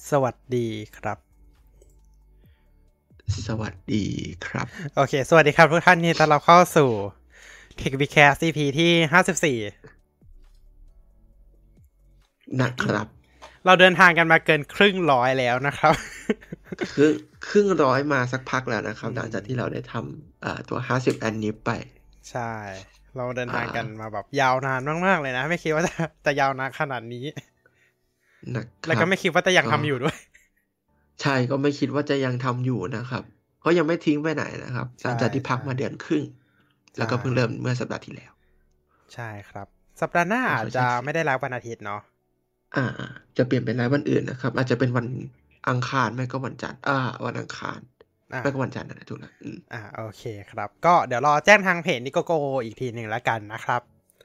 สวัสดีครับสวัสดีครับโอเคสวัสดีครับทุกท่านที่ต้อนรับเข้าสู่ TechBcast EP ที่54 นะครับเราเดินทางกันมาเกินครึ่งร้อยแล้วนะครับครึ่งครึ่งร้อยมาสักพักแล้วนะครับหลังจากที่เราได้ทำตัว50อันนี้ไปใช่เราเดินอ่ทางกันามาแบบยาวนานมากๆเลยนะไม่คิดว่าจะยาวนานขนาดนี้นะครับแล้วก็ไม่คิดว่าจะยังก็ทำอยู่ด้วยใช่ก็ไม่คิดว่าจะยังทำอยู่นะครับก็ยังไม่ทิ้งไปไหนนะครับหลัใช่งจากที่พักใช่มาเดือนครึ่งแล้วใช่ก็เพิ่งเริ่มเมื่อสัปดาห์ที่แล้วใช่ครับสัปดาห์หน้าไม่อาจจะค่อยใช่เสียไม่ได้รับวันอาทิตย์เนาะอ่าจะเปลี่ยนเป็นรายวันอื่นนะครับอาจจะเป็นวันอังคารไม่ก็วันจันทร์วันอังคารอ่าไม่ก็วันจันทร์นะถูกแล้วโอเคครับก็เดี๋ยวรอแจ้งทางเพจนิโกโกอีกทีหนึ่งแล้วกันนะครับ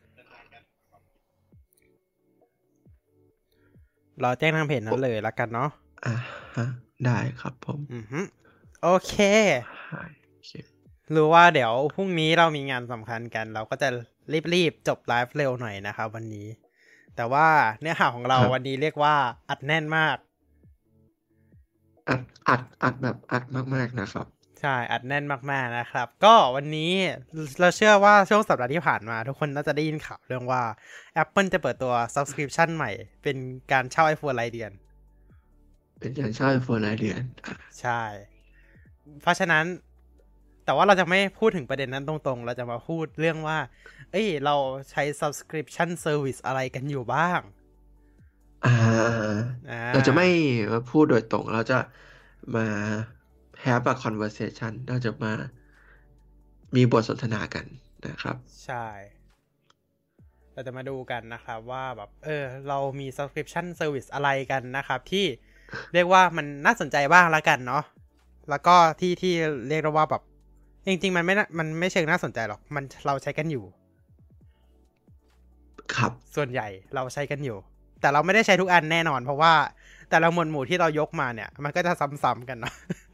รอแจ้งทางเพจนั้นเลยแล้วกันเนาะอ่าฮะได้ครับผมโอเคโอเครู้ว่าเดี๋ยวพรุ่งนี้เรามีงานสำคัญกันเราก็จะรีบจบไลฟ์เร็วหน่อยนะครับวันนี้แต่ว่าเนื้อหาของเราครับวันนี้เรียกว่าอัดแน่นมากอัดแบบอัดมากๆนะครับใช่อัดแน่นมากๆนะครับก็วันนี้เราเชื่อว่าช่วงสัปดาห์ที่ผ่านมาทุกคนน่าจะได้ยินข่าวเรื่องว่า Apple จะเปิดตัว Subscription ใหม่เป็นการเช่า iPhone รายเดือนเป็นการเช่า iPhone รายเดือนใช่เพราะฉะนั้นแต่ว่าเราจะไม่พูดถึงประเด็นนั้นตรงๆเราจะมาพูดเรื่องว่าเราใช้ subscription service อะไรกันอยู่บ้างอ่าอ่เราจะไม่ามาพูดโดยตรงเราจะมา have a conversation เราจะมามีบทสนทนากันนะครับใช่เราจะมาดูกันนะครับว่าแบบเรามี subscription service อะไรกันนะครับที่เรียกว่ามันน่าสนใจบ้างแล้วกันเนาะแล้วก็ที่เรียกได้ว่าแบบจริงๆมันไม่เชิงน่าสนใจหรอกเราใช้กันอยู่ครับส่วนใหญ่เราใช้กันอยู่แต่เราไม่ได้ใช้ทุกอันแน่นอนเพราะว่าแต่ละหมวดหมู่ที่เรายกมาเนี่ยมันก็จะซ้ำๆกันเนาะ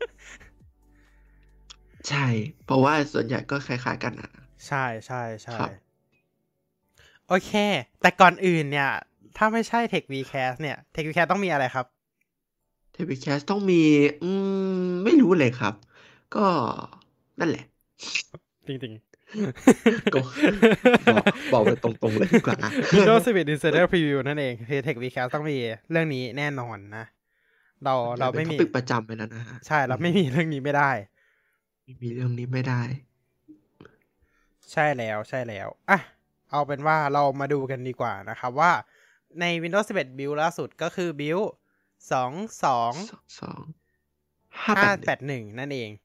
ใช่เพราะว่าส่วนใหญ่ก็คล้ายๆกันนะใช่ใช่ใช่ครับโอเคแต่ก่อนอื่นเนี่ยถ้าไม่ใช่ Tech Vcast เนี่ย Tech Vcast ต้องมีอะไรครับ t v c a s ต้องมีไม่รู้เลยครับก็นั่นแหละจริงก็บอกบอกไปตรงๆเลยดีกว่าๆ Windows 11 Insider Preview นั่นเองคือ Tech Vcast ต้องมีเรื่องนี้แน่นอนนะเราส่วนใหญ่เป็นเราไม่มีท็อปิกประจำไปแล้วนะฮะใช่เราไม่มีเรื่องนี้ไม่ได้ไม่มีเรื่องนี้ไม่ได้ใช่แล้วใช่แล้วเอาเป็นว่าเรามาดูกันดีกว่านะครับว่าใน Windows 11 build ล่าสุดก็คือ build สอง581 22581นั่นเอง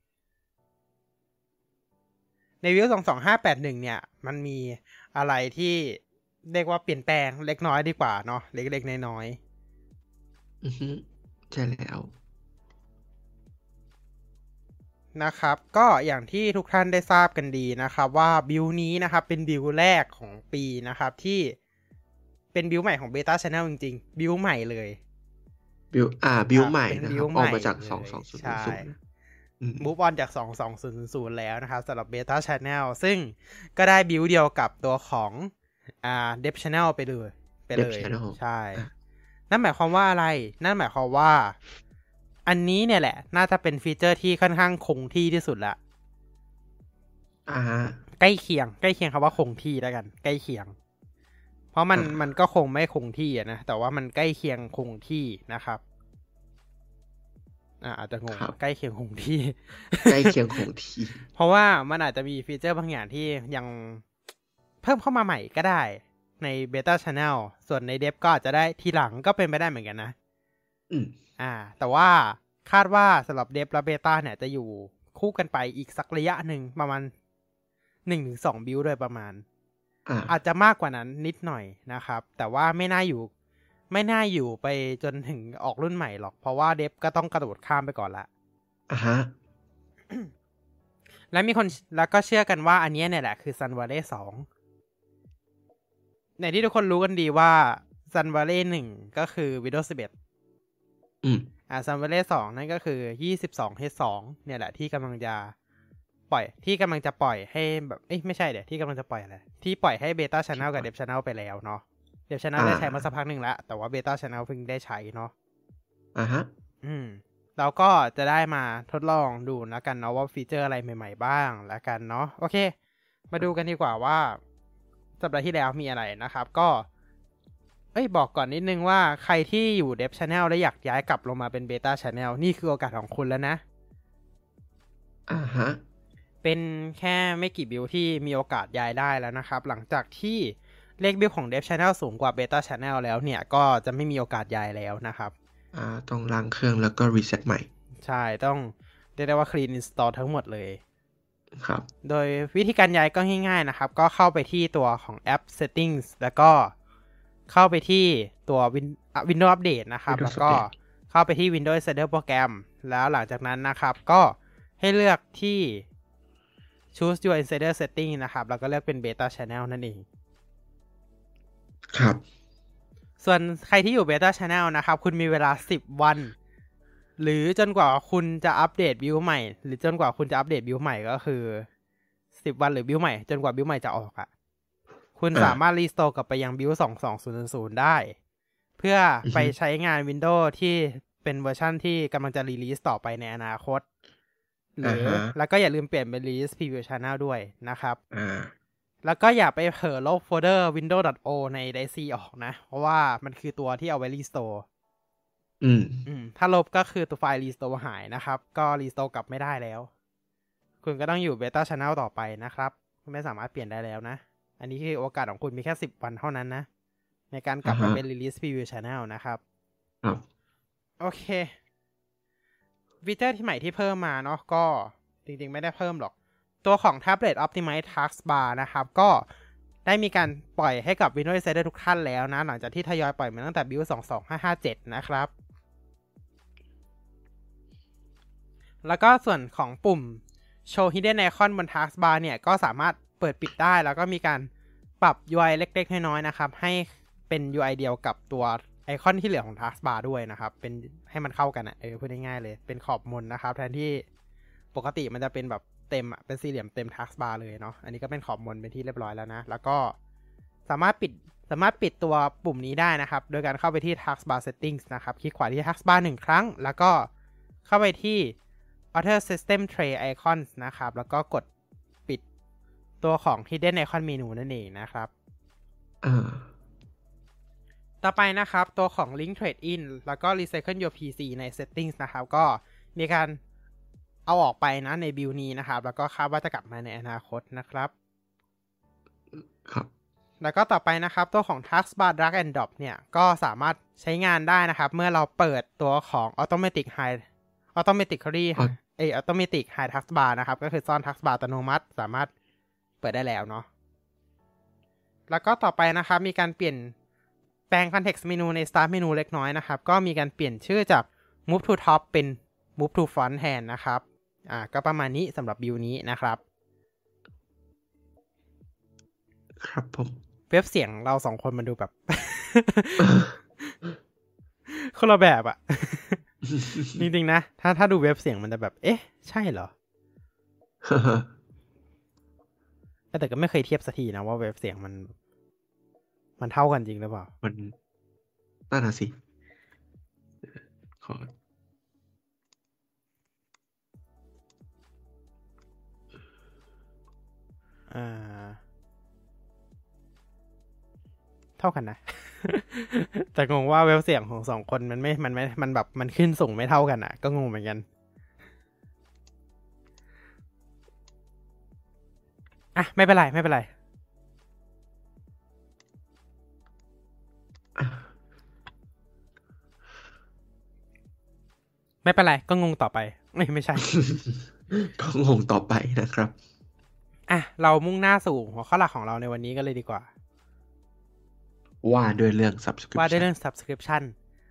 ใน build 22581เนี่ยมันมีอะไรที่เรียกว่าเปลี่ยนแปลงเล็กน้อยดีกว่าเนาะเล็กๆน้อยอือฮึใช่แล้วๆนะครับก็อย่างที่ทุกท่านได้ทราบกันดีนะครับว่า build นี้นะครับเป็น build แรกของปีนะครับที่เป็น build ใหม่ของ Beta Channel จริงๆ build ใหม่เลยบิวใหม่เป็นนะครับบิวใหม่ออกมาจากเลยใช่ 22000 move on จาก22000แล้วนะครับสำหรับ Beta Channel ซึ่งก็ได้บิวเดียวกับตัวของDev Channel ไปเลย Dev Channel ใช่อ่ะนั่นหมายความว่าอะไรนั่นหมายความว่าอันนี้เนี่ยแหละน่าจะเป็นฟีเจอร์ที่ค่อนข้างคงที่ที่สุดละอ่าใกล้เคียงคำว่าคงที่แล้วกันใกล้เคียงเพราะมันก็คงไม่คงที่นะแต่ว่ามันใกล้เคียงคงที่นะครับอาจจะงงใกล้เคียงคงที่ใกล้เคียงคงที่เพราะว่ามันอาจจะมีฟีเจอร์บางอย่างที่ยังเพิ่มเข้ามาใหม่ก็ได้ใน Beta Channel ส่วนใน Dev ก็อาจจะได้ทีหลังก็เป็นไปได้เหมือนกันนะแต่ว่าคาดว่าสำหรับ Dev และ Beta เนี่ยจะอยู่คู่กันไปอีกสักระยะหนึ่งประมาณ 1-2 บิลด์โดยประมาณอาจจะมากกว่านั้นนิดหน่อยนะครับแต่ว่าไม่น่าอยู่ไปจนถึงออกรุ่นใหม่หรอกเพราะว่า Dev ก็ต้องกระโดดข้ามไปก่อนละฮะและมีคนแล้วก็เชื่อกันว่าอันนี้เนี่ยแหละคือ Sunvalley 2ในที่ทุกคนรู้กันดีว่า Sunvalley 1ก็คือ Windows 11Sunvalley 2นั่นก็คือ 22H2 เนี่ยแหละที่กำลังจะปล่อยให้แบบไม่ใช่เดี๋ยวที่กำลังจะปล่อยอะไรที่ปล่อยให้ Beta Channel กับ Dev Channel ไปแล้วเนาะDev Channel ได้ใช้มาสักพักหนึ่งแล้วแต่ว่า Beta Channel เพิ่งได้ใช้เนาะฮะเราก็จะได้มาทดลองดูแล้วกันเนาะว่าฟีเจอร์อะไรใหม่ๆบ้างแล้วกันเนาะโอเคมาดูกันดีกว่าว่าสัปดาห์ที่แล้วมีอะไรนะครับก็บอกก่อนนิดนึงว่าใครที่อยู่ Dev Channel และอยากย้ายกลับลงมาเป็น Beta Channel นี่คือโอกาสของคุณแล้วนะฮะเป็นแค่ไม่กี่บิลที่มีโอกาสย้ายได้แล้วนะครับหลังจากที่เลขบิลของ Dev Channel สูงกว่า Beta Channel แล้วเนี่ยก็จะไม่มีโอกาสย้ายแล้วนะครับต้องล้างเครื่องแล้วก็รีเซ็ตใหม่ใช่ต้องเรียกได้ว่า clean install ทั้งหมดเลยครับโดยวิธีการย้ายก็ง่ายๆนะครับก็เข้าไปที่ตัวของแอป settings แล้วก็เข้าไปที่ตัว Windows Update นะครับแล้วก็เข้าไปที่ Windows Insider Program แล้วหลังจากนั้นนะครับก็ให้เลือกที่ choose your insider setting นะครับแล้วก็เลือกเป็น beta channel นั่นเองครับส่วนใครที่อยู่ beta channel นะครับคุณมีเวลา10วันหรือจนกว่าคุณจะอัปเดตบิลใหม่หรือจนกว่าคุณจะอัปเดตบิลใหม่ก็คือ10วันหรือบิลใหม่จนกว่าบิลใหม่จะออกคุณสามารถรีสโตร์กลับไปยังบิล22000ได้เพื่อไปใช้งาน Windows ที่เป็นเวอร์ชันที่กำลังจะรีลีสต่อไปในอนาคตหรือแล้วก็อย่าลืมเปลี่ยนเป็น Release Preview Channel ด้วยนะครับแล้วก็อย่าไปเผลอลบโฟลเดอร์ windows.o ใน DAISY ออกนะเพราะว่ามันคือตัวที่เอาไว้รีสโตร์ถ้าลบก็คือตัวไฟล์รีสโตร์หายนะครับก็รีสโตร์กลับไม่ได้แล้วคุณก็ต้องอยู่ Beta Channel ต่อไปนะครับคุณไม่สามารถเปลี่ยนได้แล้วนะอันนี้คือโอกาสของคุณมีแค่10วันเท่านั้นนะในการกลับมาเป็น Release Preview Channel นะครับโอเคฟีเจอร์ที่ใหม่ที่เพิ่มมาเนาะก็จริงๆไม่ได้เพิ่มหรอกตัวของ Tablet Optimize Taskbar นะครับก็ได้มีการปล่อยให้กับ Windows Insider ทุกท่านแล้วนะหลังจากที่ทยอยปล่อยมาตั้งแต่ Build 22557 นะครับแล้วก็ส่วนของปุ่ม Show Hidden Icon บน Taskbar เนี่ยก็สามารถเปิดปิดได้แล้วก็มีการปรับ UI เล็กๆน้อยๆนะครับให้เป็น UI เดียวกับตัวไอคอนที่เหลือของ Taskbar ด้วยนะครับเป็นให้มันเข้ากันพูดง่ายๆเลยเป็นขอบมนนะครับแทนที่ปกติมันจะเป็นแบบเต็มเป็นสี่เหลี่ยมเต็ม Taskbar เลยเนาะอันนี้ก็เป็นขอบมนเป็นที่เรียบร้อยแล้วนะแล้วก็สามารถปิดตัวปุ่มนี้ได้นะครับโดยการเข้าไปที่ Taskbar Settings นะครับคลิกขวาที่ Taskbar 1 ครั้งแล้วก็เข้าไปที่ Auto System Tray Icons นะครับแล้วก็กดปิดตัวของ Hidden Icon Menu นั่นเองนะครับต่อไปนะครับตัวของ Link Trade In แล้วก็ Recycle Your PC ใน Settings นะครับก็มีการเอาออกไปนะในบิลนี้นะครับแล้วก็คาดว่าจะกลับมาในอนาคตนะครับครับแล้วก็ต่อไปนะครับตัวของ Taskbar Drag and Drop เนี่ยก็สามารถใช้งานได้นะครับเมื่อเราเปิดตัวของ Automatic High Taskbar นะครับก็คือซ่อน Taskbar อัตโนมัติสามารถเปิดได้แล้วเนาะแล้วก็ต่อไปนะครับมีการเปลี่ยนแปลง context menu ใน start menu เล็กน้อยนะครับก็มีการเปลี่ยนชื่อจาก move to top เป็น move to front แทนนะครับก็ประมาณนี้สำหรับบิลนี้นะครับครับผมเว็บเสียงเราสองคนมันดูแบบ คนละแบบจริงๆนะถ้าดูเว็บเสียงมันจะแบบเอ๊ะใช่เหรอ แต่ก็ไม่เคยเทียบสักทีนะว่าเว็บเสียงมันเท่ากันจริงหรือเปล่ามันน่าหนาสิขอเท่ากันนะ แต่งงว่าเว็บเสียงของสองคนมันแบบมันขึ้นส่งไม่เท่ากันก็งงเหมือนกันไม่เป็นไรไม่เป็นไรก็งงต่อไปไม่ใช่ก็งงต่อไปนะครับเรามุ่งหน้าสู่หัวข้อหลักของเราในวันนี้กันเลยดีกว่าว่าด้วยเรื่อง subscription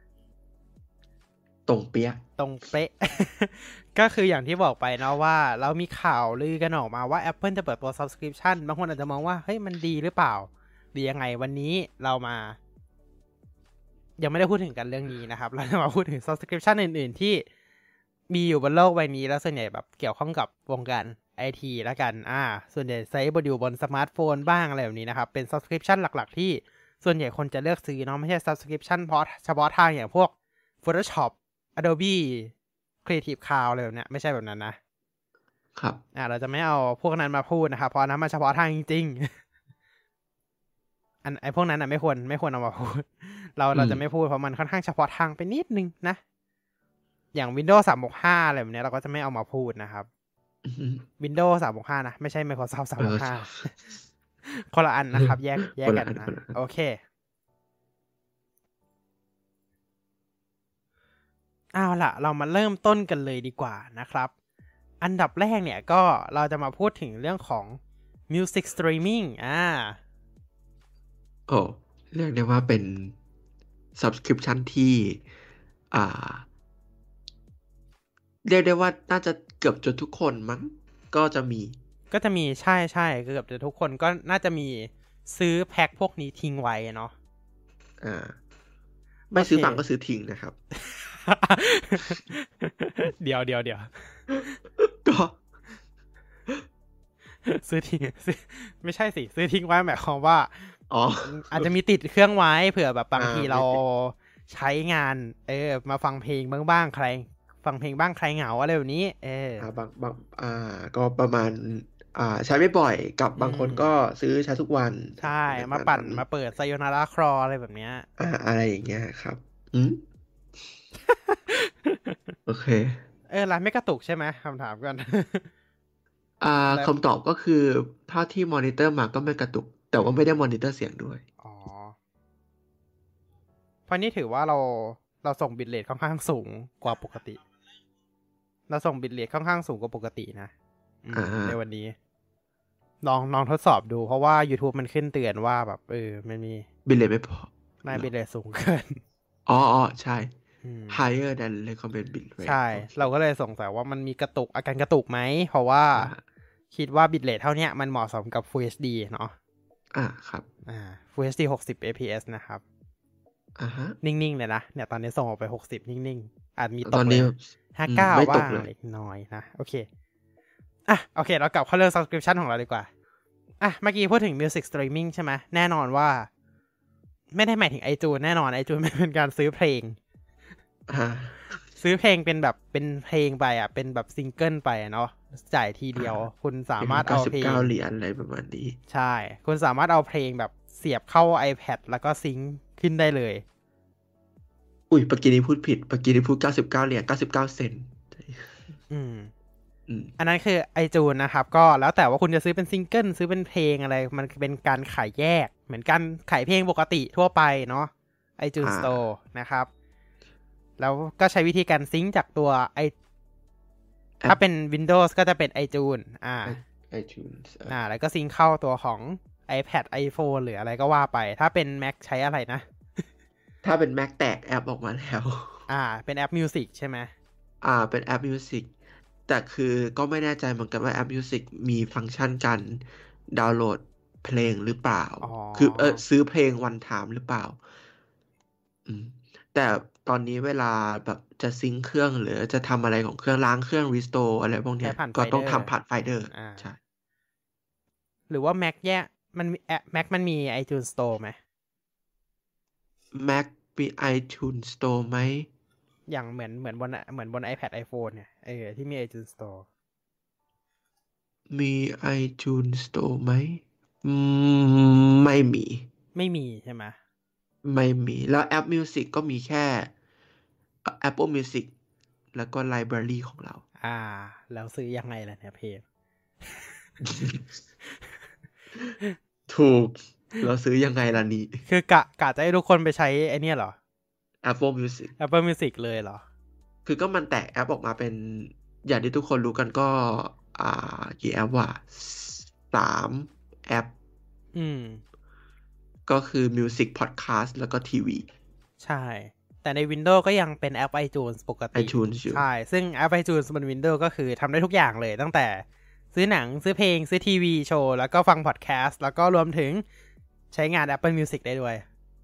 ตรงเป๊ะ ก็คืออย่างที่บอกไปนะว่าเรามีข่าวลือกันออกมาว่า Apple จะเปิดตัว subscription บางคนอาจจะมองว่าเฮ้ยมันดีหรือเปล่าดียังไงวันนี้เรามายังไม่ได้พูดถึงกันเรื่องนี้นะครับเราจะมาพูดถึง subscription อื่นๆที่มีอยู่บนโลกใบนี้แล้วส่วนใหญ่แบบเกี่ยวข้องกับวงการ IT แล้วกันส่วนใหญ่ใช้อยู่บนสมาร์ทโฟนบ้างอะไรแบบนี้นะครับเป็น subscription หลักๆที่ส่วนใหญ่คนจะเลือกซื้อเนาะไม่ใช่ subscription เพราะเฉพาะทางอย่างพวก Photoshop Adobe Creative Cloud อะไรแบบเนี้ยไม่ใช่แบบนั้นนะครับเราจะไม่เอาพวกนั้นมาพูดนะครับเพราะนั้นมันเฉพาะทางจริงๆไอ้พวกนั้นไม่ควรเอามาพูดเราจะไม่พูดเพราะมันค่อนข้างเฉพาะทางไปนิดนึงนะอย่าง Windows 365อะไรแบบนี้เราก็จะไม่เอามาพูดนะครับ Windows 365นะไม่ใช่ Microsoft 365คนละอันนะครับแยกกันนะโอเคเอาล่ะเรามาเริ่มต้นกันเลยดีกว่านะครับอันดับแรกเนี่ยก็เราจะมาพูดถึงเรื่องของ Music Streaming เรียกได้ว่าเป็น Subscription ที่เรียกได้ว่าน่าจะเกือบจนทุกคนมั้งก็จะมีใช่เกือบจะทุกคนก็น่าจะมีซื้อแพ็คพวกนี้ทิ้งไว้เนาะไม่ซื้อฝั่งก็ซื้อทิ้งนะครับเดี๋ยวก็ซื้อทิ้งไม่ใช่สิซื้อทิ้งไว้หมายความว่าอาจจะมีติดเครื่องไว้เผื่อแบบบางทีเราใช้งานมาฟังเพลงบ้างใครฟังเพลงบ้างใครเหงาอะไรแบบนี้บางก็ประมาณใช้ไม่บ่อยกับบางคนก็ซื้อใช้ทุกวันใช่มาปั่นมาเปิดไซโยนาราครออะไรแบบเนี้ยอะไรอย่างเงี้ยครับโอเคร้านไม่กระตุกใช่ไหมคำถามกันคำตอบก็คือถ้าที่มอนิเตอร์มาก็ไม่กระตุกแต่ว่าไม่ได้มอนิเตอร์เสียงด้วยเพราะนี่ถือว่าเราส่งบิตเรทค่อนข้างสูงกว่าปกติเราส่งบิตเรทค่อนข้างสูงกว่าปกตินะในวันนี้ลองทดสอบดูเพราะว่า YouTube มันขึ้นเตือนว่าแบบมันมีบิตเรทไม่พอบิตเรทสูงเกินใช่ higher than recommended bitrate ใช่เราก็เลยสงสัยว่ามันมีอาการกระตุกไหมเพราะว่าคิดว่าบิตเรทเท่านี้มันเหมาะสมกับ Full HD เนาะครับ Full HD 60 fps นะครับนิ่งๆเลยนะเนี่ยตอนนี้ส่งออกไป60นิ่งๆอาจมีตกเลย59บ้างเล็กน้อยนะโอเคเรากลับเข้าเรื่อง subscription ของเราดีกว่าเมื่อกี้พูดถึง music streaming ใช่ไหมแน่นอนว่าไม่ได้หมายถึง iTunes แน่นอน iTunes ไม่เป็นการซื้อเพลงซื้อเพลงเป็นแบบเป็นเพลงไปเป็นแบบซิงเกิลไปเนาะจ่ายทีเดียวคุณสามารถเอาเพลง 99 เหรียญอะไรประมาณนี้ใช่คุณสามารถเอาเพลงแบบเสียบเข้า iPad แล้วก็ซิงค์ขึ้นได้เลยเมื่อกี้นี้พูดผิดเมื่อกี้นี้พูด99 เหรียญ99 เซนต์อันนั้นคือ iTunes นะครับก็แล้วแต่ว่าคุณจะซื้อเป็นซิงเกิลซื้อเป็นเพลงอะไรมันเป็นการขายแยกเหมือนกันขายเพลงปกติทั่วไปเนาะ iTunes Store นะครับแล้วก็ใช้วิธีการซิงค์จากตัวถ้าเป็น Windows ก็จะเป็น iTunes iTunes แล้วก็ซิงค์เข้าตัวของ iPad iPhone หรืออะไรก็ว่าไปถ้าเป็น Mac ใช้อะไรนะถ้าเป็น Mac แตกแอปออกมาแล้วเป็นแอป Music ใช่ไหมเป็นแอป Music แต่คือก็ไม่แน่ใจเหมือนกันว่าแอป Music มีฟังก์ชันการดาวน์โหลดเพลงหรือเปล่าคือซื้อเพลง one time หรือเปล่าแต่ตอนนี้เวลาแบบจะซิงค์เครื่องหรือจะทำอะไรของเครื่องล้างเครื่อง restore อะไรพวกนี้ก็ต้องทำผ่านไฟเดอร์ใช่หรือว่า Mac มันมีMac มันมี iTunes Store ไหม Mac มี iTunes Store ไหมอย่างเหมือนบน iPad iPhone เนี่ยที่มี iTunes Store มี iTunes Store ไหมไม่มีใช่ไหมไม่มีแล้วแอป Music ก็มีแค่ Apple Music แล้วก็ Library ของเราแล้วซื้อยังไงล่ะเนี่ยเพจถูกเราซื้อยังไงล่ะนี่คือกะจะให้ทุกคนไปใช้ไอ้นี่เหรอ Apple Music เลยเหรอคือก็มันแตกแอปออกมาเป็นอย่างที่ทุกคนรู้กันก็กี่แอปวะ3 แอปก็คือ Music Podcast แล้วก็ทีวีใช่แต่ใน Windows ก็ยังเป็นแอป iTunes ปกติ iTunes ใช่ซึ่งแอป iTunes บน Windows ก็คือทำได้ทุกอย่างเลยตั้งแต่ซื้อหนังซื้อเพลงซื้อทีวีโชว์แล้วก็ฟังพอดแคสต์แล้วก็รวมถึงใช้งาน Apple Music ได้ด้วย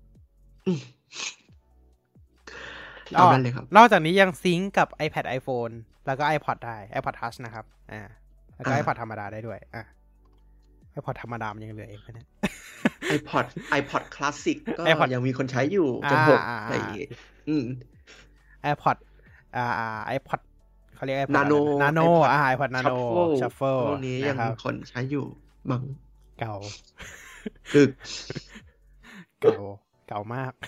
นอกจากนี้ยังซิงก์กับ iPad iPhone แล้วก็ iPod ได้ iPod Touch นะครับแล้วก็ iPod ธรรมดาได้ด้วยiPod ธรรมดามันยังเหลือเองนะ iPod Classic ก็ยังมีคนใช้อยู่จน6อะไรอย่างงี้ iPod iPod เขาเรียก iPod นาโน iPod Nano Shuffle พวกนี้ยังมีคนใช้อยู่มั้งเก่าคือเก่ามาก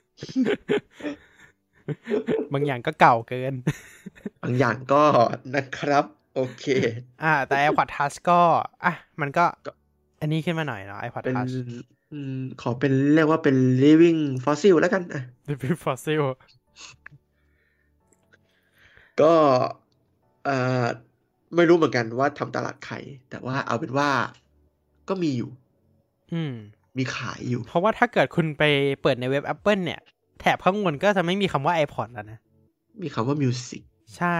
บางอย่างก็เก่าเกินบางอย่างก็นะครับโอเคแต่ iPod Touch ก็มันก็อันนี้ขึ้นมาหน่อยเนาะ iPod Touch ขอเป็นเรียกว่าเป็น living fossil แล้วกัน living fossil ก็ไม่รู้เหมือนกันว่าทำตลาดใครแต่ว่าเอาเป็นว่าก็มีอยู่มีขายอยู่เพราะว่าถ้าเกิดคุณไปเปิดในเว็บ Apple เนี่ยแถบข้างบนก็จะไม่มีคำว่า iPod แล้วนะมีคำว่า music ใช่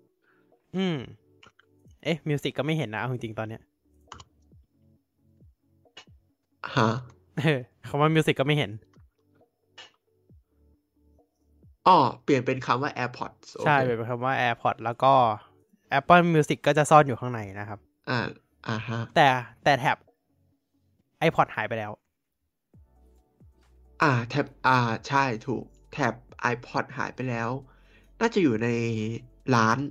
music ก็ไม่เห็นนะจริงๆตอนเนี้ยฮะคำว่า music ก็ไม่เห็นเปลี่ยนเป็นคำว่า AirPods ใช่เปลี่ยนเป็นคำว่า AirPods แล้วก็ Apple Music ก็จะซ่อนอยู่ข้างในนะครับฮะแต่แท็บ iPod หายไปแล้วแท็บใช่ถูกแท็บ iPod หายไปแล้วน่าจะอยู่ในร้าน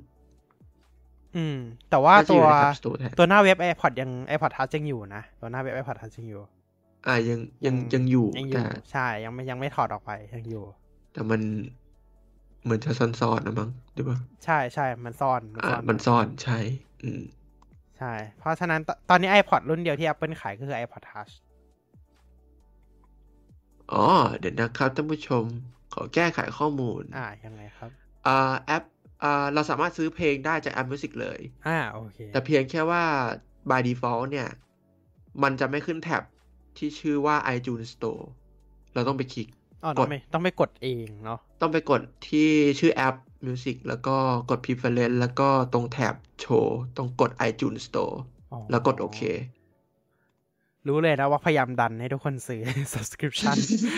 แต่ว่าตัวหน้าเว็บ iPod ยัง iPod Touch ยังอยู่นะตัวหน้าเว็บ iPod Touch ยังอยู่ยังอยู่แต่ใช่ยังไม่ถอดออกไปยังอยู่แต่มันเหมือนจะซ่อนๆนะมั้งหรือเปล่าใช่มันซ่อนใช่ใช่เพราะฉะนั้นตอนนี้ iPod รุ่นเดียวที่ Apple ขายก็คือ iPod Touch เดี๋ยวนะครับท่านผู้ชมขอแก้ไขข้อมูลยังไงครับแอปเราสามารถซื้อเพลงได้จากแอป Music เลยโอเคแต่เพียงแค่ว่า by default เนี่ยมันจะไม่ขึ้นแท็บที่ชื่อว่า iTunes Store เราต้องไปคลิกต้องไปกดเองเนาะต้องไปกดที่ชื่อแอป Music แล้วก็กด Preference แล้วก็ตรงแท็บโชว์ต้องกด iTunes Store แล้วกดโอเครู้เลยนะว่าพยายามดันให้ทุกคนซื้อ subscription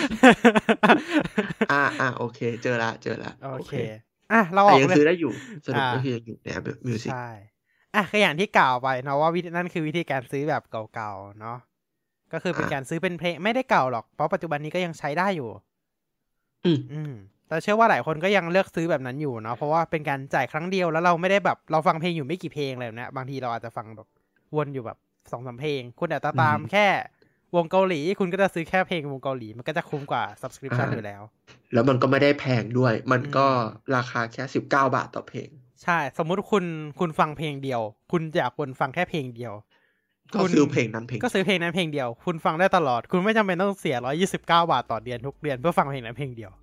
โอเคเจอละโอเคเราออกยังซื้อได้อยู่สนุกก็คือยังอยู่ในแอป Music ใช่ก็อย่างที่กล่าวไปเนาะว่านั่นคือวิธีการซื้อแบบเก่าๆเนาะก็คือเป็นการซื้อเป็นเพลงไม่ได้เก่าหรอกเพราะปัจจุบันนี้ก็ยังใช้ได้อยู่แต่เชื่อว่าหลายคนก็ยังเลือกซื้อแบบนั้นอยู่เนาะเพราะว่าเป็นการจ่ายครั้งเดียวแล้วเราไม่ได้แบบเราฟังเพลงอยู่ไม่กี่เพลงอะไรแบบนี้บางทีเราอาจจะฟังแบบวนอยู่แบบ 2-3 เพลงคุณอาจจะตามแค่วงเกาหลีคุณก็จะซื้อแค่เพลงวงเกาหลีมันก็จะคุ้มกว่า subscription อยู่แล้วมันก็ไม่ได้แพงด้วยมันก็ราคาแค่19 บาทต่อเพลงใช่สมมุติคุณฟังเพลงเดียวคุณอยากฟังแค่เพลงเดียวก็ซื้อเพลงนั้นเพลงเดียวคุณฟังได้ตลอดคุณไม่จำเป็นต้องเสีย129 บาทต่อเดือนทุกเดือนเพื่อฟังเพลงนั้นเพลงเดียว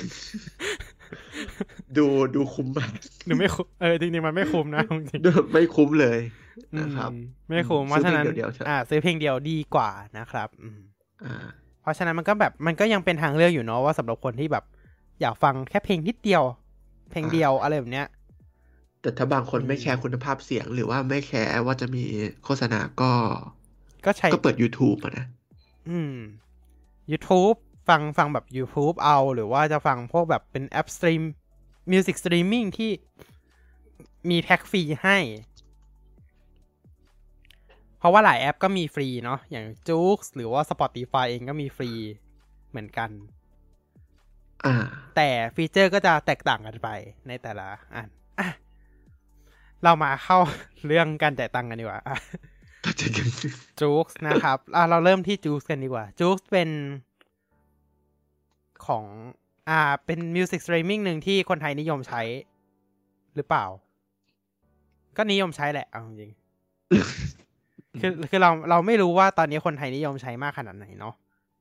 ดูคุ้มมากหรือไม่คุ้มจริงๆมันไม่คุ้มนะจริงๆไม่คุ้มเลยนะครับไม่คุ้มเพราะฉะนั้นซื้อเพลงเดียวดีกว่านะครับเพราะฉะนั้นมันก็ยังเป็นทางเลือกอยู่เนาะว่าสำหรับคนที่แบบอยากฟังแค่เพลงนิดเดียวเพลงเดียวอะไรแบบเนี้ยแต่ถ้าบางคนไม่แคร์คุณภาพเสียงหรือว่าไม่แคร์ว่าจะมีโฆษณาก็เปิด YouTube นะ YouTube ฟังแบบ YouTube เอาหรือว่าจะฟังพวกแบบเป็นแอปสตรีมมิวสิกสตรีมมิ่งที่มีแพ็คฟรีให้เพราะว่าหลายแอปก็มีฟรีเนาะอย่าง Joox หรือว่า Spotify เองก็มีฟรีเหมือนกันแต่ฟีเจอร์ก็จะแตกต่างกันไปในแต่ละอันเรามาเข้าเรื่องการจ่ายตังค์กันดีกว่าJoox นะครับเราเริ่มที่ Joox กันดีกว่า Joox เป็นของเป็นมิวสิกสตรีมมิ่งนึงที่คนไทยนิยมใช้หรือเปล่าก็นิยมใช้แหละเอาจริงคือเราไม่รู้ว่าตอนนี้คนไทยนิยมใช้มากขนาดไหนเนาะ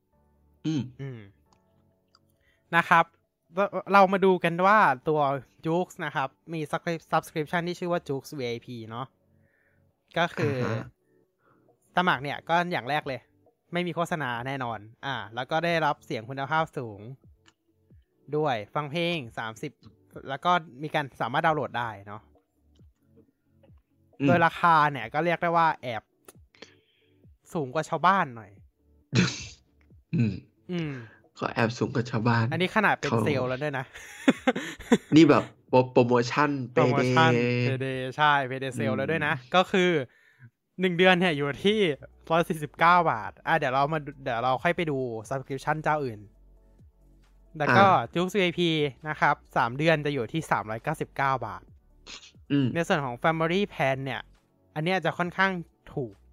นะครับเรามาดูกันว่าตัว Joox นะครับมี subscription ที่ชื่อว่า Joox VIP เนาะก็คือสมัครเนี่ยก็อย่างแรกเลยไม่มีโฆษณาแน่นอนแล้วก็ได้รับเสียงคุณภาพสูงด้วยฟังเพลง30แล้วก็มีการสามารถดาวน์โหลดได้เนาะโดยราคาเนี่ยก็เรียกได้ว่าแอบสูงกว่าชาวบ้านหน่อยก็แอบสูงกว่าชาวบ้านอันนี้ขนาดเป็นเซลล์แล้วด้วยนะนี่แบบโปรโมชั่นเดย์ใช่เปเดเซลแล้วด้วยนะก็คือ1เดือนเนี่ยอยู่ที่149 บาทเดี๋ยวเราค่อยไปดู subscription เจ้าอื่นแล้วก็จู๊ก VIP นะครับ3เดือนจะอยู่ที่399 บาทในส่วนของ Family Plan เนี่ยอันนี้จะค่อนข้างถูก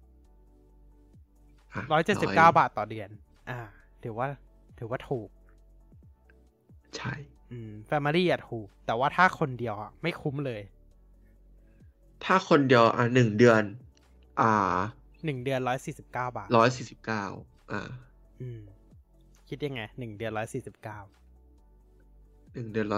179 บาทต่อเดือนถือว่าถูกใช่ Family ถูกแต่ว่าถ้าคนเดียวไม่คุ้มเลยถ้าคนเดียว1 เดือน 1 เดือน149 บาทคิดยังไง1 เดือน149 1 เดือน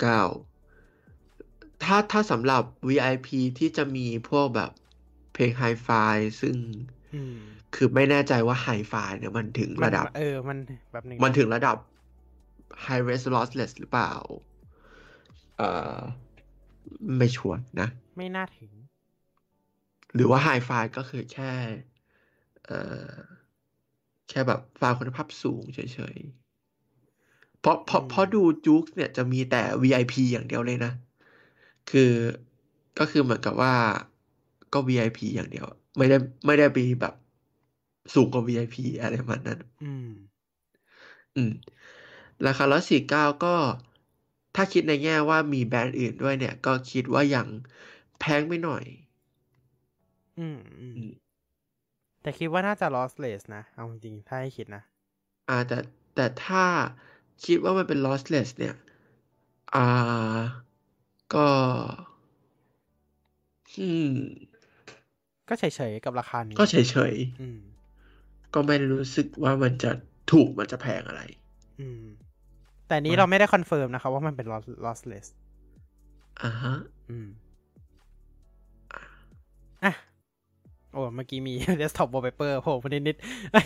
149ถ้าสำหรับ VIP ที่จะมีพวกแบบเพลงไฮไฟซึ่งคือไม่แน่ใจว่าไฮไฟเนี่ยมันถึงระดับมันแบบนึงมันถึงระดับ high res lossless หรือเปล่าไม่ชัวร์นะไม่น่าถึงหรือว่าไฮไฟก็คือแค่แบบไฟล์คุณภาพสูงเฉยๆเพราะดูจู๊กเนี่ยจะมีแต่ VIP อย่างเดียวเลยนะก็คือเหมือนกับว่าก็ VIP อย่างเดียวไม่ได้ไปแบบสูงกว่า VIP อะไรประมาณนั้นราคา149ก็ถ้าคิดในแง่ว่ามีแบรนด์อื่นด้วยเนี่ยก็คิดว่ายังแพงไม่หน่อยแต่คิดว่าน่าจะ lossless นะเอาจริงๆถ้าให้คิดนะแต่ถ้าคิดว่ามันเป็น lossless เนี่ยก็เฉยๆกับราคานี้ก็เฉยๆก็ไม่ได้รู้สึกว่ามันจะถูกมันจะแพงอะไรแต่นี้เราไม่ได้คอนเฟิร์มนะครับว่ามันเป็น lossless ฮะโอ้เมื่อกี้มี desktop wallpaper โผล่มานิด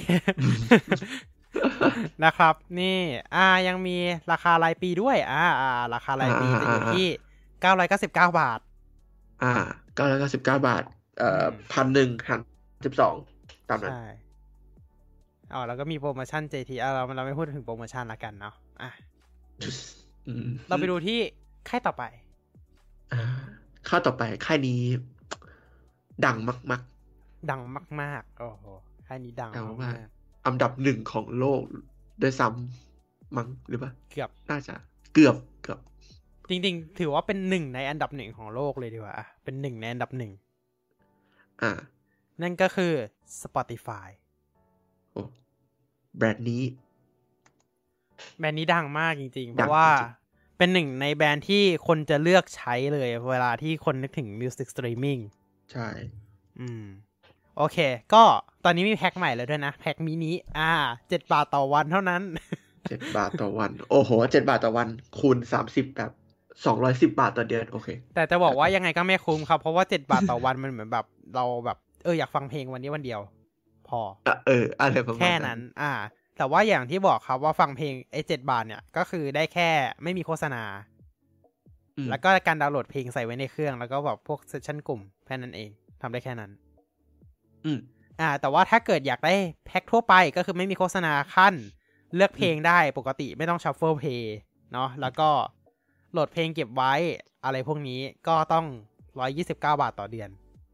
ๆนะครับนี่ยังมีราคารายปีด้วยราคารายปีจะอยู่ที่999 บาท 999 บาท1,100 หาร 12ตามนั้นใช่แล้วก็มีโปรโมชั่น JT เราไม่พูดถึงโปรโมชั่นละกันเนาะเราไปดูที่ค่ายต่อไปค่ายนี้ดังมากดังมากๆโอ้โหค่ายนี้ดังมากอันดับ1ของโลกด้วยซ้ำมั้งหรือเปล่าเกือบน่าจะเกือบจริงๆถือว่าเป็น1ในอันดับ1ของโลกเลยดีกว่าเป็น1ในอันดับ1นั่นก็คือ Spotify แบรนด์นี้ดังมากจริงๆเพราะว่าเป็น1ในแบรนด์ที่คนจะเลือกใช้เลยเวลาที่คนนึกถึง Music Streaming ใช่โอเคก็ตอนนี้มีแพ็คใหม่แล้วด้วยนะแพ็คมินิ7 บาทต่อวันเท่านั้น 7 บาทต่อวันโอ้โห7 บาทต่อวันคูณ30แบบ210 บาทต่อเดือนโอเคแต่จะบอกว่ายังไงก็ไม่คุ้มครับเพราะว่า7 บาทต่อวันมันเหมือนแบบเราแบบอยากฟังเพลงวันนี้วันเดียวพออะไรประมาณแค่นั้นแต่ว่าอย่างที่บอกครับว่าฟังเพลง7 บาทเนี่ยก็คือได้แค่ไม่มีโฆษณาแล้วก็การดาวน์โหลดเพลงใส่ไว้ในเครื่องแล้วก็แบบพวกเซสชั่นกลุ่มแค่นั้นเองทำได้แค่นั้นแต่ว่าถ้าเกิดอยากได้แพ็คทั่วไปก็คือไม่มีโฆษณาขั้นเลือกเพลงได้ปกติไม่ต้องชัฟเฟิลเพลย์เนาะแล้วก็โหลดเพลงเก็บไว้อะไรพวกนี้ก็ต้อง129 บาทต่อเดือน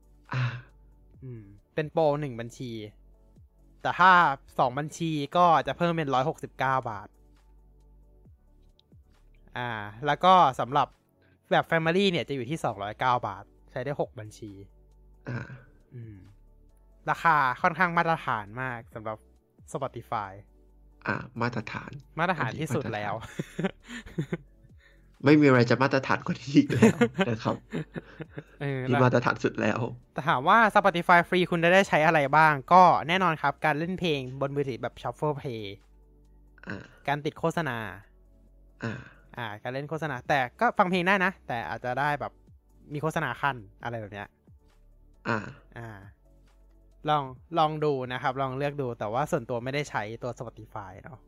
เป็นโปร1บัญชีแต่ถ้า2บัญชีก็จะเพิ่มเป็น169 บาทแล้วก็สำหรับแบบ Family เนี่ยจะอยู่ที่209 บาทใช้ได้6บัญชีราคาค่อนข้างมาตรฐานมากสำหรับ Spotify มาตรฐานที่สุดแล้วไม่มีอะไรจะมาตรฐานกว่านี้อีกแล้วนะครับนี่มาตรฐานสุดแล้วแต่ถามว่า Spotify ฟรีคุณได้ใช้อะไรบ้างก็แน่นอนครับการเล่นเพลงบนมือถือแบบ Shuffle Play การติดโฆษณาการเล่นโฆษณาแต่ก็ฟังเพลงได้นะแต่อาจจะได้แบบมีโฆษณาขั้นอะไรแบบเนี้ยลองดูนะครับลองเลือกดูแต่ว่าส่วนตัวไม่ได้ใช้ตัว Spotify เนาะ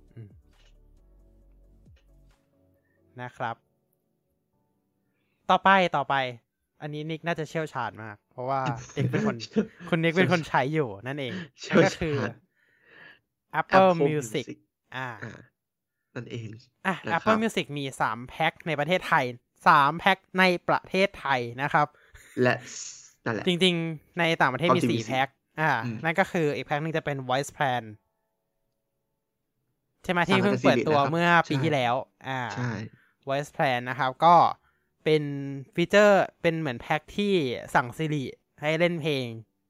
นะครับต่อไปอันนี้นิกน่าจะเชี่ยวชาญมากเพราะว่านิกเป็นคุณนิกเป็นคนใช้อยู่นั่นเองก็คือ Apple Music นั่นเอง Apple Music มี3แพ็คในประเทศไทย3แพ็คในประเทศไทยนะครับและนั่นแหละจริงๆในต่างประเทศมี4แพ็คนั่นก็คืออีกแพ็คนึงจะเป็น Voice Plan ใช่ไหมที่เพิ่งเปิดตัวเมื่อปีที่แล้วใช่ Voice Plan นะครับก็เป็นฟีเจอร์เป็นเหมือนแพ็คที่สั่ง Siri ให้เล่นเพลง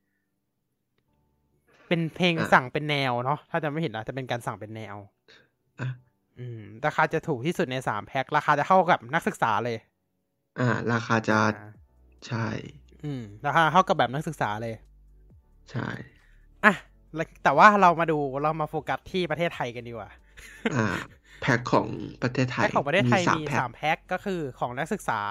เป็นเพลงสั่งเป็นแนวเนาะถ้าจำไม่ผิดนะจะเป็นการสั่งเป็นแนวราคาจะถูกที่สุดใน3แพ็คราคาจะเท่ากับนักศึกษาเลยราคาจะใช่ราคาเท่ากับแบบนักศึกษาเลยใช่แต่ว่าเรามาโฟกัสที่ประเทศไทยกันดีกว่าแพ็คของประเทศไทยแพ็คของประเทศไทยมี3แพ็คก็คือของนักศึกษา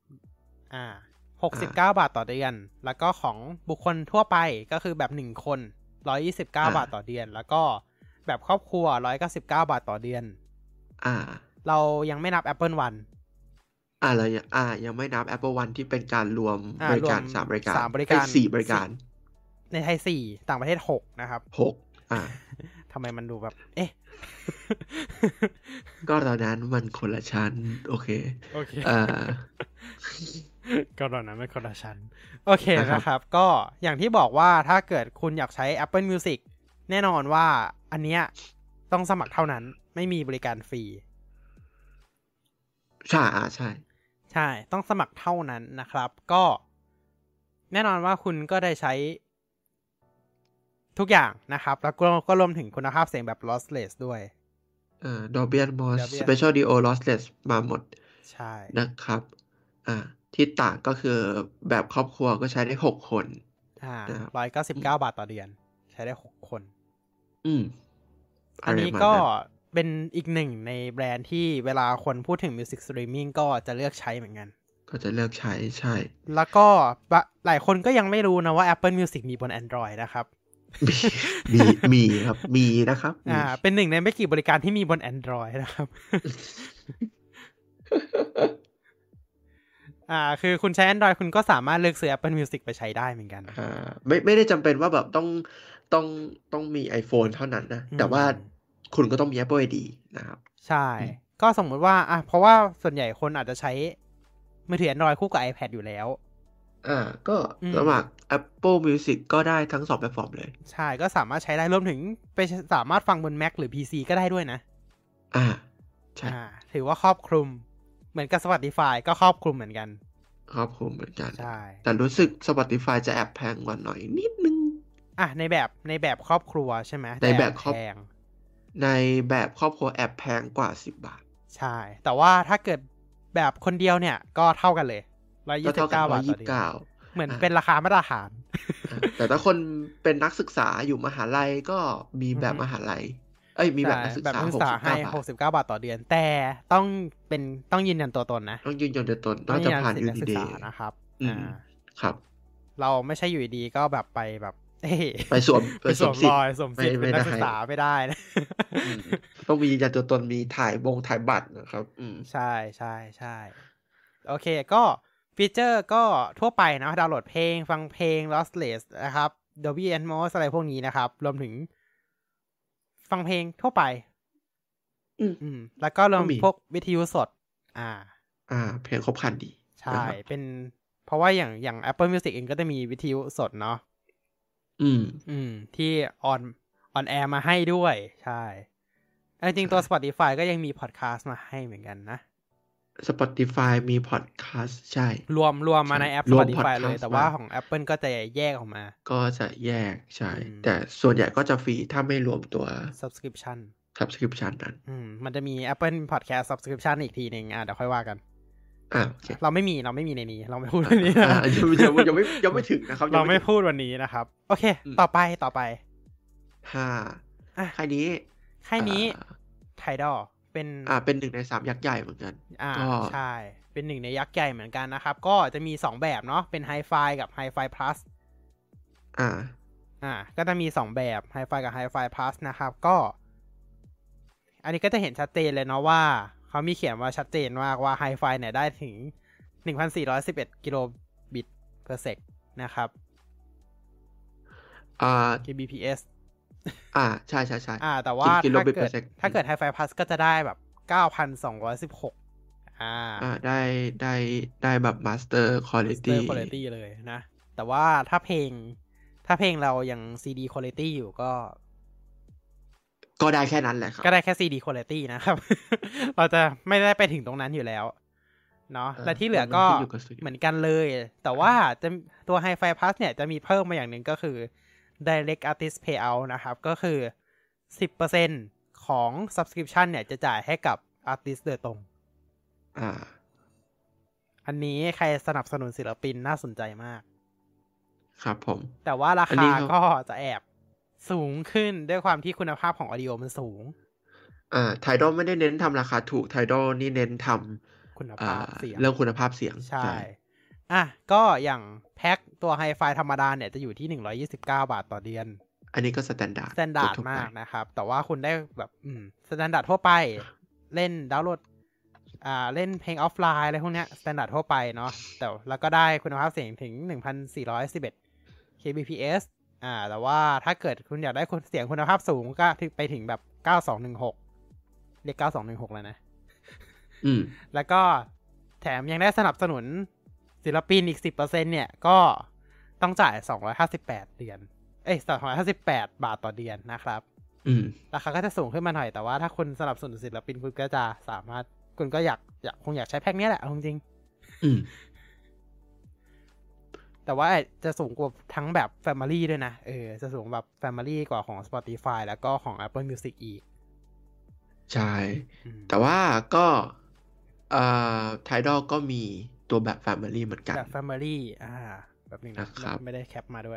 69 บาทต่อเดือนแล้วก็ของบุคคลทั่วไปก็คือแบบ1คน129 บาทต่อเดือนแล้วก็แบบครอบครัว199 บาทต่อเดือนเรายังไม่นับ Apple One เรายังไม่นับ Apple One ที่เป็นการรวมบริการ3บริการ 4บริการในไทย4ต่างประเทศ6นะครับทำไมมันดูแบบก็ตอนนั้นมันคนละชั้นโอเคก็ตอนนั้นไม่คนละชั้นโอเคนะครับก็อย่างที่บอกว่าถ้าเกิดคุณอยากใช้ Apple Music แน่นอนว่าอันเนี้ยต้องสมัครเท่านั้นไม่มีบริการฟรีใช่ใช่ต้องสมัครเท่านั้นนะครับก็แน่นอนว่าคุณก็ได้ใช้ทุกอย่างนะครับแล้วก็รวมถึงคุณภาพเสียงแบบ lossless ด้วย Dolby Atmos Special Audio Lossless มาหมดใช่นะครับที่ต่างก็คือแบบครอบครัวก็ใช้ได้6คน 199 บาทต่อเดือนใช้ได้6คนอันนี้ก็เป็นอีกหนึ่งในแบรนด์ที่เวลาคนพูดถึง Music Streaming ก็จะเลือกใช้เหมือนกันก็จะเลือกใช้ใช่แล้วก็หลายคนก็ยังไม่รู้นะว่า Apple Music มีบน Android นะครับมีครับมีนะครับเป็นหนึ่งในไม่กี่บริการที่มีบน Android นะครับคือคุณใช้ Android คุณก็สามารถเลือกซื้อ Apple Music ไปใช้ได้เหมือนกันไม่ได้จำเป็นว่าแบบต้องมี iPhone เท่านั้นนะแต่ว่าคุณก็ต้องมี Apple ID นะครับใช่ก็สมมุติว่าเพราะว่าส่วนใหญ่คนอาจจะใช้มือถือ Android คู่กับ iPad อยู่แล้วก็สมัคร Apple Music ก็ได้ทั้ง2แพลตฟอร์มเลยใช่ก็สามารถใช้ได้รวมถึงไปสามารถฟังบน Mac หรือ PC ก็ได้ด้วยนะใช่ถือว่าครอบคลุมเหมือนกับ Spotify ก็ครอบคลุมเหมือนกันครอบคลุมเหมือนกันใช่แต่รู้สึก Spotify จะแอบแพงกว่าหน่อยนิดนึงในแบบครอบครัวใช่ไหมในแบบแพงในแบบครอบครัวแอบแพงกว่า10 บาทใช่แต่ว่าถ้าเกิดแบบคนเดียวเนี่ยก็เท่ากันเลย129 บาทต่อเดือนเหมือนเป็นราคามาตรฐานแต่ถ้าคนเป็นนักศึกษาอยู่มหาลัยก็มีแบบมหาลัยมีแบบนักศึกษาให้69 บาทต่อเดือนแต่ต้องยืนยันตัวตนนะต้องยืนยันตัวตนต้องจะผ่านUDD นะครับครับเราไม่ใช่อยู่ดีก็แบบไปแบบไปสวมสวมสิทธิ์เป็นนักศึกษาไม่ได้นะต้องมียืนยันตัวตนมีถ่ายบัตรนะครับใช่โอเคก็ฟีเจอร์ก็ทั่วไปนะดาวน์โหลดเพลงฟังเพลง lossless นะครับ Dolby Atmos อะไรพวกนี้นะครับรวมถึงฟังเพลงทั่วไปแล้วก็รวมพวกวิทยุสดเพลงครบครันดีใช่เป็นเพราะว่าอย่าง Apple Music เองก็จะมีวิทยุสดเนาะที่ออนแอร์มาให้ด้วยใช่จริงตัว Spotify ก็ยังมีพอดคาสต์มาให้เหมือนกันนะ Spotify มีพอดคาสต์ใช่รวมมาในแอป Spotify เลยแต่ว่าของ Apple ก็จะแยกออกมาก็จะแยกใช่แต่ส่วนใหญ่ก็จะฟรีถ้าไม่รวมตัว subscription นั้นมันจะมี Apple Podcast subscription อีกทีนึงเดี๋ยวค่อยว่ากันเราไม่มีในนี้เราไม่พูดวันนี้ยังไม่ถึงนะครับเราไม่พูดวันนี้นะครับโอเคต่อไปค่ายนี้ Tidal เป็น1ใน3ยักษ์ใหญ่เหมือนกันใช่เป็น1ในยักษ์ใหญ่เหมือนกันนะครับก็จะมี2แบบเนาะเป็น Hi-Fi กับ Hi-Fi Plus ก็จะมี2แบบ Hi-Fi กับ Hi-Fi Plus นะครับก็อันนี้ก็จะเห็นชัดเจนเลยเนาะว่าเขามีเขียนว่าชัดเจนมากว่า Hi-Fi เนี่ยได้ถึง 1,411 กิโลบิต per sec นะครับkbps ใช่แต่ว่าถ้าเกิด Hi-Fi Plus ก็จะได้แบบ 9,216 ได้แบบ Master Quality เลยนะแต่ว่าถ้าเพลงเรายัง CD Quality อยู่ก็ก็ได้แค่นั้นแหละครับก็ได้แค่ CD quality นะครับ เราจะไม่ได้ไปถึงตรงนั้นอยู่แล้วเนาะและที่เหลือก็เหมือนกันเลยแต่ว่าจะตัว Hi-Fi Plus เนี่ยจะมีเพิ่มมาอย่างหนึ่งก็คือ Direct Artist Payout นะครับก็คือ 10% ของ Subscription เนี่ยจะจ่ายให้กับ Artist โดยตรงอันนี้ใครสนับสนุนศิลปินน่าสนใจมากครับผมแต่ว่าราคาก็จะแอบสูงขึ้นด้วยความที่คุณภาพของออดิโอมันสูง Tidal ไม่ได้เน้นทำราคาถูก Tidal นี่เน้นทำคุณภาพเสียงเรื่องคุณภาพเสียงใช่ก็อย่างแพ็คตัว Hi-Fi ธรรมดาเนี่ยจะอยู่ที่129 บาทต่อเดือนอันนี้ก็สแตนดาร์ดมากนะครับแต่ว่าคุณได้แบบสแตนดาร์ดทั่วไปเล่นดาวน์โหลดเล่นเพลงออฟไลน์อะไรพวกเนี้ยสแตนดาร์ดทั่วไปเนาะแต่แล้วก็ได้คุณภาพเสียงถึง 1411 kbps แต่ว่าถ้าเกิดคุณอยากได้เสียงคุณภาพสูงก็ไปถึงแบบ9216เรียก9216แล้วนะแล้วก็แถมยังได้สนับสนุนศิลปินอีก 10% เนี่ยก็ต้องจ่าย258เดือน258 บาทต่อเดือนนะครับราคาก็จะสูงขึ้นมาหน่อยแต่ว่าถ้าคุณสนับสนุนศิลปินคุณก็จะสามารถคุณก็คงอยากใช้แพ็คนี้แหละจริงแต่ว่าจะสูงกว่าทั้งแบบ Family ด้วยนะจะสูงแบบ Family กว่าของ Spotify แล้วก็ของ Apple Music อีกใช่แต่ว่าก็Tidal ก็มีตัวแบบ Family เหมือนกันแบบ Family แบบนึงนะครับไม่ได้แคปมาด้วย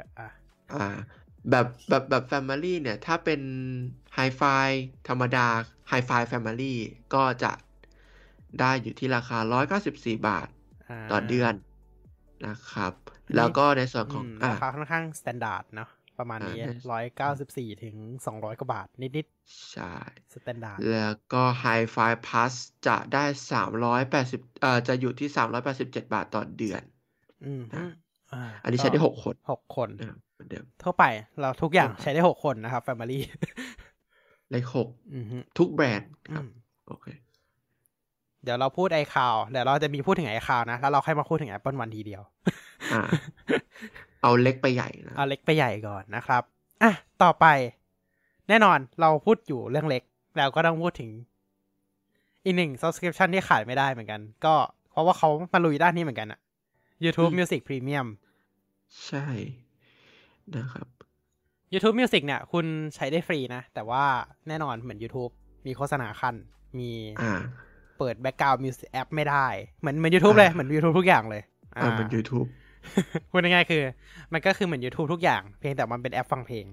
แบบ Family เนี่ยถ้าเป็น Hi-Fi ธรรมดา Hi-Fi Family ก็จะได้อยู่ที่ราคา194 บาทต่อเดือนนะครับแล้วก็ในส่วนของราคาค่อนข้างสแตนดาร์ดเนาะประมาณนี้194ถึง200 กว่าบาทนิดๆใช่สแตนดาร์ดแล้วก็ Hi-Fi Plus จะได้380จะอยู่ที่387 บาทต่อเดือนอันนี้ใช้ได้6 คนเหมือนเดิมทั่วไปเราทุกอย่างใช้ได้6 คนนะครับ Family เลข6ทุกแบรนด์ครับโอเคเดี๋ยวเราพูดiCloudเดี๋ยวเราจะมีพูดถึงiCloudนะแล้วเราค่อยมาพูดถึง Apple One ทีเดียวเอาเล็กไปใหญ่นะเอาเล็กไปใหญ่ก่อนนะครับต่อไปแน่นอนเราพูดอยู่เรื่องเล็กแล้วก็ต้องพูดถึงอีกหนึ่ง subscription ที่ขายไม่ได้เหมือนกันก็เพราะว่าเขามาลุยด้านนี้เหมือนกันYouTube Music Premium ใช่นะครับ YouTube Music เนี่ยคุณใช้ได้ฟรีนะแต่ว่าแน่นอนเหมือน YouTube มีโฆษณาขั้นมีเปิด Background Music App ไม่ได้เหมือน YouTube เลยเหมือน YouTube ทุกอย่างเลยเหมือน YouTube พูดง่ายๆคือมันก็คือเหมือน YouTube ทุกอย่างเพียงแต่มันเป็นแอปฟังเพลง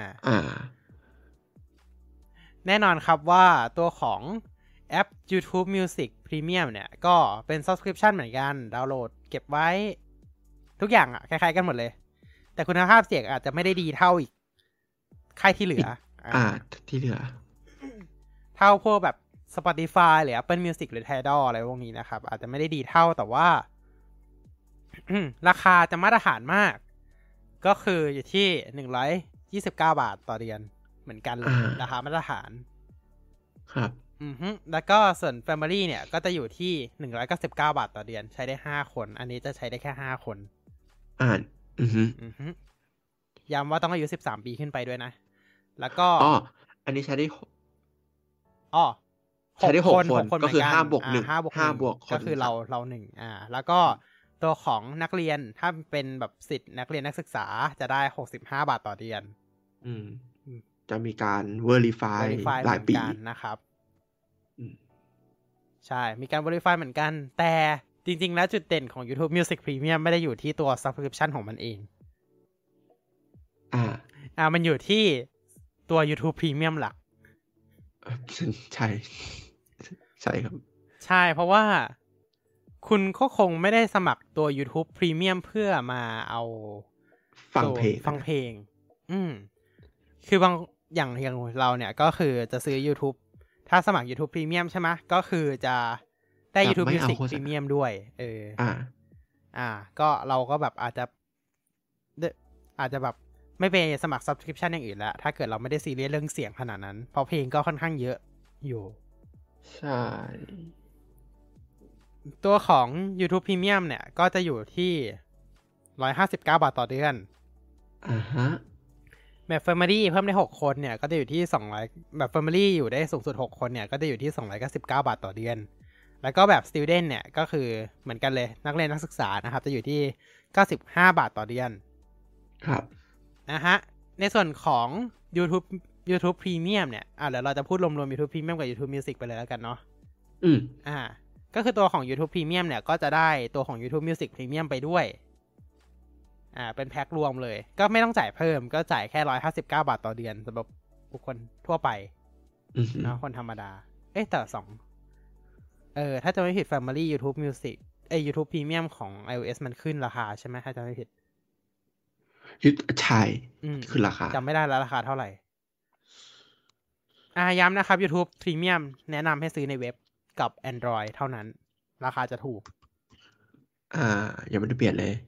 แน่นอนครับว่าตัวของแอป YouTube Music Premium เนี่ยก็เป็น Subscription เหมือนกันดาวน์โหลดเก็บไว้ทุกอย่างคล้ายๆกันหมดเลยแต่คุณภาพเสียงอาจจะไม่ได้ดีเท่าอีกค่ายที่เหลือที่เหลือเท่าพวกแบบ Spotify หรือ Apple Music หรือ Tidal อะไรพวกนี้นะครับอาจจะไม่ได้ดีเท่าแต่ว่าราคาจะมาตรฐานมากก็คืออยู่ที่129 บาทต่อเดือนเหมือนกันเลยราคามาตรฐานครับแล้วก็ส่วน Family เนี่ยก็จะอยู่ที่199 บาทต่อเดือนใช้ได้5 คนอันนี้จะใช้ได้แค่5 คนย้ำว่าต้องอายุ13 ปีขึ้นไปด้วยนะแล้วก็อันนี้ใช้ได้ใช้ได้6 คนก็คือ5 บวก 1 5 บวกก็คือเรา1แล้วก็ตัวของนักเรียนถ้าเป็นแบบสิทธิ์นักเรียนนักศึกษาจะได้65 บาทต่อเดือนจะมีการ verify หลายปีนะครับใช่มีการ verify เหมือนกันแต่จริงๆแล้วจุดเด่นของ YouTube Music Premium ไม่ได้อยู่ที่ตัว subscription ของมันเองมันอยู่ที่ตัว YouTube Premium หลักใช่ครับใช่เพราะว่าคุณก็คงไม่ได้สมัครตัว YouTube Premium เพื่อมาเอาฟังเพลงคือบางอย่างเราเนี่ยก็คือจะซื้อ YouTube ถ้าสมัคร YouTube Premium ใช่ไหมก็คือจะได้ YouTube Music Premium ด้วยก็เราก็แบบอาจจะแบบไม่ไปสมัคร Subscription อย่างอื่นแล้วถ้าเกิดเราไม่ได้ซีเรียสเรื่องเสียงขนาดนั้นเพราะเพลงก็ค่อนข้างเยอะอยู่ใช่ตัวของ YouTube Premium เนี่ยก็จะอยู่ที่159 บาทต่อเดือนแบบ Family เพิ่มได้6คนเนี่ยก็จะอยู่ที่200แบบ Family อยู่ได้สูงสุด6คนเนี่ยก็จะอยู่ที่299 บาทต่อเดือนแล้วก็แบบ Student เนี่ยก็คือเหมือนกันเลยนักเรียนนักศึกษานะครับจะอยู่ที่95 บาทต่อเดือนครับนะฮะในส่วนของ YouTube Premium เนี่ยเดี๋ยวเราจะพูดรวมๆ YouTube Premium กับ YouTube Music ไปเลยแล้วกันเนาะก็คือตัวของ YouTube Premium เนี่ยก็จะได้ตัวของ YouTube Music Premium ไปด้วยเป็นแพ็ครวมเลยก็ไม่ต้องจ่ายเพิ่มก็จ่ายแค่159 บาทต่อเดือนสำหรับบุคคลทั่วไปเนาะคนธรรมดาแต่ถ้าจะไม่ผิด Family YouTube Music YouTube Premium ของ iOS มันขึ้นราคาใช่ไหมถ้าจะไม่ผิดใช่ขึ้นราคาจำไม่ได้แล้วราคาเท่าไหร่ย้ำนะครับ YouTube Premium แนะนำให้ซื้อในเว็บกับ Android เท่านั้นราคาจะถูกยังไม่ได้เปลี่ยนเลย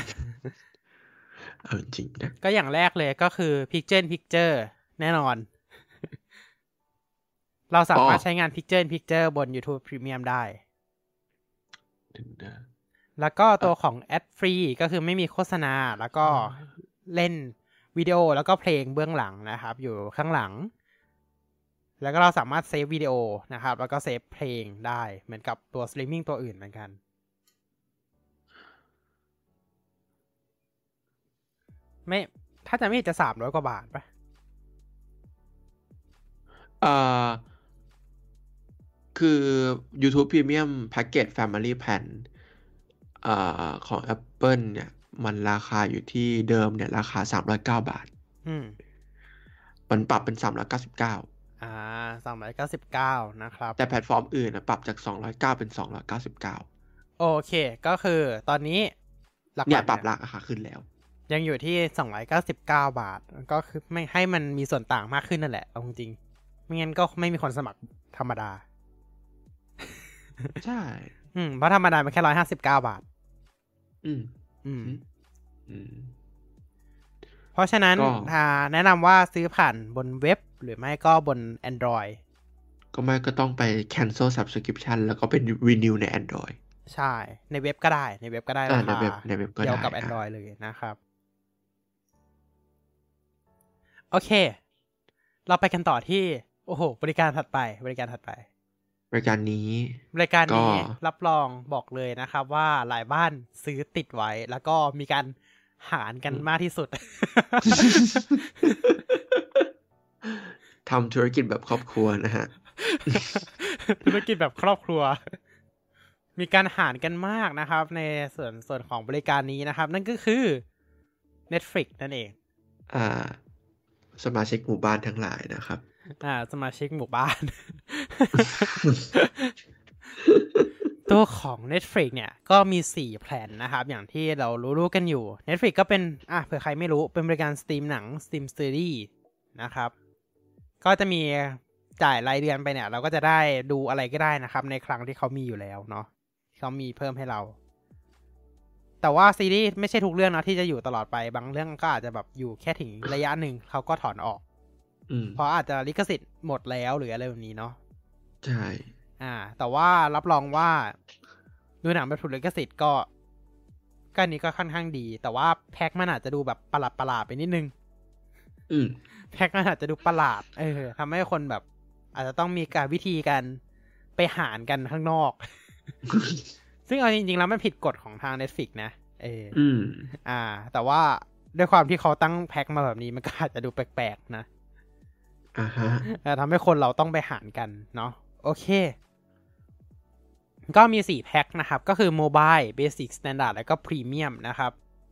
เอาจริงนะก็อย่างแรกเลยก็คือ Picture แน่นอนเราสามารถใช้งาน Picture บน YouTube Premium ได้แล้วก็ตัวของ Ad Free ก็คือไม่มีโฆษณาแล้วก็เล่นวิดีโอแล้วก็เพลงเบื้องหลังนะครับอยู่ข้างหลังแล้วก็เราสามารถเซฟวิดีโอนะครับแล้วก็เซฟเพลงได้เหมือนกับตัวสตรีมมิ่งตัวอื่นเหมือนกันไม่ถ้าจะไม่จะ300 กว่าบาทป่ะคือ YouTube Premium Package Family Plan ของ Apple เนี่ยมันราคาอยู่ที่เดิมเนี่ยราคา309 บาทมันปรับเป็น399 399นะครับแต่แพลตฟอร์มอื่นปรับจาก209เป็น299 โอเคก็คือตอนนี้หลักๆเนี่ยปรับราคาขึ้นแล้วยังอยู่ที่299 บาทก็คือไม่ให้มันมีส่วนต่างมากขึ้นนั่นแหละเอาจริงไม่งั้นก็ไม่มีคนสมัครธรรมดาใช่เพราะธรรมดามันแค่159 บาทเพราะฉะนั้นแนะนำว่าซื้อผ่านบนเว็บหรือไม่ก็บน Android ก็ไม่ก็ต้องไป cancel subscription แล้วก็เป็น renew ใน Android ใช่ในเว็บก็ได้ราคาเดียวกับ Android เลยนะครับโอเคเราไปกันต่อที่บริการถัดไปรายการนี้รับรองบอกเลยนะครับว่าหลายบ้านซื้อติดไว้แล้วก็มีการหารกันมากที่สุดทำธุรกิจแบบครอบครัวนะฮะธุรกิจแบบครอบครัวมีการหารกันมากนะครับในส่วนของบริการนี้นะครับนั่นก็คือ Netflix นั่นเองสมาชิกหมู่บ้านทั้งหลายนะครับสมาชิกหมู่บ้าน ตัวของ Netflix เนี่ยก็มี4แพลนนะครับอย่างที่เรารู้กันอยู่ Netflix ก็เป็นเผื่อใครไม่รู้เป็นบริการสตรีมหนังสตรีมซีรีส์นะครับก็จะมีจ่ายรายเดือนไปเนี่ยเราก็จะได้ดูอะไรก็ได้นะครับในครั้งที่เขามีอยู่แล้วเนาะเขามีเพิ่มให้เราแต่ว่าซีรีส์ไม่ใช่ทุกเรื่องนะที่จะอยู่ตลอดไปบางเรื่องก็อาจจะแบบอยู่แค่ถึงระยะหนึ่งเขาก็ถอนออกเพราะอาจจะลิขสิทธิ์หมดแล้วหรืออะไรแบบนี้เนาะใช่แต่ว่ารับรองว่าดูหนังแบบถูกลิขสิทธิ์ก็อันนี้ก็ค่อนข้างดีแต่ว่าแพ็คมันอาจจะดูแบบประหลาดไปนิดนึงแพ็คมันอาจจะดูประหลาดทำให้คนแบบอาจจะต้องมีการวิธีการไปหารกันข้างนอก ซึ่งเอาจริงๆแล้วมันผิดกฎของทาง Netflix นะแต่ว่าด้วยความที่เขาตั้งแพ็คมาแบบนี้มันก็อาจจะดูแปลกๆนะทำให้คนเราต้องไปหารกันเนาะโอเคก็มี4แพ็คนะครับก็คือ Mobile Basic Standard แล้วก็ Premium นะครับ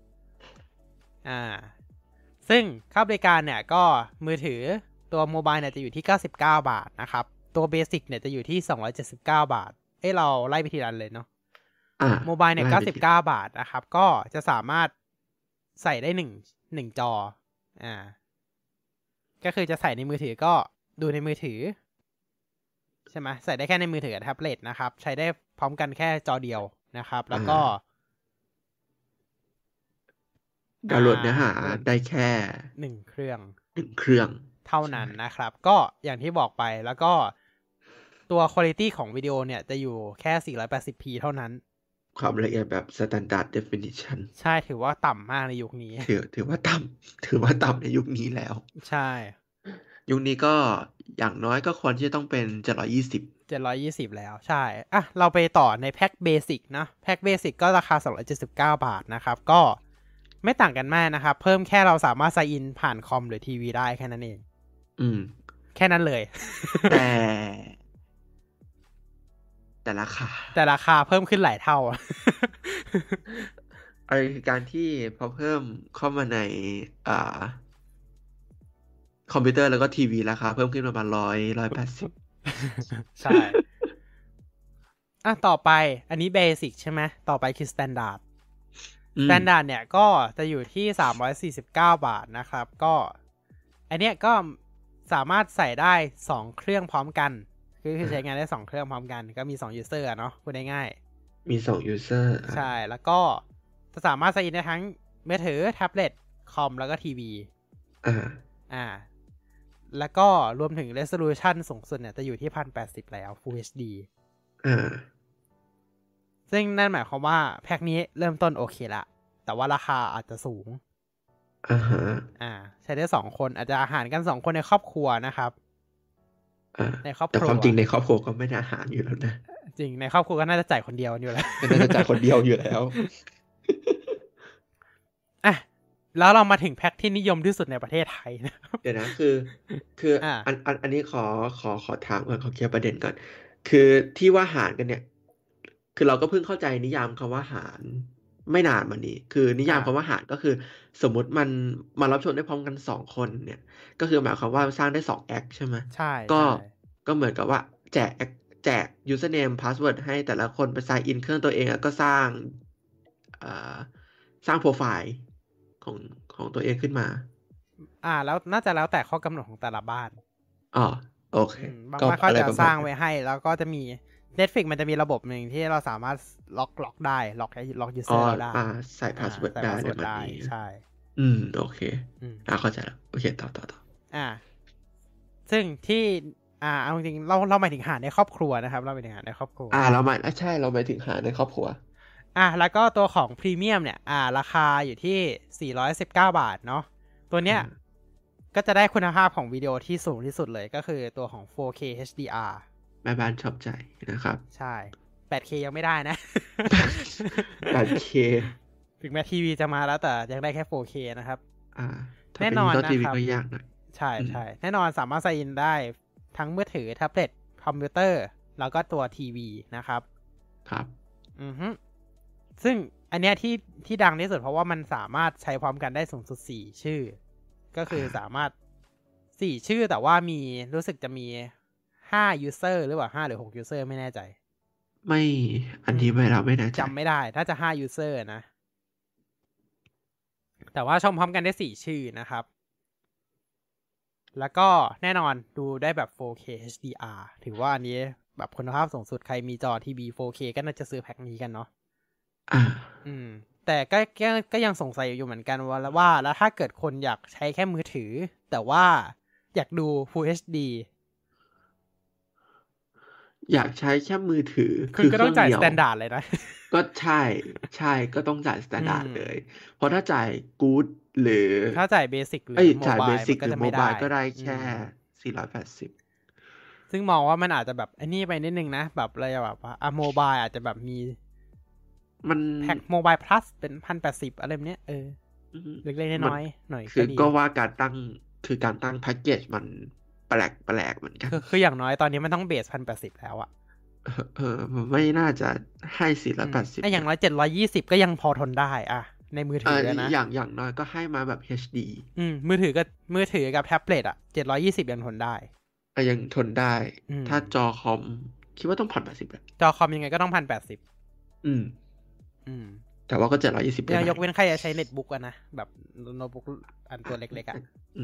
ซึ่งค่าบริการเนี่ยก็มือถือตัว Mobile เนี่ยจะอยู่ที่99 บาทนะครับตัว Basic เนี่ยจะอยู่ที่279 บาทเราไล่ไปทีละเลยเนาะMobile เนี่ย99 บาทนะครับก็จะสามารถใส่ได้1จอก็คือจะใส่ในมือถือก็ดูในมือถือใช่ไหมใส่ได้แค่ในมือถือกับแท็บเล็ตนะครับใช้ได้พร้อมกันแค่จอเดียวนะครับแล้วก็ดาวน์โหลดเนื้อหาได้แค่ 1เครื่องเท่านั้นนะครับก็อย่างที่บอกไปแล้วก็ตัว quality ของวิดีโอเนี่ยจะอยู่แค่ 480p เท่านั้นความละเอียดแบบ standard definition ใช่ถือว่าต่ำมากในยุคนี้ถือว่าต่ำในยุคนี้แล้วใช่ยุคนี้ก็อย่างน้อยก็ควรที่จะต้องเป็น 720แล้วใช่อ่ะเราไปต่อในแพ็คเบสิกนะแพ็คเบสิกก็ราคา279 บาทนะครับก็ไม่ต่างกันมากนะครับเพิ่มแค่เราสามารถไซน์อินผ่านคอมหรือทีวีได้แค่นั้นเองแค่นั้นเลยแต่ราคาเพิ่มขึ้นหลายเท่าอะไรคือการที่พอเพิ่มเข้ามาในคอมพิวเตอร์แล้วก็ทีวีราคาเพิ่มขึ้นประมาณ180 ใช่อ่ะต่อไปอันนี้เบสิกใช่ไหมต่อไปคือสแตนดาร์ดเนี่ยก็จะอยู่ที่349 บาทนะครับก็อันเนี้ยก็สามารถใส่ได้2เครื่องพร้อมกันคือใช้งานได้2เครื่องพร้อมกันก็มี2 user เนาะพูดง่ายๆมี2 user ใช่แล้วก็จะสามารถใส่อินได้ทั้งมือถือแท็บเล็ตคอมแล้วก็ทีวีแล้วก็รวมถึง resolution สูงสุดเนี่ยจะอยู่ที่ 1080 แล้ว Full HD ซึ่งนั่นหมายความว่าแพ็คนี้เริ่มต้นโอเคละแต่ว่าราคาอาจจะสูงใช้ได้2คนอาจจะอาหารกัน2คนในครอบครัวนะครับในครอบครัวแต่ความจริงในครอบครัวก็ไม่ได้อาหารอยู่แล้วนะจริงในครอบครัวก็น่าจะจ่ายคนเดียวอยู่แล้วน่าจะจ่ายคนเดียวอยู่แล้วแล้วเรามาถึงแพ็คที่นิยมที่สุดในประเทศไทยนะเดี๋ยวนะคืออันนี้ขอถามก่อนขอเคลียร์ประเด็นก่อนคือที่ว่าหารกันเนี่ยคือเราก็เพิ่งเข้าใจนิยามคำว่าหารไม่นานมานี้คือนิยามคำว่าหารก็คือสมมุติมันมารับชมได้พร้อมกัน2คนเนี่ยก็คือหมายความว่าสร้างได้2แอคใช่ไหมใช่ก็เหมือนกับว่าแจก username password ให้แต่ละคนไป sign in เครื่องตัวเองแล้วก็สร้างโปรไฟล์ของตัวเองขึ้นมาแล้วน่าจะแล้วแต่ข้อกำหนดของแต่ละบ้านโอเคบางบ้านเขาจะสร้างไว้ให้แล้วก็จะมี Netflix มันจะมีระบบหนึ่งที่เราสามารถล็อกได้ล็อกยูเซอร์เราได้ใส่พาสเวิร์ดได้ใช่โอเคเข้าใจแล้วโอเคต่อซึ่งที่เอาจริงเราหมายถึงหาในครอบครัวนะครับเราหมายถึงหาในครอบครัวเราหมายถึงหาในครอบครัวแล้วก็ตัวของพรีเมียมเนี่ยราคาอยู่ที่419 บาทเนาะตัวเนี้ยก็จะได้คุณภาพของวิดีโอที่สูงที่สุดเลยก็คือตัวของ 4K HDR แม่บ้านชอบใจนะครับใช่ 8K ยังไม่ได้นะ 8K ถึงแม้ทีวีจะมาแล้วแต่ยังได้แค่ 4K นะครับแน่นอนนะครับก็ยากหน่อยใช่แน่นอนสามารถใส่อินได้ทั้งมือถือแท็บเล็ตคอมพิวเตอร์แล้วก็ตัวทีวีนะครับซึ่งอันเนี้ยที่ดังที่สุดเพราะว่ามันสามารถใช้พร้อมกันได้สูงสุด4ชื่อก็คือสามารถ4ชื่อแต่ว่ามีรู้สึกจะมี5 user หรือว่า5หรือ6 user ไม่แน่ใจไม่อันนี้เราไม่แน่ใจจำไม่ได้น่าจะ5 user นะแต่ว่าชมพร้อมกันได้4ชื่อนะครับแล้วก็แน่นอนดูได้แบบ 4K HDR ถือว่าอันนี้แบบคุณภาพสูงสุดใครมีจอทีวี 4K ก็น่าจะซื้อแพ็คนี้กันเนาะแต่ก็ยังสงสัยอยู่เหมือนกันว่าแล้วถ้าเกิดคนอยากใช้แค่มือถือแต่ว่าอยากดู Full HD อยากใช้แค่มือถือคือก็ต้องจ่ายสแตนดาร์ดเลยนะก็ใช่ก็ต้องจ่ายสแตนดาร์ดเลยเพราะถ้าจ่ายกู๊ดหรือถ้าจ่ายเบสิกหรือโมบายมันก็จะไม่ได้ก็ได้แค่480 ซึ่งมองว่ามันอาจจะแบบอันนี้ไปนิดนึงนะแบบเลยแบบว่าโมบายอาจจะแบบมีมันแพ็คโมบายพลัสเป็น 1,080 อะไรแบบเนี้ยเล็กๆน้อยๆหน่อยคือก็ว่าการตั้งแพ็คเกจมันแปลกเหมือนกันคืออย่างน้อยตอนนี้มันต้องเบส 1,080 แล้วอะไม่น่าจะให้480 อย่างน้อย720ก็ยังพอทนได้ในมือถือนะอย่างน้อยก็ให้มาแบบ HD มือถือกับแท็บเล็ต720ยังทนได้ยังทนได้ถ้าจอคอมคิดว่าต้อง1,080แบบจอคอมยังไงก็ต้อง1,080 แต่ว่าก็720 ได้ยกเว้นใครจะใช้เน็ตบุ๊กนะแบบโน้ตบุ๊กอันตัวเล็กๆ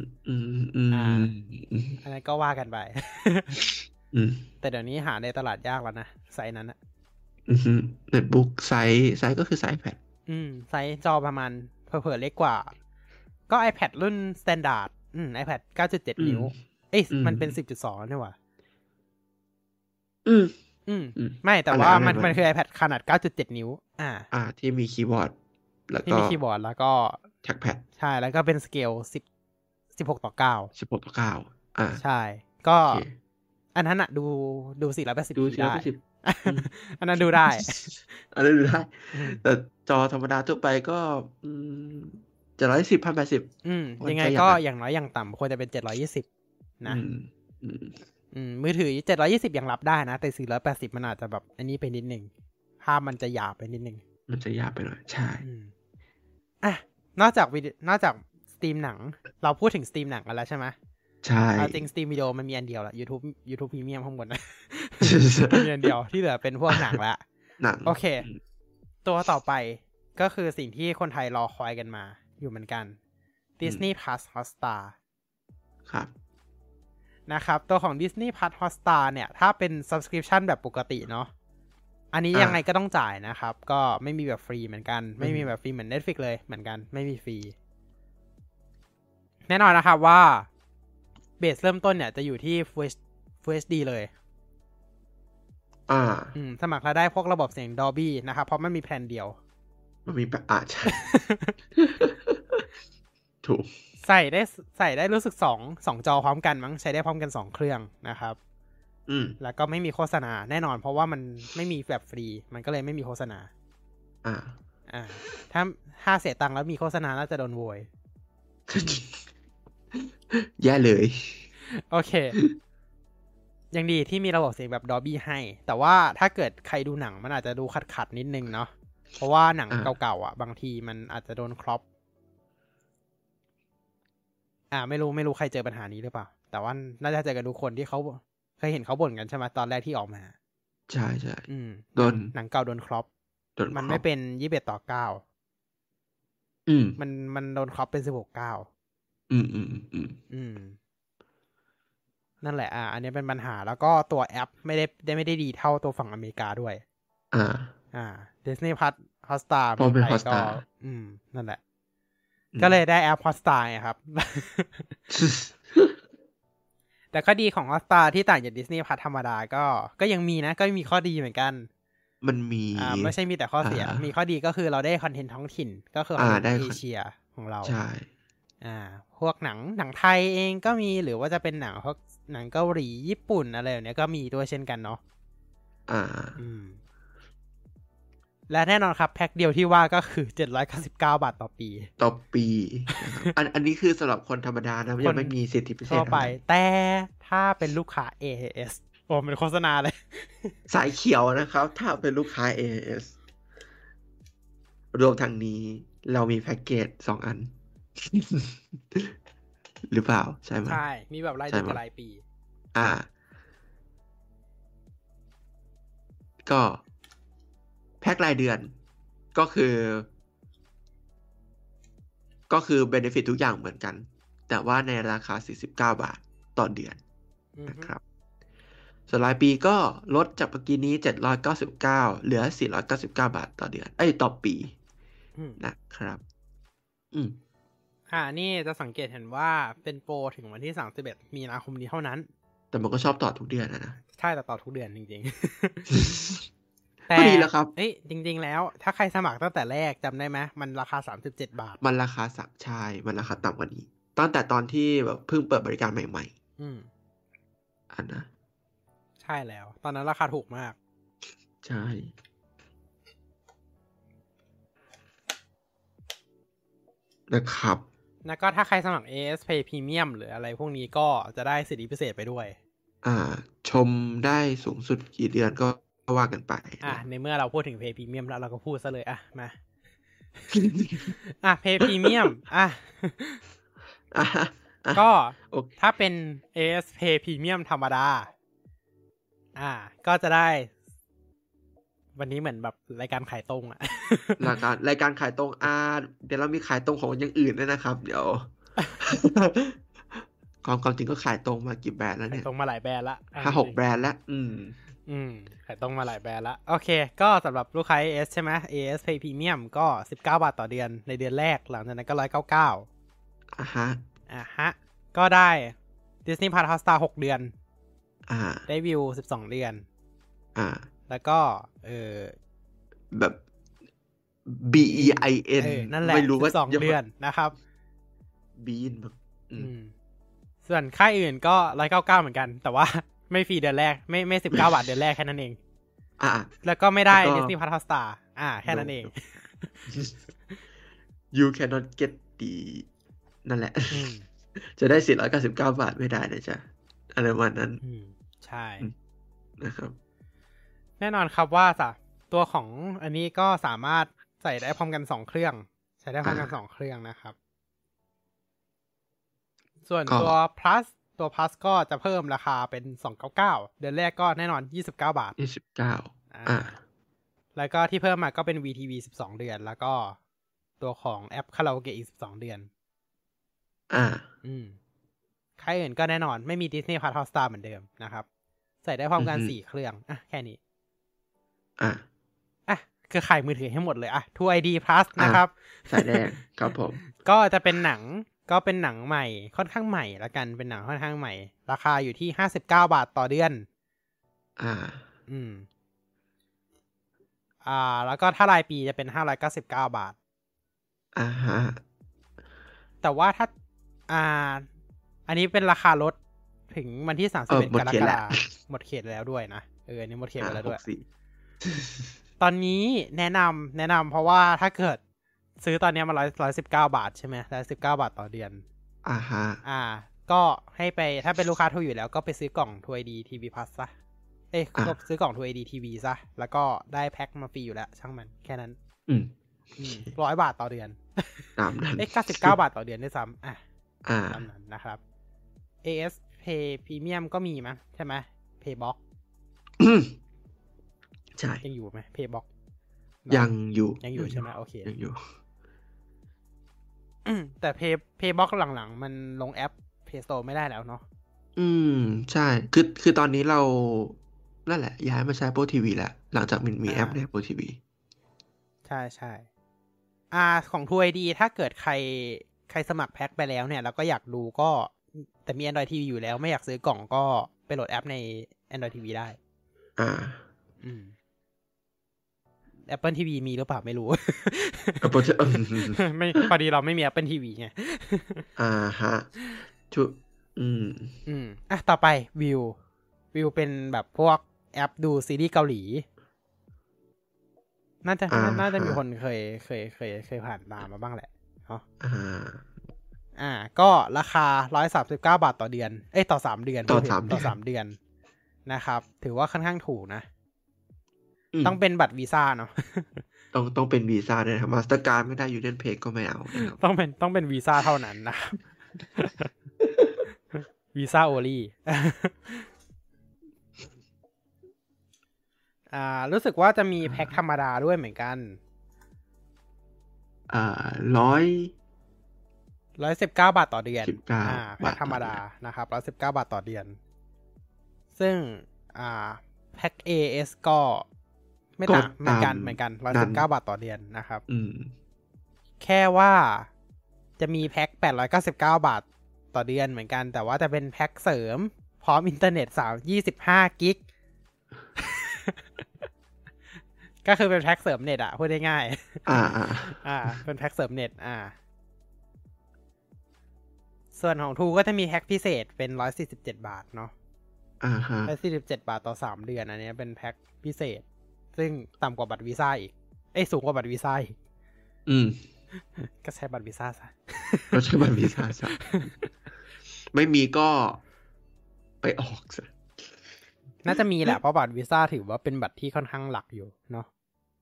อันนั้นก็ว่ากันไปแต่เดี๋ยวนี้หาในตลาดยากแล้วนะไซส์นั้นเน็ตบุ๊กไซส์ก็คือไซส์ iPad ไซส์จอประมาณเผลอๆเล็กกว่าก็ iPad รุ่น Standard iPad 9.7 นิ้วมันเป็น 10.2 นี่หว่าไม่แต่ว่ามันคือ iPad ขนาด 9.7 นิ้วที่มีคีย์บอร์ดแล้วก็ที่มีคีย์บอร์ดแล้วก็แท็กแพดใช่แล้วก็เป็นสเกล16:9ใช่ก็อันนั้นอะดู480ได้อันนั้นดูได้แต่จอธรรมดาทั่วไปก็720 1080 ยังไงก็อย่างน้อยอย่างต่ำควรจะเป็น720นะมือถือ720ยังรับได้นะแต่480มันอาจจะแบบอันนี้ไปนิดนึงภาพมันจะหยาบไปนิดนึงมันจะหยาบไปหน่อยใช่นอกจากสตรีมหนังเราพูดถึงสตรีมหนังกันแล้วใช่ไหมใช่จริงสตรีมวิดีโอมันมีอันเดียวแหละ YouTube Premium ข้างบนนะ มีอันเดียวที่เหลือเป็นพวกหนังละโอเคตัวต่อไปก็คือสิ่งที่คนไทยรอคอยกันมาอยู่เหมือนกัน Disney Plus Hotstar ครับนะครับตัวของ Disney Plus Hotstar เนี่ยถ้าเป็น Subscription แบบปกติเนาะอันนี้ยังไงก็ต้องจ่ายนะครับก็ไม่มีแบบฟรีเหมือนกันไม่มีแบบฟรีเหมือน Netflix เลยเหมือนกันไม่มีฟรีแน่นอนนะครับว่าเบสเริ่มต้นเนี่ยจะอยู่ที่ Full HD เลยสมัครแล้วได้พวกระบบเสียง Dolby นะครับเพราะมันมีแพลนเดียวมันมีแบบใช่ถูกใส่ได้รู้สึก2จอพร้อมกันมั้งใช้ได้พร้อมกัน2เครื่องนะครับแล้วก็ไม่มีโฆษณาแน่นอนเพราะว่ามันไม่มีแบบฟรีมันก็เลยไม่มีโฆษณาถ้าเสียตังค์แล้วมีโฆษณาน่าจะโดนโวยแย่เลยโอเคยังดีที่มีระบบเสียงแบบ Dolby ให้แต่ว่าถ้าเกิดใครดูหนังมันอาจจะดูขัดนิดนึงเนาะเพราะว่าหนังเก่าๆบางทีมันอาจจะโดนครอปไม่รู้ใครเจอปัญหานี้หรือเปล่าแต่ว่าน่าจะเจอกันทุกคนที่เขาเคยเห็นเขาบ่นกันใช่ไหมตอนแรกที่ออกมาใช่โดนหนังเก่าโดนครอปมันไม่เป็น21:9มันโดนครอปเป็น16:9นั่นแหละอันนี้เป็นปัญหาแล้วก็ตัวแอปไม่ได้ดีเท่าตัวฝั่งอเมริกาด้วยDisney Plus Hotstar เป็น Hotstar นั่นแหละก็เลยได้แอป Hotstar ครับ แต่ข้อดีของ Hotstar ที่ต่างจาก Disney Plus ธรรมดาก็ยังมีนะก็มีข้อดีเหมือนกันมันมีไม่ใช่มีแต่ข้อเสียมีข้อดีก็คือเราได้คอนเทนต์ท้องถิ่นก็คือของเอเชียของเราใช่พวกหนังไทยเองก็มีหรือว่าจะเป็นหนังเกาหลีญี่ปุ่นอะไรแบบนี้ก็มีด้วยเช่นกันเนาะและแน่นอนครับแพ็คเดียวที่ว่าก็คือ799 บาทต่อปีอันนี้คือสำหรับคนธรรมดานะยังไม่มีสิทธิพิเศษทั่วไปแต่ถ้าเป็นลูกค้า AAS โอ้เป็นโฆษณาเลยสายเขียวนะครับถ้าเป็นลูกค้า AAS รวมทางนี้เรามีแพ็กเกจ2 อันหรือเปล่าใช่ไหมใช่มีแบบรายเดือนกับรายปีก็แพ็ครายเดือนก็คือเบเนฟิตทุกอย่างเหมือนกันแต่ว่าในราคา49 บาทต่อเดือนนะครับส่วนรายปีก็ลดจากเมื่อกี้นี้799เหลือ499 บาทต่อเดือนต่อปีนะครับนี่จะสังเกตเห็นว่าเป็นโปรถึงวันที่31 มีนาคมนี้เท่านั้นแต่มันก็ชอบต่อทุกเดือนนะใช่แต่ต่อทุกเดือนจริงๆแต่ดีแล้วครับจริงๆแล้วถ้าใครสมัครตั้งแต่แรกจำได้ไหมมันราคา37 บาทมันราคาใช่มันราคาต่ำกว่านี้ตั้งแต่ตอนที่แบบเพิ่งเปิดบริการใหม่ๆอันนะใช่แล้วตอนนั้นราคาถูกมากใช่นะครับแล้วก็ถ้าใครสมัคร AS Pay Premium หรืออะไรพวกนี้ก็จะได้สิทธิพิเศษไปด้วยชมได้สูงสุดกี่เดือนก็ว่ากันไปในเมื่อเราพูดถึง Pay Premium แล้วเราก็พูดซะเลยมาPay Premium ก็ถ้าเป็น AS Pay Premium ธรรมดาก็จะได้วันนี้เหมือนแบบรายการขายตรงรายการขายตรงเดี๋ยวเรามีขายตรงของอย่างอื่นด้วยนะครับเดี๋ยวความจริงก็ขายตรงมากี่แบรนด์แล้วเนี่ยตรงมาหลายแบรนด์ละ 5-6 แบรนด์แล้วขายตรงมาหลายแบรนด์ละโอเคก็สำหรับลูกค้า AS ใช่ไหม AS Pay Premium ก็19 บาทต่อเดือนในเดือนแรกหลังจากนั้นก็199ก็ได้ Disney Plus Hotstar 6 เดือนได้วิว12 เดือนแล้วก็แบบ BEIN นั่นแหละไม่รู้ว่า 2 เดือนนะครับ BEIN แบบส่วนค่ายอื่นก็199เหมือนกันแต่ว่าไม่ฟรีเดือนแรกไม่19 บาทเดือนแรกแค่นั้นเองแล้วก็ไม่ได้ Disney Plus Hotstar แค่นั้นเอง You cannot get the นั่นแหละจะได้499 บาทไม่ได้นะจ๊ะอะไรประมาณนั้นใช่นะครับแน่นอนครับว่าตัวของอันนี้ก็สามารถใส่ได้พร้อมกัน2เครื่องใช้ได้พร้อมกัน2เครื่องนะครับส่วนตัว plus ก็จะเพิ่มราคาเป็น299เดือนแรกก็แน่นอน29 บาทแล้วก็ที่เพิ่มมาก็เป็น VTV 12 เดือนแล้วก็ตัวของแอปคาราโอเกะอีก12 เดือนค่ายอื่นก็แน่นอนไม่มี Disney Plus Hotstar เหมือนเดิมนะครับใส่ได้พร้อมกัน4เครื่องแค่นี้คือขายมือถือให้หมดเลยTrue ID Plus นะครับใส่ได้ครับผมก็จะเป็นหนังใหม่ค่อนข้างใหม่ละกันเป็นหนังค่อนข้างใหม่ราคาอยู่ที่59 บาทต่อเดือนแล้วก็ถ้ารายปีจะเป็น599 บาทแต่ว่าถ้าอันนี้เป็นราคาลดถึงวันที่31 กรกฎาคมหมดเขตแล้วด้วยนะอันนี้หมดเขตไปแล้วด้วยตอนนี้แนะนำเพราะว่าถ้าเกิดซื้อตอนนี้มัน119 บาทใช่ไหม119 บาทต่อเดือนก็ให้ไปถ้าเป็นลูกค้าTrueอยู่แล้วก็ไปซื้อกล่อง True ID TV Plus ซะก็ซื้อกล่อง True ID TV ซะแล้วก็ได้แพ็คมาฟรีอยู่แล้วช่างมันแค่นั้น100 บาทต่อเดือนตามนั้น 99 บาทต่อเดือนด้วยซ้ำตามนั้นนะครับ AS Pay Premium ก็มีมั้ยใช่ไหม Paybox ใช่ยังอยู่ไหม Paybox ยังอยู่ใช่ไหมโอเคยังอยู่แต่ Paybox หลังๆมันลงแอป Play Store ไม่ได้แล้วเนาะใช่คือตอนนี้เรานั่นแหละย้ายมาใช้ Apple TV แล้วหลังจากมันมีแอปใน Apple TV ใช่ของ True ID ถ้าเกิดใครสมัครแพ็คไปแล้วเนี่ยแล้วก็อยากดูก็แต่มี Android TV อยู่แล้วไม่อยากซื้อกล่องก็ไปโหลดแอปใน Android TV ได้Apple TV มีหรือเปล่าไม่รู้ ไม่พอดีเราไม่มี Apple TV ไงฮะต่อไปวิวเป็นแบบพวกแอปดูซีรีส์เกาหลีน่าจะมีคนเคยผ่านตามมาบ้างแหละเนาะก็ราคา139 บาทต่อเดือนต่อ3เดือนต่อ3เดือนนะครับถือว่าค่อนข้างถูกนะต้องเป็นบัตรวีซ่าเนาะต้องเป็นวีซ่าด้วยนะครับ Mastercard ไม่ได้ Union Pay ก็ไม่เอาต้องเป็นวีซ่าเท่านั้นนะวีซ่าโอลี่รู้สึกว่าจะมีแพ็คธรรมดาด้วยเหมือนกัน119 บาทต่อเดือนแพ็คธรรมดานะครับ119 บาทต่อเดือนซึ่งแพ็ค AS ก็ไม่ต่างเหมือนกัน119 บาทต่อเดือนนะครับแค่ว่าจะมีแพ็ค899 บาทต่อเดือนเหมือนกันแต่ว่าจะเป็นแพ็คเสริมพร้อมอินเทอร์เน็ต25 กิกก็คือเป็นแพ็คเสริมเน็ตพูดง่ายๆเป็นแพ็คเสริมเน็ตส่วนของTrueก็จะมีแพ็คพิเศษเป็น147 บาทเนาะ147 บาทต่อ3เดือนอันนี้เป็นแพ็คพิเศษซึ่งต่ำกว่าบัตรวีซ่าอีกสูงกว่าบัตรวีซ่าอีกก็ใช้บัตรวีซ่าซะไม่มีก็ไปออกซะน่าจะมีแหละเพราะบัตรวีซ่าถือว่าเป็นบัตรที่ค่อนข้างหลักอยู่เนาะ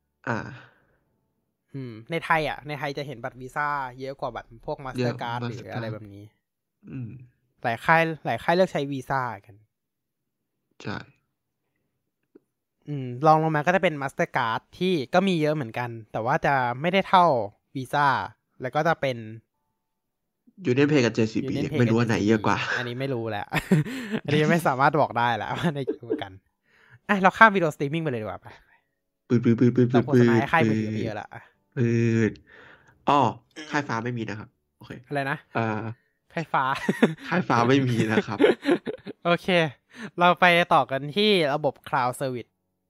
ในไทยจะเห็นบัตรวีซ่าเยอะกว่าบัตรพวก Mastercard หรืออะไรแบบนี้หลายค่ายเลือกใช้วีซ่ากันใช่ลองลงมาก็จะเป็น Mastercard ที่ก็มีเยอะเหมือนกันแต่ว่าจะไม่ได้เท่าวีซ่าแล้วก็จะเป็น Union Pay กับ JCB ไม่รู้ว่าไหนเยอะกว่าอันนี้ไม่รู้แหละ อันนี้ไม่สามารถบอกได้แหละว่าในเกี่ยวกันเราข้ามวิดีโอสตรีมมิ่งไปเลยดีกว่าไปเราโฆษณาให้ค่ายมือถือเยอะละค่ายฟ้าไม่มีนะครับโอเคอะไรนะค่ายฟ้าไม่มีนะครับโอเคเราไปต่อกันที่ระบบ Cloud Service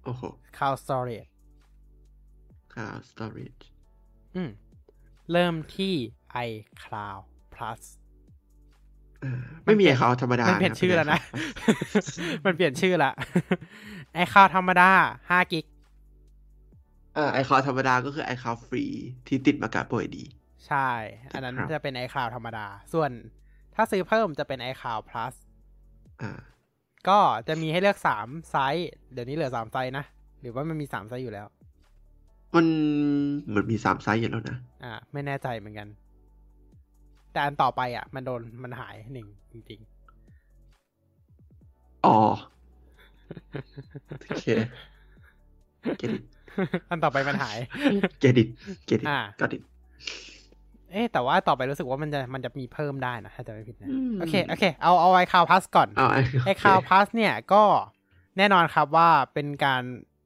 โอ้โห Cloud Storage Cloud Storage เริ่มที่ iCloud Plus ไม่มี iCloud ธรรมดามันเปลี่ยนชื่อแล้วนะ มันเปลี่ยนชื่อละ iCloud ธรรมดา5 กิก iCloud ธรรมดาก็คือ iCloud ฟรีที่ติดมากับ OID ใช่อันนั้นจะเป็น iCloud ธรรมดาส่วนถ้าซื้อเพิ่มจะเป็น iCloud Plus ก็จะมีให้เลือก3ไซส์เดี๋ยวนี้เหลือ3ไซส์นะหรือว่ามันมี3ไซส์อยู่แล้วมันเหมือนมี3ไซส์อยู่แล้วนะไม่แน่ใจเหมือนกันแต่อันต่อไปมันหาย1จริงๆอ๋อโอเคเก็ตอันต่อไปมันหายเก็ตก็ดิแต่ว่าต่อไปรู้สึกว่ามันจะมีเพิ่มได้นะถ้าจะไม่ผิดนะโอเคเอาiCloud Plus ก่อนiCloud Plus เนี่ยก็แน่นอนครับว่าเป็นการ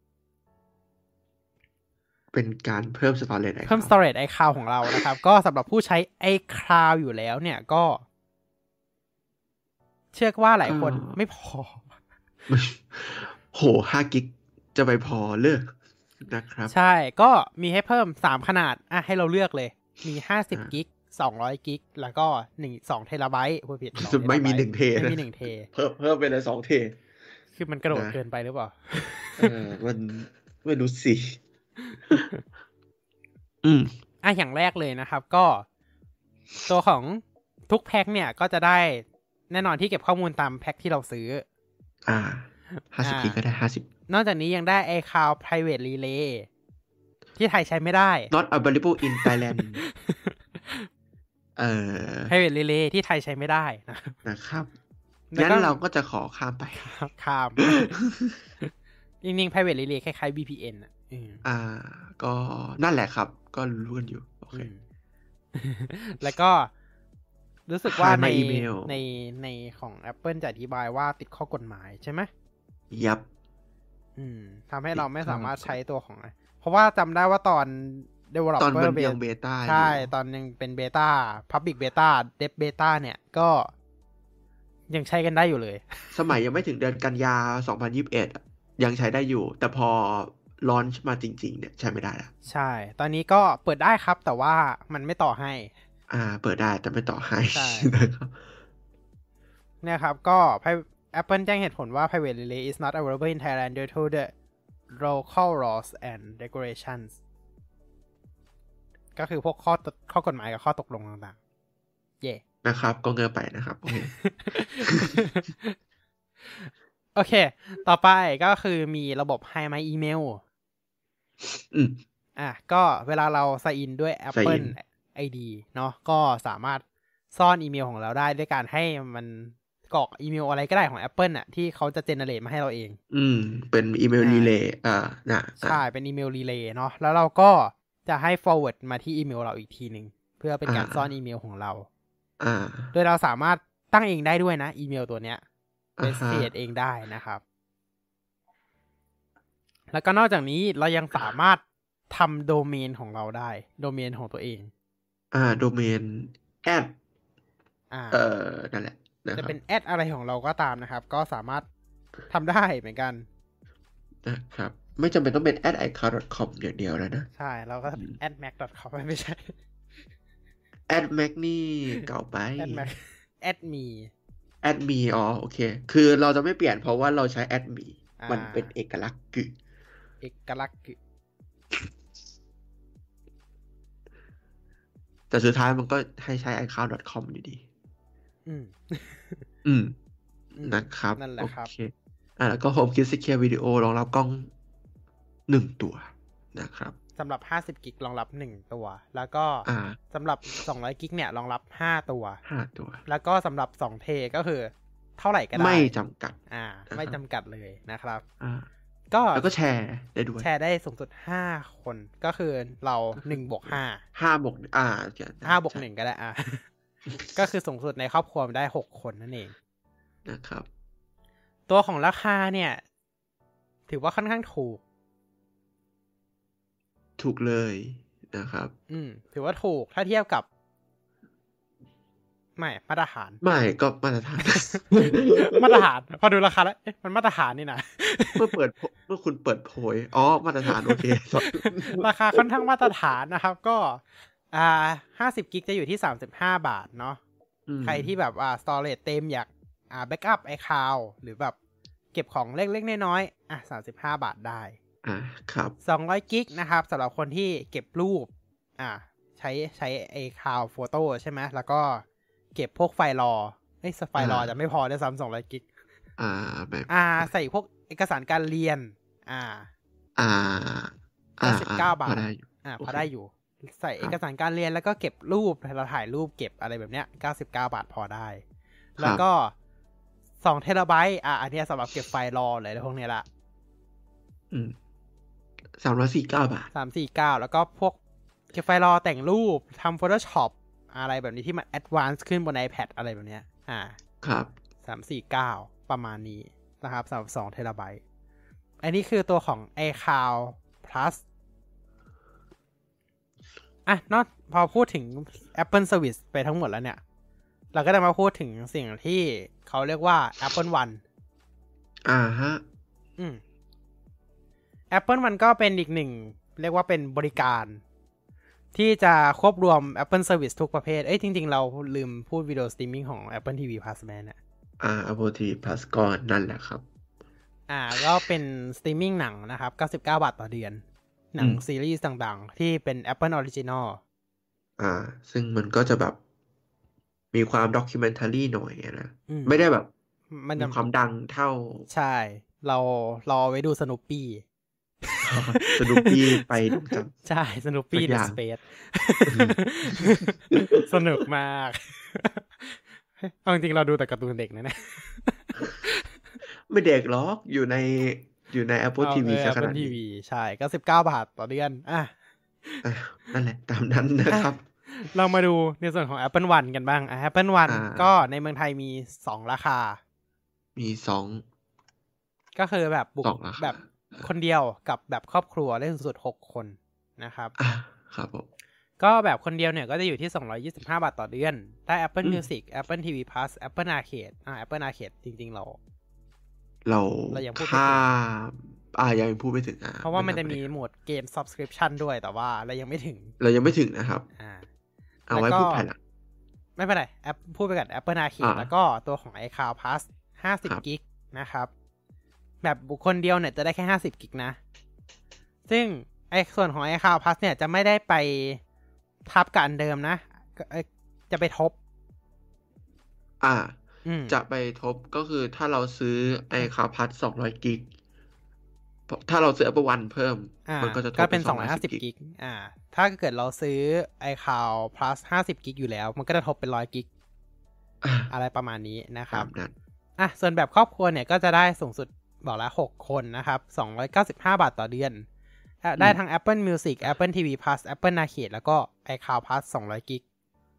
เพิ่ม storage iCloud ของเรานะครับ ก็สำหรับผู้ใช้ iCloud อยู่แล้วเนี่ยก็เชื่อว่าหลายคนไม่พอโห5 กิกจะไปพอเลยนะครับใช่ก็มีให้เพิ่ม3ขนาดให้เราเลือกเลยมี50 กิก200 กิกแล้วก็2 เทราไบต์ผู้ผิดไม่มี1 เทไม่มี1 เทเพิ่มไปเลย2 เทคือมันกระโดดเกินไปหรือเปล่ามันไม่รู้สิอย่างแรกเลยนะครับก็ตัวของทุกแพ็คเนี่ยก็จะได้แน่นอนที่เก็บข้อมูลตามแพ็คที่เราซื้อ 50 กิกก็ได้50 นอกจากนี้ยังได้ iCloud Private Relay ที่ไทยใช้ไม่ได้ Not available in Thailand Private Relay ที่ไทยใช้ไม่ได้นะครับงั้นเราก็จะขอข้ามไปข้ามจริงๆ Private Relay คล้ายๆ VPN ก็นั่นแหละครับก็รู้กันอยู่โอเคแล้วก็รู้สึกว่าในของ Apple จะอธิบายว่าติดข้อกฎหมายใช่ไหมยับทำให้เราไม่สามารถใช้ตัวของเพราะว่าจำได้ว่าตอน developer ตอนมันยังเบต้าใช่ตอนยังเป็นเบต้า public beta dev beta เนี่ยก็ยังใช้กันได้อยู่เลยสมัยยังไม่ถึงเดือนกันยา2021ยังใช้ได้อยู่แต่พอลอนช์มาจริงๆเนี่ยใช้ไม่ได้แล้วใช่ตอนนี้ก็เปิดได้ครับแต่ว่ามันไม่ต่อให้เปิดได้แต่ไม่ต่อให้ใช่เนี่ยครับก็ Apple แจ้งเหตุผลว่า Private Relay is not available in Thailand due to the local laws and regulations ก็คือพวกข้อกฎหมายกับข้อตกลงต่างๆเย่นะครับก็เงินไปนะครับโอเคโอเคต่อไปก็คือมีระบบ Hi My Email ก็เวลาเรา sign in ด้วย Apple ID เนาะก็สามารถซ่อนอีเมลของเราได้ด้วยการให้มันกรอกอีเมลอะไรก็ได้ของ Apple ที่เขาจะเจเนเรตมาให้เราเองเป็นอีเมลรีเลย์ใช่เป็นอีเมลรีเลย์เนาะแล้วเราก็จะให้ forward มาที่อีเมลเราอีกทีนึงเพื่อเป็นการซ่อนอีเมลของเราโดยเราสามารถตั้งเองได้ด้วยนะอีเมลตัวเนี้ยเป็นเสียเองได้นะครับแล้วก็นอกจากนี้เรายังสามารถทำโดเมนของเราได้โดเมนของตัวเองโดเมนแอดนั่นแหละจะเป็นแอดอะไรของเราก็ตามนะครับก็สามารถทำได้เหมือนกันนะครับไม่จำเป็นต้องเป็น @icloud.com อย่างเดียวแล้วนะใช่เราก็@mac.com ไม่ใช่ @mac นี่เก่าไป @me โอเคคือเราจะไม่เปลี่ยนเพราะว่าเราใช้@me มันเป็นเอกลักษณ์แต่สุดท้ายมันก็ให้ใช้ icloud.com อยู่ดีนะครับนั่นแหละครับโอเคแล้วก็ HomeKit Secure Video รองรับกล้อง1 ตัวนะครับสำหรับ50 กิกรองรับ1 ตัวแล้วก็สำหรับ200 กิกเนี่ยรองรับ5 ตัวแล้วก็สำหรับ2 เทก็คือเท่าไหร่ก็ได้ไม่จำกัดไม่จำกัดเลยนะครับแล้วก็แชร์ได้ด้วยแชร์ได้สูงสุด5 คนก็คือเรา1+5 5+1ก็ได้ก็คือสูงสุดในครอบครัวได้6 คนนั่นเองนะครับตัวของราคาเนี่ยถือว่าค่อนข้างถูกเลยนะครับถือว่าถูกถ้าเทียบกับไม่มาตรฐานไม่ก็มาตรฐานมาตรฐานพอดูราคาแล้วมันมาตรฐานนี่นะเมื่อคุณเปิดโผยมาตรฐานโอเคราคาค่อนข้างมาตรฐานนะครับก็50 กิกจะอยู่ที่35 บาทเนาะใครที่แบบstorage เต็มอยากbackup iCloud หรือแบบเก็บของเล็กๆน้อยๆ35 บาทได้ครับ 200 กิกนะครับสำหรับคนที่เก็บรูปใช้iCloud Photo ใช่ไหมแล้วก็เก็บพวกไฟล์รอไฟล์รอจะไม่พอด้วยซ้ำ200 กิกใส่พวกเอกสารการเรียน19 บาทพอได้อยู่ใส่เอกสารการเรียนแล้วก็เก็บรูปเราถ่ายรูปเก็บอะไรแบบเนี้ย99 บาทพอได้แล้วก็2 เทราไบต์อันนี้สำหรับเก็บไฟล์รออะไรพวกนี้ละ 349 บาท 349แล้วก็พวกเก็บไฟล์รอแต่งรูปทำ Photoshop อะไรแบบนี้ที่มัน Advanced ขึ้นบน iPad อะไรแบบเนี้ยครับ 349ประมาณนี้นะครับสำหรับ2 เทราไบต์อันนี้คือตัวของ iCloud Plus นอกพอพูดถึง Apple Service ไปทั้งหมดแล้วเนี่ยเราก็จะมาพูดถึงสิ่งที่เขาเรียกว่า Apple One ฮะ Apple One ก็เป็นอีกหนึ่งเรียกว่าเป็นบริการที่จะควบรวม Apple Service ทุกประเภทจริงๆเราลืมพูดวิดีโอสตรีมมิ่งของ Apple TV Plus แม่เนี่ย Apple TV Plus ก็นั่นแหละครับก็เป็นสตรีมมิ่งหนังนะครับ99 บาทต่อเดือนหนังซีรีส์ต่างๆที่เป็น Apple Original ซึ่งมันก็จะแบบมีความด็อกิเมนทารีหน่อยนะไม่ได้แบบมันมีความดังเท่าใช่เรารอไว้ดูสนุปปี้ไปดูจังใช่สนุปปี้ The Space สนุกมากเอาจริงๆเราดูแต่การ์ตูนเด็กนะเนี่ยไม่เด็กหรอกอยู่ใน Apple TV ใช่ขนาดนี้ Apple TV ใช่ก็19 บาทต่อเดือนนั่นแหละตามนั้นนะครับเรามาดูในส่วนของ Apple One กันบ้างApple One ก็ในเมืองไทยมี2ราคามี 2ก็คือแบบแบบคนเดียวกับแบบครอบครัวได้สูงสุด6 คนนะครับครับผมก็แบบคนเดียวเนี่ยก็จะอยู่ที่225 บาทต่อเดือนได้ Apple Music Apple TV Plus Apple Arcade Apple Arcade จริงๆเรายังพูดไม่ถึงยังพูดไม่ถึงเพราะว่ามันจะมีโหมดเกม Subscription ด้วยแต่ว่าเรายังไม่ถึงนะครับเอาไว้พูดภายหลังไม่เป็นไรพูดไปก่อน Apple Arcade แล้วก็ตัวของ iCloud Plus 50 กิกนะครับแบบบุคคลเดียวเนี่ยจะได้แค่50 กิกนะซึ่งส่วนของ iCloud Plus เนี่ยจะไม่ได้ไปทับกับอันเดิมนะจะไปทบจะไปทบก็คือถ้าเราซื้อ iCloud Plus 200 กิกถ้าเราซื้อ Apple One เพิ่มมันก็จะทบเป็น250 กิกถ้าเกิดเราซื้อ iCloud Plus 50 กิกอยู่แล้วมันก็จะทบเป็น100 กิกอะไรประมาณนี้นะครับส่วนแบบครอบครัวเนี่ยก็จะได้สูงสุดบอกแล้ว6 คนนะครับ295 บาทต่อเดือนได้ทั้ง Apple Music Apple TV Plus Apple Arcade แล้วก็ iCloud Plus 200 กิก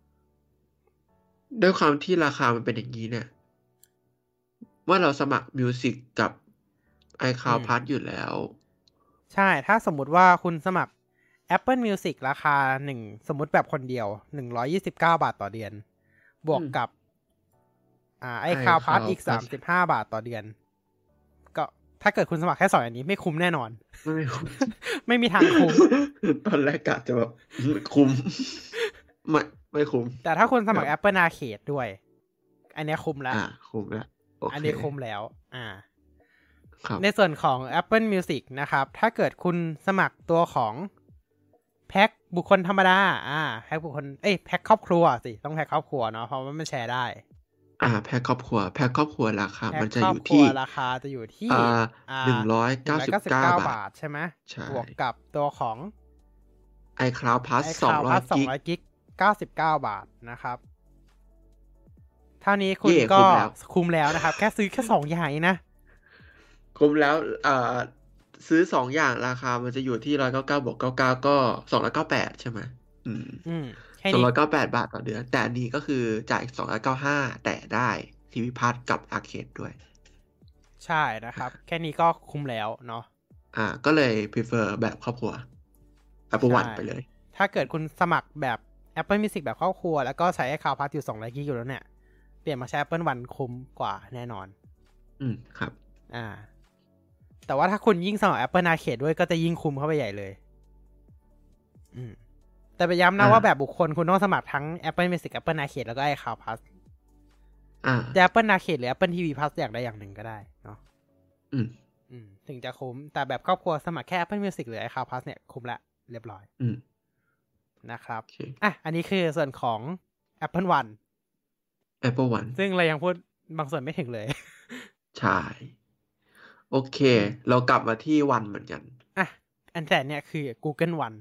ด้วยความที่ราคามันเป็นอย่างนี้เนี่ยเมื่อเราสมัคร Music กับ iCloud Plus อยู่แล้วใช่ถ้าสมมุติว่าคุณสมัคร Apple Music ราคาสมมุติแบบคนเดียว129 บาทต่อเดือนบวกกับiCloud Plus อีก35 บาทต่อเดือนก็ถ้าเกิดคุณสมัครแค่2อันนี้ไม่คุ้มแน่นอนไม่คุ้มไม่มีทางคุ้มตอนแรกกะจะแบบคุ้มไม่คุ้มแต่ถ้าคุณสมัคร Apple Arcade ด้วยอันนี้คุ้มแล้วคุ้มแล้วอันนี้คุ้มแล้วในส่วนของ Apple Music นะครับถ้าเกิดคุณสมัครตัวของแพ็คบุคคลธรรมดาแพ็คบุคคลแพ็คครอบครัวสิต้องแพ็คครอบครัวเนาะเพราะว่ามันแชร์ได้แพ็คครอบครัวราคามันจะอยู่ที่ราคาจะอยู่ที่ 199 บาทใช่ไหมบวกกับตัวของ iCloud Plus 200 กิก 99 บาทนะครับเท่านี้คุณก็คุ้มแล้วนะครับแค่ซื้อแค่2อย่างนะคุ้มแล้วซื้อ2อย่างราคามันจะอยู่ที่199บวก99ก็298ใช่ไหม298 บาทต่อเดือนแต่อันนี้ก็คือจ่าย295แต่ได้ทีวีพัทกับอาร์เคดด้วยใช่นะครับแค่นี้ก็คุ้มแล้วเนาะก็เลย prefer แบบครอบครัว Apple One ไปเลยถ้าเกิดคุณสมัครแบบ Apple Music แบบครอบครัวแล้วก็ใช้ iCloud Pass อยู่200 GB อยู่แล้วเนี่ยเปลี่ยนมาใช้ Apple One คุ้มกว่าแน่นอนครับแต่ว่าถ้าคุณยิ่งสมัคร Apple Arcade ด้วยก็จะยิ่งคุ้มเข้าไปใหญ่เลยแต่ไปย้ำนะว่าแบบบุคคลคุณต้องสมัครทั้ง Apple Music Apple Arcade แล้วก็ iCloud Pass จะ Apple Arcade หรือ Apple TV Plus อย่างใดอย่างหนึ่งก็ได้เนาะถึงจะคุ้มแต่แบบครอบครัวสมัครแค่ Apple Music หรือ iCloud Plus เนี่ยคุ้มละเรียบร้อยนะครับอันนี้คือส่วนของ Apple One ซึ่งเรายังพูดบางส่วนไม่ถึงเลยใช่โอเคเรากลับมาที่วันเหมือนกันอันแต่เนี่ยคือ Google One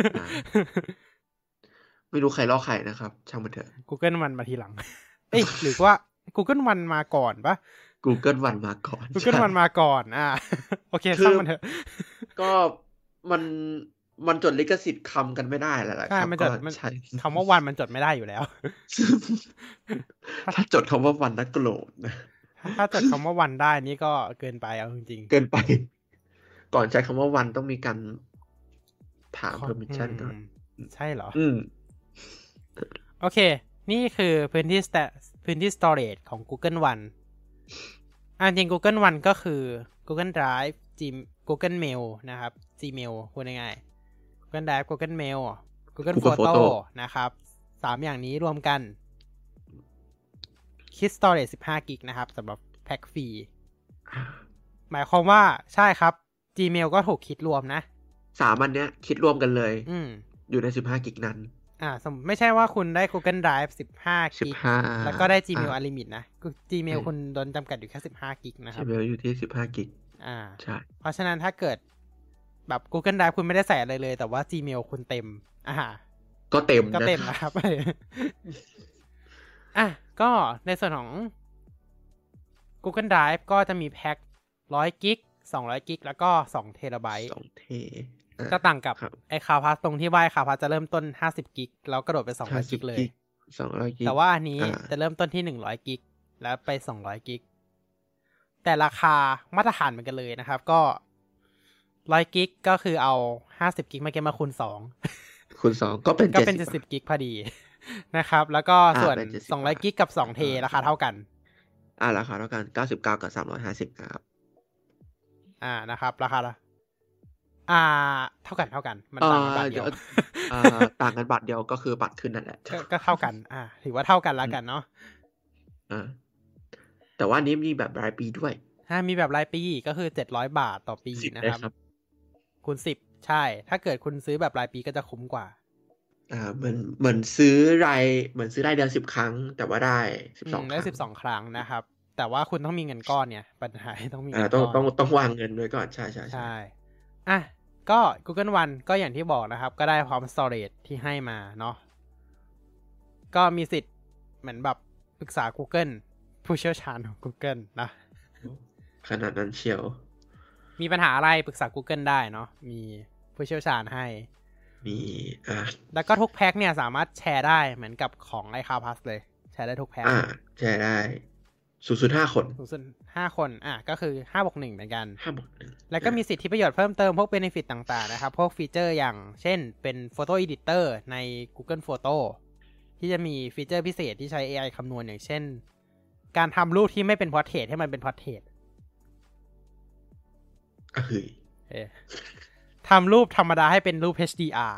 ไม่รู้ใครลอกใครนะครับช่างมันเถอะ Google One มาทีหลังหรือว่า Google One มาก่อนปะ Google One มาก่อน Google One มาก่อนโอเคช่างมันเถอะก็มันจดลิขสิทธิ์คำกันไม่ได้แล้วล่ะครับก็ใช่คำว่าวันมันจดไม่ได้อยู่แล้วถ้าจดคำว่าวันน่าโกรธนะถ้าจดคำว่าวันได้นี่ก็เกินไปเอาจริงๆเกินไปก่อนใช้คำว่าวันต้องมีการถาม permission ก่อนใช่เหรอโอเคนี่คือพื้นที่ storage ของ Google One จริง Google One ก็คือ Google Drive Google Mail นะครับ Gmail พูดง่ายๆ Google Drive Google Mail Google Photo นะครับ3อย่างนี้รวมกันคิด storage 15 กิกนะครับสำหรับแพ็คฟรีหมายความว่าใช่ครับ Gmail ก็ถูกคิดรวมนะ 3อันเนี้ยคิดรวมกันเลยอยู่ใน15กิกนั้นไม่ใช่ว่าคุณได้ Google Drive 15 กิกแล้วก็ได้ Gmail Unlimited นะ Gmail คุณโดนจำกัดอยู่แค่15 กิกนะครับ Gmail อยู่ที่15กิกใช่เพราะฉะนั้นถ้าเกิดแบบ Google Drive คุณไม่ได้ใส่อะไรเลยแต่ว่า Gmail คุณเต็มก็เต็มนะครับ ก็ในส่วนของ Google Drive ก็จะมีแพ็ค100 กิก200 กิกแล้วก็2 เทราไบต์ก็ต่างกับiCloud Plus ตรงที่ว่าiCloud Plus จะเริ่มต้น50 กิกแล้วกระโดดไป200 กิกเลย 200 กิกแต่ว่าอันนี้จะเริ่มต้นที่100 กิกแล้วไป200 กิกแต่ราคามาตรฐานเหมือนกันเลยนะครับก็100 กิกก็คือเอา50 กิกมาคูณ2 ก็เป็น 70 กิกพอดีนะครับแล้วก็ส่วน200 กิกกับ2 เทราคาเท่ากันราคาเท่ากัน99กับ350ครับนะครับราคาเท่ากันมันต่างกันบาทเดียวต่างกันบาทเดียวก็คือบัตรขึ้นนั่นแหละก็เท่ากันถือว่าเท่ากันแล้วกันเนาะแต่ว่านี้มีแบบรายปีด้วยมีแบบรายปีก็คือ700 บาทต่อปีนะครับคูณ10ใช่ถ้าเกิดคุณซื้อแบบรายปีก็จะคุ้มกว่าเหมือนซื้อรายเดือน10 ครั้งแต่ว่าได้ 12 ครั้งนะครับแต่ว่าคุณต้องมีเงินก้อนเนี่ยปัญหาต้องมีต้องวางเงินไว้ก่อนใช่ก็ Google One ก็อย่างที่บอกนะครับก็ได้พร้อม storage ที่ให้มาเนาะก็มีสิทธิ์เหมือนแบบปรึกษา Google ผู้เชี่ยวชาญของ Google นะขนาดนั้นเชียวมีปัญหาอะไรปรึกษา Google ได้เนาะมีผู้เชี่ยวชาญให้แล้วก็ทุกแพ็คเนี่ยสามารถแชร์ได้เหมือนกับของ iCloud Plus เลยแชร์ได้ทุกแพ็คแชร์ได้0.5 คน 0.5 คนก็คือ5+1เหมือนกันแล้วก็มีสิทธิประโยชน์เพิ่มเติมพวก benefit ต่างๆนะครับพวกฟีเจอร์อย่างเช่นเป็น Photo Editor ใน Google Photo ที่จะมีฟีเจอร์พิเศษที่ใช้ AI คำนวณอย่างเช่นการทำรูปที่ไม่เป็น Portrait ให้มันเป็น Portrait ทำรูปธรรมดาให้เป็นรูป HDR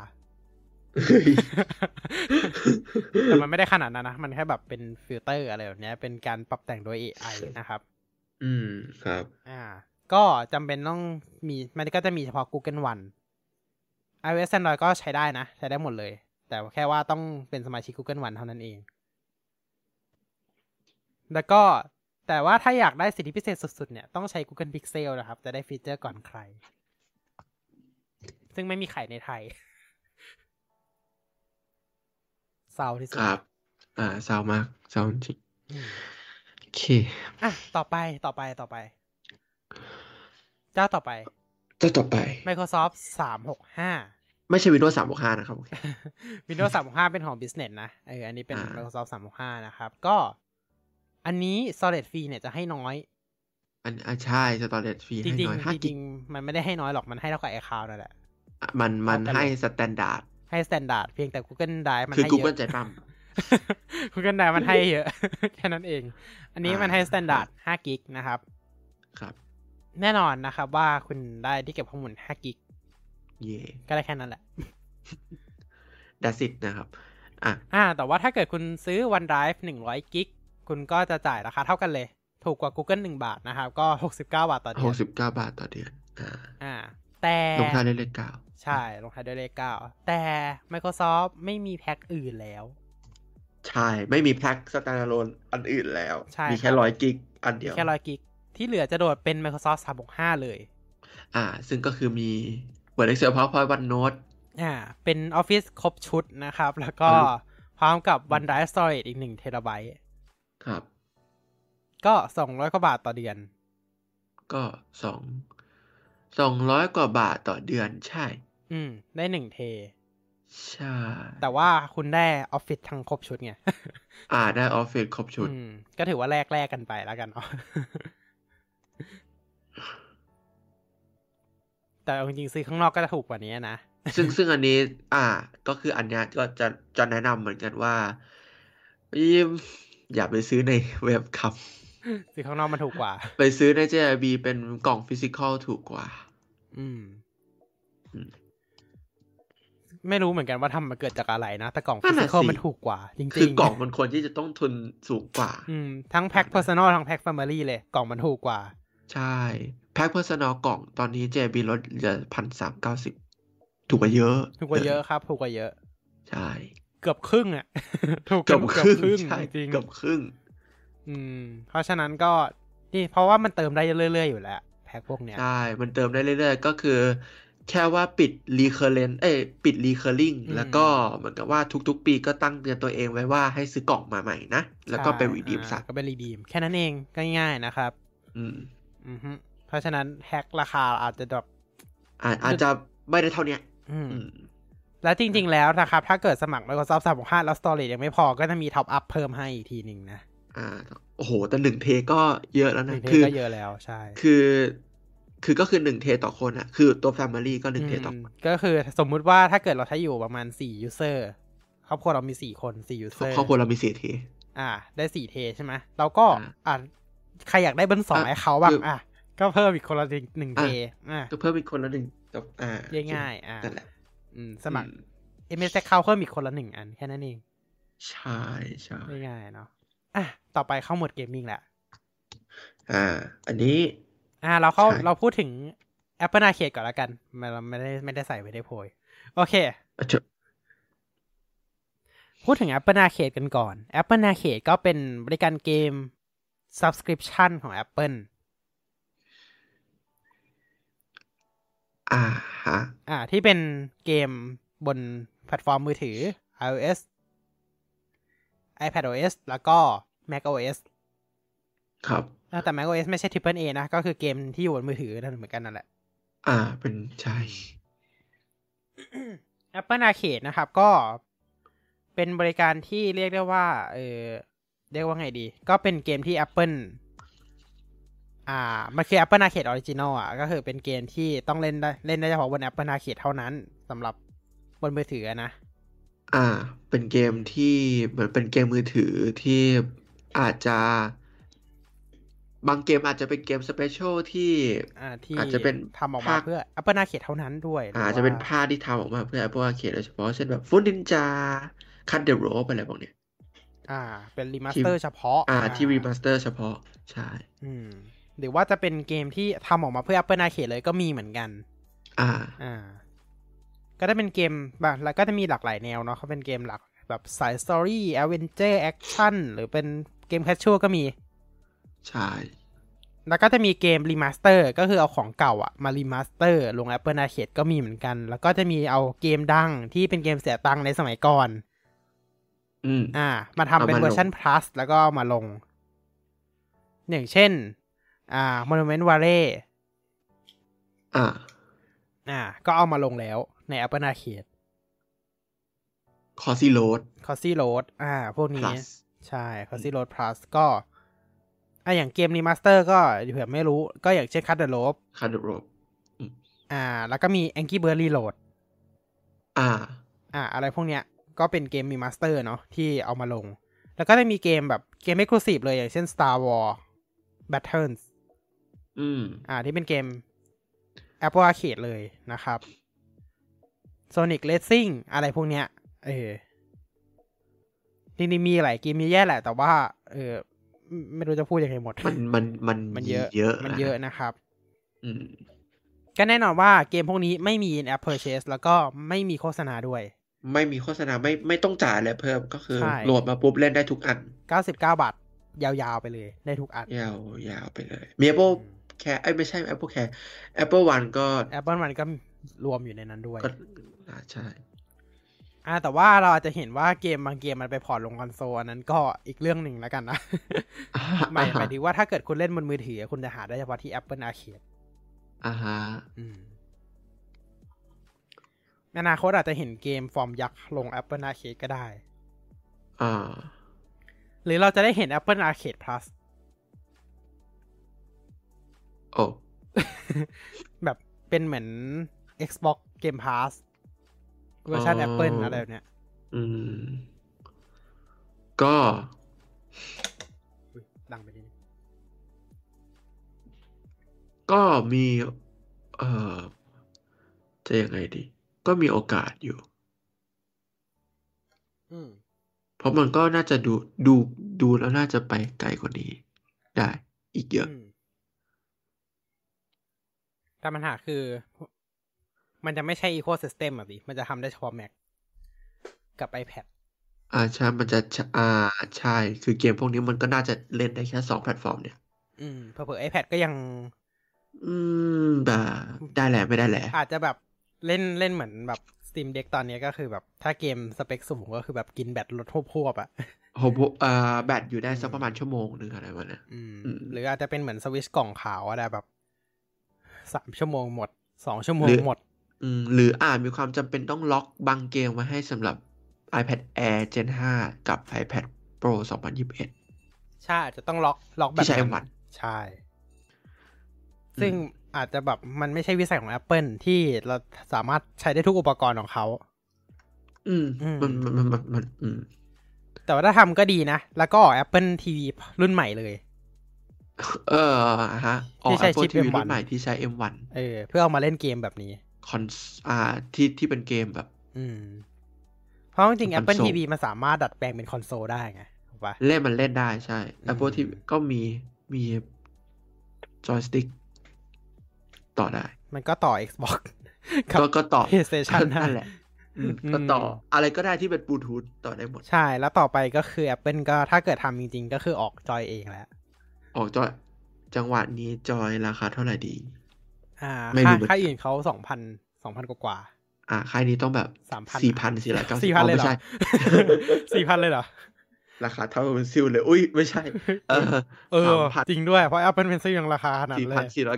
แต่มันไม่ได้ขนาดนั้นนะมันแค่แบบเป็นฟิลเตอร์อะไรแบบนี้เป็นการปรับแต่งโดย AI นะครับครับก็จำเป็นต้องมีมันก็จะมีเฉพาะ Google One iOS Android ก็ใช้ได้นะใช้ได้หมดเลยแต่แค่ว่าต้องเป็นสมาชิก Google One เท่านั้นเองแล้วก็แต่ว่าถ้าอยากได้สิทธิพิเศษสุดๆเนี่ยต้องใช้ Google Pixel นะครับจะได้ฟีเจอร์ก่อนใครซึ่งไม่มีขายในไทยเศร้าที่สุดครับเศร้ามากเศร้าจริงโอเคต่อไปเจ้าต่อไป Microsoft 365 ไม่ใช่ Windows 365นะครับ Windows 365เป็นของ Business นะอันนี้เป็น Microsoft 365นะครับก็อันนี้ storage free เนี่ยจะให้น้อยใช่ storage free ให้น้อยจริงๆมันไม่ได้ให้น้อยหรอกมันให้เท่ากับ iCloud นั่นแหละมันให้ standard ให้ standard เพียงแต่ Google Drive มันให้เยอะคือ Google ใจปั้ม Google Drive มันให้เยอะ แค่นั้นเองอันนี้มันให้ standard 5 กิกนะครับครับแน่นอนนะครับว่าคุณได้ที่เก็บข้อมูล5 กิกก็ได้แค่นั้นแหละ That's it นะครับแต่ว่าถ้าเกิดคุณซื้อ OneDrive 100 กิกคุณก็จะจ่ายราคาเท่ากันเลยถูกกว่า Google 1 บาทนะครับก็69 บาทต่อเดือน 69 บาทต่อเดือนแต่ลงท้ายด้วยเลข9 ใช่ลงท้ายด้วยเลข9แต่ Microsoft ไม่มีแพ็คอื่นแล้วใช่ไม่มีแพ็ค standalone อันอื่นแล้วมีแค่100 กิกอันเดียวแค่100 กิกที่เหลือจะโดดเป็น Microsoft 365 เลยซึ่งก็คือมี Word Excel PowerPoint OneNote เป็น Office ครบชุดนะครับแล้วก็พร้อมกับ OneDrive Storage อีก1 TB ครับก็200 กว่าบาทต่อเดือนก็200 กว่าบาทต่อเดือนใช่ได้1 เทใช่แต่ว่าคุณได้ Office ทั้งครบชุดไงได้ Office ครบชุดก็ถือว่าแลกกันไปแล้วกันเนาะแต่จริงๆซื้อข้างนอกก็จะถูกกว่านี้นะซึ่งอันนี้ก็คืออันเนี้ยก็จะแนะนำเหมือนกันว่าอย่าไปซื้อในเว็บครับซื้อข้างนอกมันถูกกว่าไปซื้อใน JIB เป็นกล่องฟิสิกอลถูกกว่าไม่รู้เหมือนกันว่าทำมาเกิดจากอะไรนะแต่กล่องฟิสิกอลมันถูกกว่าจริงๆคือกล่องมันควรที่จะต้องทุนสูงกว่าทั้งแพ็ค Personal ทั้งแพ็ค Family เลยกล่องมันถูกกว่าใช่แพ็ค Personal กล่องตอนนี้ JIB ลดเหลือ 1,390 ถูกกว่าเยอะครับถูกกว่าเยอะใช่เกือบครึ่งอ่ะถูกเกือบครึ่งจริงเกือบครึ่งเพราะฉะนั้นก็นี่เพราะว่ามันเติมได้เรื่อยๆอยู่แล้วแพ็คพวกเนี้ยใช่มันเติมได้เรื่อยๆก็คือแค่ว่าปิด recurring แล้วก็เหมือนกับว่าทุกๆปีก็ตั้งเตือนตัวเองไว้ว่าให้ซื้อกล่องมาใหม่นะแล้วก็ไปรีดีมซะก็ไปรีดีมแค่นั้นเองง่ายๆนะครับเพราะฉะนั้นแฮกราคาอาจจะแบบอาจจะไม่ได้เท่านี้แล้วจริงๆแล้วนะครับถ้าเกิดสมัคร Microsoft 365แล้ว Storage ยังไม่พอก็จะมี Top Up เพิ่มให้อีกทีนึงนะโอ้โหแต่1 เทก็เยอะแล้วนะคือก็เยอะแล้วใช่คือก็คือ1 เทต่อคนคือตัว Family ก็1 เทต่อก็คือสมมุติว่าถ้าเกิดเราใช้อยู่ประมาณ4 user ครอบครัวเรามี4 คน4 user ครอบครัวเรามี4 เทได้4 เทใช่ไหมเราก็ใครอยากได้เบอร์2ให้เขาบ้างก็เพิ่มอีกคนละ1 เทก็เพิ่มอีกคนละ1กับง่ายนั่นแหละสมัคร MS Account เพิ่มอีกคนละ1 อันแค่นั้นเองใช่ง่ายๆเนาะต่อไปเข้าโหมดเกมมิ่งแหละอันนี้เราพูดถึง Apple Arcade ก่อนแล้วกันเราไม่ได้ใส่ไว้ในโพยโอเคพูดถึง Apple Arcade กันก่อน Apple Arcade ก็เป็นบริการเกม Subscription ของ Apple ที่เป็นเกมบนแพลตฟอร์มมือถือ iOS iPadOS แล้วก็ macOS ครับแต่ macOS ไม่ใช่ Triple A นะก็คือเกมที่อยู่บนมือถือนั่นเหมือนกันนั่นแหละเป็นใช่ Apple Arcade นะครับก็เป็นบริการที่เรียกได้ว่าเรียกว่าไงดีก็เป็นเกมที่ Apple มันคือ Apple Arcade Original ก็คือเป็นเกมที่ต้องเล่นได้เฉพาะบน Apple Arcade เท่านั้นสำหรับบนมือถือนะเป็นเกมที่เหมือนเป็นเกมมือถือที่อาจจะบางเกมอาจจะเป็นเกมสเปเชียลที่อาจจะเป็นทำออกมาเพื่อ Apple Arcade เท่านั้นด้วยอาจจะเป็นภาคที่ทำออกมาเพื่อ Apple Arcade โดยเฉพาะเช่นแบบ Fruit Ninja Cut the Rope อะไรพวกเนี้ยเป็นรีมาสเตอร์เฉพาะที่รีมาสเตอร์เฉพาะใช่หรือว่าจะเป็นเกมที่ทำออกมาเพื่อ Apple Arcade เลยก็มีเหมือนกันก็ได้เป็นเกมแบบแล้วก็จะมีหลากหลายแนวเนาะเขาเป็นเกมหลักแบบสายสตอรี่แอดเวนเจอร์แอคชั่นหรือเป็นเกมแคชชวลก็มีใช่แล้วก็จะมีเกมรีมาสเตอร์ก็คือเอาของเก่ามารีมาสเตอร์ลง Apple Arcade ก็มีเหมือนกันแล้วก็จะมีเอาเกมดังที่เป็นเกมเสียตังค์ในสมัยก่อนมาทำเป็นเวอร์ชัน plus แล้วก็มาลงอย่างเช่นMonument Valley ก็เอามาลงแล้วใน Apple Arcade Cozy Road พวกนี้ใช่ Cozy Road Plus ก็อย่างเกมรีมาสเตอร์ก็เผื่อไม่รู้ก็อย่างเช่น Cut the Rope แล้วก็มี Angry Birds Reload อะไรพวกเนี้ยก็เป็นเกมมีมาสเตอร์เนาะที่เอามาลงแล้วก็ได้มีเกมแบบเกม Exclusive เลยอย่างเช่น Star Wars Battlefront ที่เป็นเกม Apple Arcade เลยนะครับ Sonic Racing อะไรพวกเนี้ยจริงๆมีหลายเกมมีแย่แหละแต่ว่าไม่รู้จะพูดยังไงหมดมันเยอะมันเยอะนะครับก็แน่นอนว่าเกมพวกนี้ไม่มี in-app purchase แล้วก็ไม่มีโฆษณาด้วยไม่มีโฆษณาไม่ต้องจ่ายอะไรเพิ่มก็คือโหลดมาปุ๊บเล่นได้ทุกอัน 99 บาทยาวๆไปเลยได้ทุกอันยาวไปเลยมี Apple Care ไม่ใช่ Apple Care Apple One ก็ Apple One ก็รวมอยู่ในนั้นด้วยก็ใช่แต่ว่าเราอาจจะเห็นว่าเกมบางเกมมันไปพอร์ตลงคอนโซลอันนั้นก็อีกเรื่องหนึ่งแล้วกันนะ หมายถึงว่าถ้าเกิดคุณเล่นบนมือถือคุณจะหาได้เฉพาะที่ Apple Arcade อนาคตอาจจะเห็นเกมฟอร์มยักษ์ลง Apple Arcade ก็ได้หรือเราจะได้เห็น Apple Arcade Plus แบบเป็นเหมือน Xbox Game Pass เวอร์ชัน Apple อะไรแบบเนี้ยก็ดังไปนิดก็มีจะยังไงดีก็มีโอกาสอยู่เพราะมันก็น่าจะดูแล้วน่าจะไปไกลกว่านี้ได้อีกเยอะแต่ปัญหาคือมันจะไม่ใช่ Ecosystem อ่ะสิมันจะทำได้เฉพาะ Mac กับ iPad ใช่มันจะใช่คือเกมพวกนี้มันก็น่าจะเล่นได้แค่2แพลตฟอร์มเนี่ยเผลอๆ iPad ก็ยังแบบได้แหละไม่ได้แหละอาจจะแบบเล่นเหมือนแบบ Steam Deck ตอนนี้ก็คือแบบถ้าเกมสเปคสูงก็คือแบบกินแบตลดพวบๆแบตอยู่ได้สักประมาณชั่วโมงนึงอะไรวะเนี่ยหรืออาจจะเป็นเหมือนสวิตช์กล่องขาวอะไรแบบ3 ชั่วโมงหมด2 ชั่วโมงหมดหรือมีความจำเป็นต้องล็อกบางเกมไว้ให้สำหรับ iPad Air Gen 5 กับ iPad Pro 2021 ใช่จะต้องล็อกแบบที่ใช้ M1 ใช่ซึ่งอาจจะแบบมันไม่ใช่วิสัยของ Apple ที่เราสามารถใช้ได้ทุกอุปกรณ์ของเขามันแต่ว่าถ้าทำก็ดีนะแล้วก็ออก Apple TV รุ่นใหม่เลยออก Apple TV รุ่นใหม่ที่ใช้ M1 เพื่อเอามาเล่นเกมแบบนี้ที่เป็นเกมแบบเพราะจริงๆ Apple TV มันสามารถดัดแปลงเป็นคอนโซลได้ไงถูกปะเล่นได้ใช่ Apple TV ก็มีจอยสติ๊กต่อได้มันก็ต่อ Xbox ก็ต่อ PlayStation นั่นแหละก็ต่ออะไรก็ได้ที่เป็นบลูทูธต่อได้หมดใช่แล้วต่อไปก็คือ Apple ก็ถ้าเกิดทำจริงๆก็คือออกจอยเองแล้วออกจอยจังหวะนี้จอยราคาเท่าไหร่ดีค่าอื่นเขา 2,000 กว่าค่ายนี้ต้องแบบ 4,490 ไม่ใช่ 4,000 เลยเหรอราคาเท่าเป็นซิลเลยอุ้ยไม่ใช่จริงด้วยเพราะ Apple Pencil ยังราคาขนาดเลย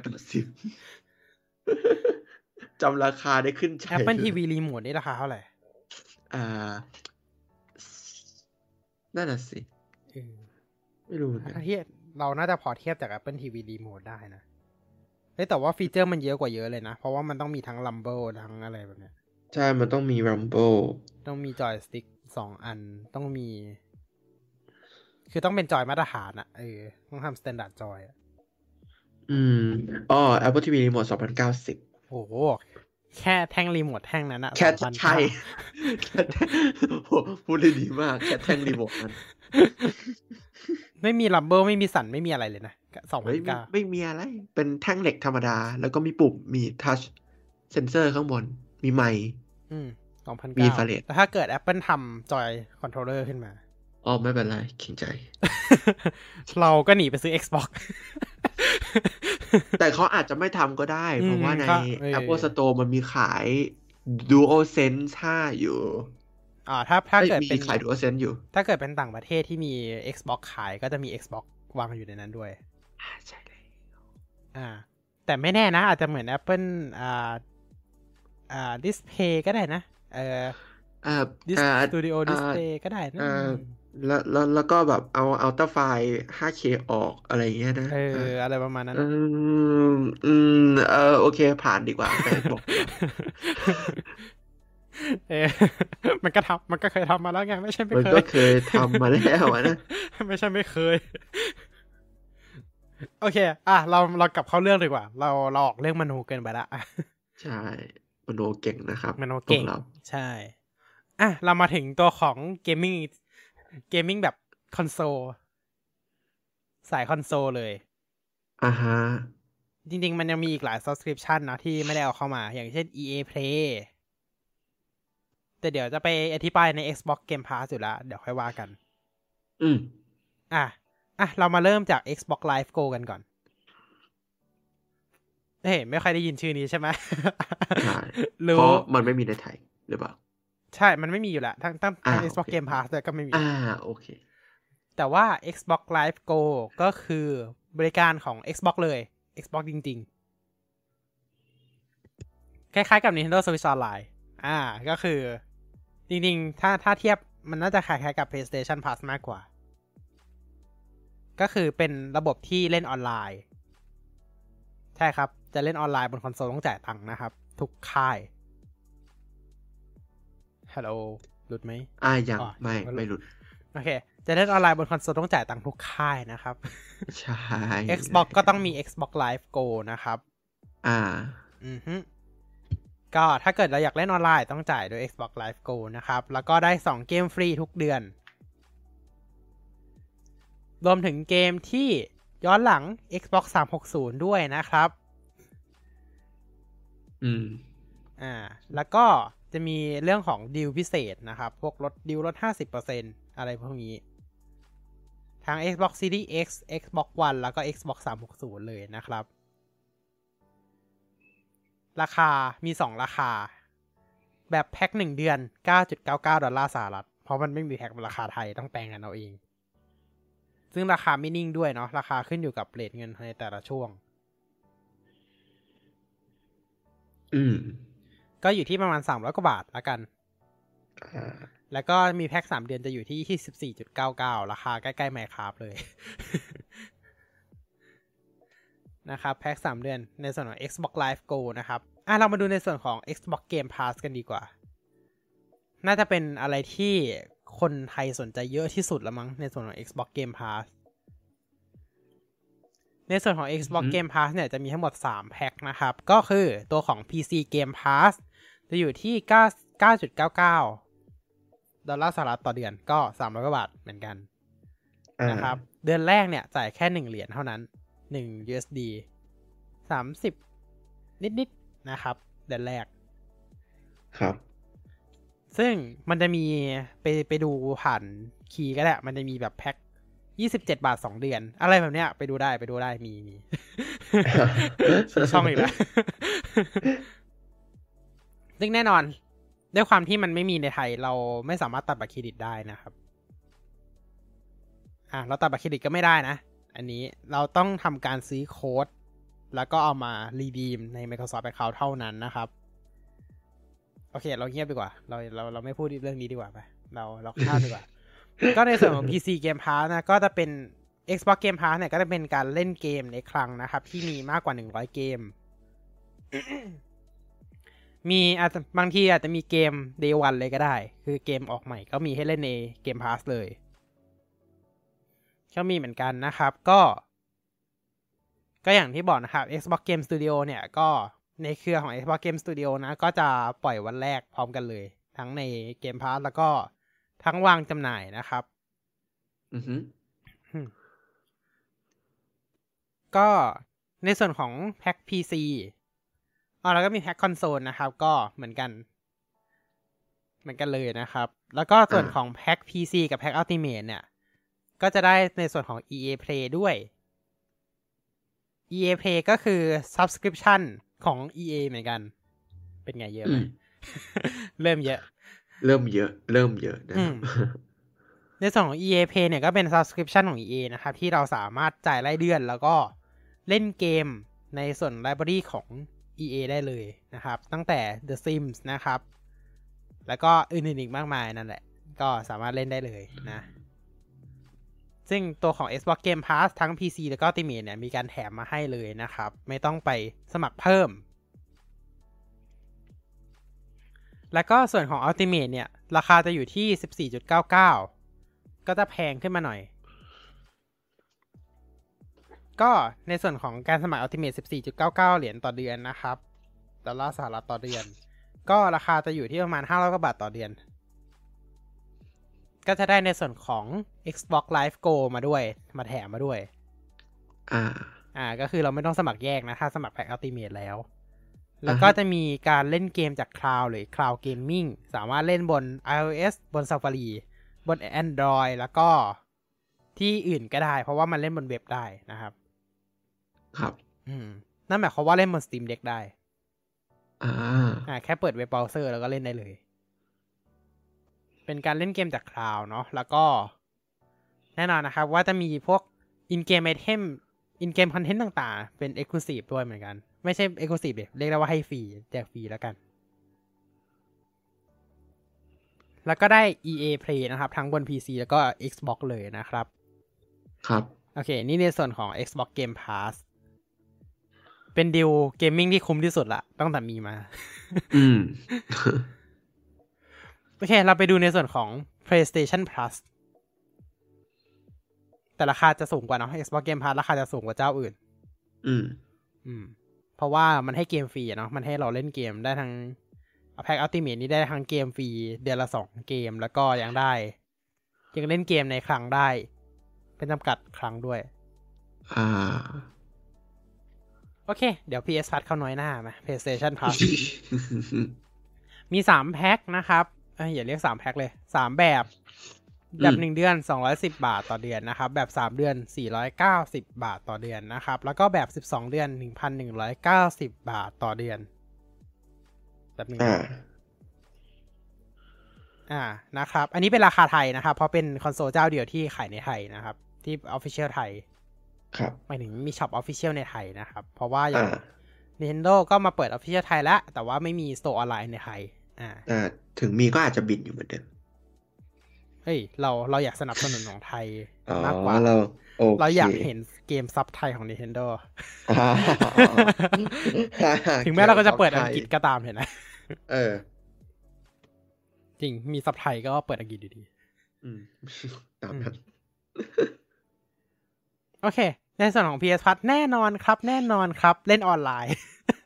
4,490 จำราคาได้ขึ้นใจ Apple TV Remote นี่ราคาเท่าไหร่นั่นน่ะสิไม่รู้ถ้าเทียบเราน่าจะพอเทียบจาก Apple TV Remote ได้นะแต่ว่าฟีเจอร์มันเยอะกว่าเยอะเลยนะเพราะว่ามันต้องมีทั้ง Rumble ทั้งอะไรแบบเนี้ยใช่มันต้องมี Rumble ต้องมีจอยสติ๊ก2 อันต้องมีคือต้องเป็นจอยมาตรฐานอ่ะต้องทำ standard จอย Apple TV Remote 2,090 โอ้โหแค่แท่งรีโมทแท่งนั้นอะแค่ใช่พูดได้ดีมากแค่แท่งรีโมทนั้นไม่มีลัมเบิลไม่มีสั่นไม่มีอะไรเลยนะ 2,009ไม่มีอะไรเป็นแท่งเหล็กธรรมดาแล้วก็มีปุ่มมีทัชเซนเซอร์ข้างบนมีไมค์ 2,009 มีฟาเรตแต่ถ้าเกิด Apple ทำจอยคอนโทรลเลอร์ขึ้นมาไม่เป็นไรเกรงใจเราก็หนีไปซื้อ Xbox แต่เขาอาจจะไม่ทำก็ได้เพราะว่าใน Apple Store มันมีขาย DualSense 5 อยู่ถ้าเกิดเป็นขาย DualSense อยู่ถ้าเกิดเป็นต่างประเทศที่มี Xbox ขายก็จะมี Xbox วางอยู่ในนั้นด้วยใช่เลยแต่ไม่แน่นะอาจจะเหมือน Apple Display ก็ได้นะStudio Display ก็ได้นะแล้วก็แบบเอา Ultra File 5K ออกอะไรอย่างเงี้ยนะอะไรประมาณนั้นโอเคผ่านดีกว่าไปบอกมันก็เคยทำมาแล้วไงไม่ใช่ไม่เคยมันก็เคยทำมาแล้วนะไม่ใช่ไม่เคยโอเคเรากลับเข้าเรื่องดีกว่าเราออกเรื่องมโนเกินไปละใช่มโนเก่งนะครับมโนเก่งใช่เรามาถึงตัวของเกมมิ่งแบบคอนโซลสายคอนโซลเลยฮะจริงๆมันยังมีอีกหลาย subscription นะที่ไม่ได้เอาเข้ามาอย่างเช่น EA Play แต่เดี๋ยวจะไปอธิบายใน Xbox Game Pass อยู่แล้วเดี๋ยวค่อยว่ากันเรามาเริ่มจาก Xbox Live Go กันก่อนไม่ค่อยได้ยินชื่อนี้ใช่ไหมใช่เพราะมันไม่มีในไทยหรือเปล่าใช่มันไม่มีอยู่แล้วทั้ง Xbox Game Pass ก็ไม่มีโอเคแต่ว่า Xbox Live Go ก็คือบริการของ Xbox เลย Xbox จริงๆคล้ายๆกับ Nintendo Switch Online ก็คือจริงๆถ้าเทียบมันน่าจะคล้ายๆกับ PlayStation Plus มากกว่าก็คือเป็นระบบที่เล่นออนไลน์ใช่ครับจะเล่นออนไลน์บนคอนโซลต้องจ่ายตังค์นะครับทุกค่ายฮัลโหลหลุดไหมยังไม่หลุดโอเคจะเล่นออนไลน์บนคอนโซลต้องจ่ายตังค์ทุกค่ายนะครับใช่ Xbox ก็ต้องมี Xbox Live Go นะครับก็ถ้าเกิดเราอยากเล่นออนไลน์ต้องจ่ายด้วย Xbox Live Go นะครับแล้วก็ได้2เกมฟรีทุกเดือนรวมถึงเกมที่ย้อนหลัง Xbox 360ด้วยนะครับแล้วก็จะมีเรื่องของดีลพิเศษนะครับพวกดีลลด 50% อะไรพวกนี้ทั้ง Xbox Series X Xbox One แล้วก็ Xbox 360เลยนะครับราคามี2ราคาแบบแพ็ค1เดือน $9.99 เพราะมันไม่มีแพ็คราคาไทยต้องแปลงกันเอาเองซึ่งราคาไม่นิ่งด้วยเนาะราคาขึ้นอยู่กับเรทเงินในแต่ละช่วงก็อยู่ที่ประมาณ300 กว่าบาทละกันแล้วก็มีแพ็ค3เดือนจะอยู่ที่ 24.99 ราคาใกล้ๆ Minecraft เลย นะครับแพ็ค3เดือนในส่วนของ Xbox Live Go นะครับเรามาดูในส่วนของ Xbox Game Pass กันดีกว่าน่าจะเป็นอะไรที่คนไทยสนใจเยอะที่สุดละมั้งในส่วนของ Xbox Game Pass ในส่วนของ Xbox Game Pass เนี่ยจะมีทั้งหมด3แพ็คนะครับก็คือตัวของ PC Game Pass จะอยู่ที่ $9.99 ต่อเดือนก็300 กว่าบาทเหมือนกันนะครับเดือนแรกเนี่ยจ่ายแค่1เหรียญเท่านั้น1 USD 30นิดๆนะครับเดือนแรกครับซึ่งมันจะมีไปดูผ่านคีย์ก็ได้มันจะมีแบบแพ็ค27 บาท2เดือนอะไรแบบเนี้ยไปดูได้มีช่องอีกแล้วซึ่งแน่นอนด้วยความที่มันไม่มีในไทยเราไม่สามารถตัดบัตรเครดิตได้นะครับเราตัดบัตรเครดิตก็ไม่ได้นะอันนี้เราต้องทำการซื้อโค้ดแล้วก็เอามารีดีมใน Microsoft Account เท่านั้นนะครับโอเคเราเงียบดีกว่าเราไม่พูดเรื่องนี้ดีกว่าไปเราข้ามดีกว่า ก็ในส่วนของ PC Game Pass นะก็จะเป็น Xbox Game Pass เนี่ยก็จะเป็นการเล่นเกมในคลังนะครับที่มีมากกว่า100เกม มีบางทีอาจจะมีเกม Day 1เลยก็ได้คือเกมออกใหม่ก็มีให้เล่นใน Game Pass เลยก็มีเหมือนกันนะครับก็อย่างที่บอกนะครับ Xbox Game Studio เนี่ยก็ในเครือของ Xbox Game Studio นะก็จะปล่อยวันแรกพร้อมกันเลยทั้งใน Game Pass แล้วก็ทั้งวางจำหน่ายนะครับก็ในส่วนของแพ็ค PC แล้วก็มีแพ็คคอนโซลนะครับก็เหมือนกันเลยนะครับแล้วก็ส่วนของแพ็ค PC กับแพ็ค Ultimate เนี่ยก็จะได้ในส่วนของ EA Play ด้วย EA Play ก็คือ Subscription ของ EA เหมือนกันเป็นไงเยอะไหม เริ่มเยอะนะครับในส่วนของ EA Play เนี่ยก็เป็น Subscription ของ EA นะครับที่เราสามารถจ่ายรายเดือนแล้วก็เล่นเกมในส่วน Library ของ EA ได้เลยนะครับตั้งแต่ The Sims นะครับแล้วก็อื่นๆอีกมากมายนั่นแหละก็สามารถเล่นได้เลยนะซึ่งตัวของ Xbox Game Pass ทั้ง PC แล้วก็ Ultimate เนี่ยมีการแถมมาให้เลยนะครับไม่ต้องไปสมัครเพิ่มแล้วก็ส่วนของ Ultimate เนี่ยราคาจะอยู่ที่ 14.99 ก็จะแพงขึ้นมาหน่อยก็ในส่วนของการสมัคร Ultimate 14.99 เหรียญต่อเดือนนะครับดอลลาร์สหรัฐต่อเดือนก็ราคาจะอยู่ที่ประมาณ500 กว่าบาทต่อเดือนก็จะได้ในส่วนของ Xbox Live Go มาด้วยมาแถมมาด้วยก็คือเราไม่ต้องสมัครแยกนะถ้าสมัครแพ็ค Ultimate แล้วก็จะมีการเล่นเกมจาก Cloud หรือ Cloud Gaming สามารถเล่นบน iOS บน Safari บน Android แล้วก็ที่อื่นก็ได้เพราะว่ามันเล่นบนเว็บได้นะครับครับนั่นหมายความว่าเล่นบน Steam Deck ได้แค่เปิดเว็บเบราว์เซอร์แล้วก็เล่นได้เลยเป็นการเล่นเกมจาก Cloud เนาะแล้วก็แน่นอนนะครับว่าจะมีพวก in-game item in-game content ต่างๆเป็น exclusive ด้วยเหมือนกันไม่ใช่ exclusive เรียกได้ว่าให้ฟรีแจกฟรีแล้วกันแล้วก็ได้ EA Play นะครับทั้งบน PC แล้วก็ Xbox เลยนะครับครับโอเคนี่ในส่วนของ Xbox Game Pass เป็นดีลเกมมิ่งที่คุ้มที่สุดละตั้งแต่มีมาโอเคเราไปดูในส่วนของ PlayStation Plus แต่ราคาจะสูงกว่าเนาะ Xbox Game Pass ราคาจะสูงกว่าเจ้าอื่นเพราะว่ามันให้เกมฟรีเนาะมันให้เราเล่นเกมได้ทั้งแพ็ค Ultimate นี้ได้ทั้งเกมฟรีเดือนละ2เกมแล้วก็ยังเล่นเกมในครั้งได้เป็นจำกัดครั้งด้วยโอเคเดี๋ยว PS Plus เข้าน้อยหน้ามา PlayStation Plus มี3แพ็คนะครับอย่าเรียก3แพ็คเลย3แบบ1เดือน210 บาทต่อเดือนนะครับแบบ3เดือน490 บาทต่อเดือนนะครับแล้วก็แบบ12เดือน 1,190 บาทต่อเดือนแบบ1นะครับอันนี้เป็นราคาไทยนะครับเพราะเป็นคอนโซลเจ้าเดียวที่ขายในไทยนะครับที่ Official ไทยครับหมายถึงมีช็อป Official ในไทยนะครับเพราะว่าอย่าง Nintendo ก็มาเปิด Official ไทยแล้วแต่ว่าไม่มี Store ออนไลน์ในไทยถึงมีก็อาจจะบินอยู่เหมือนเดิมเฮ้ยเราอยากสนับสนุนของไทยมากกว่าเราอยากเห็นเกมซับไทยของ Nintendo ถึงแม้เราก็จะเปิดอังกฤษก็ตามเห็นไหมจริงมีซับไทยก็เปิดอังกฤษดีๆตามนั้นโอเคในส่วนของ PS Plus แน่นอนครับเล่นออนไลน์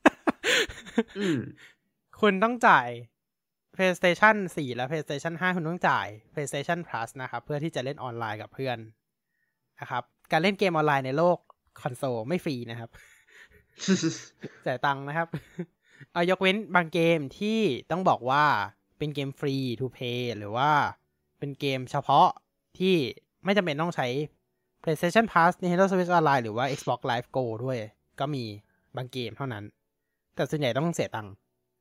คุณต้องจ่าย PlayStation 4 และ PlayStation 5 คุณต้องจ่าย PlayStation Plus นะครับเพื่อที่จะเล่นออนไลน์กับเพื่อนนะครับการเล่นเกมออนไลน์ในโลกคอนโซลไม่ฟรีนะครับ จ่ายตังค์นะครับยกเว้นบางเกมที่ต้องบอกว่าเป็นเกมฟรี to play หรือว่าเป็นเกมเฉพาะที่ไม่จำเป็นต้องใช้ PlayStation Plus Nintendo Switch Online หรือว่า Xbox Live Go ด้วยก็มีบางเกมเท่านั้นแต่ส่วนใหญ่ต้องเสียตังค์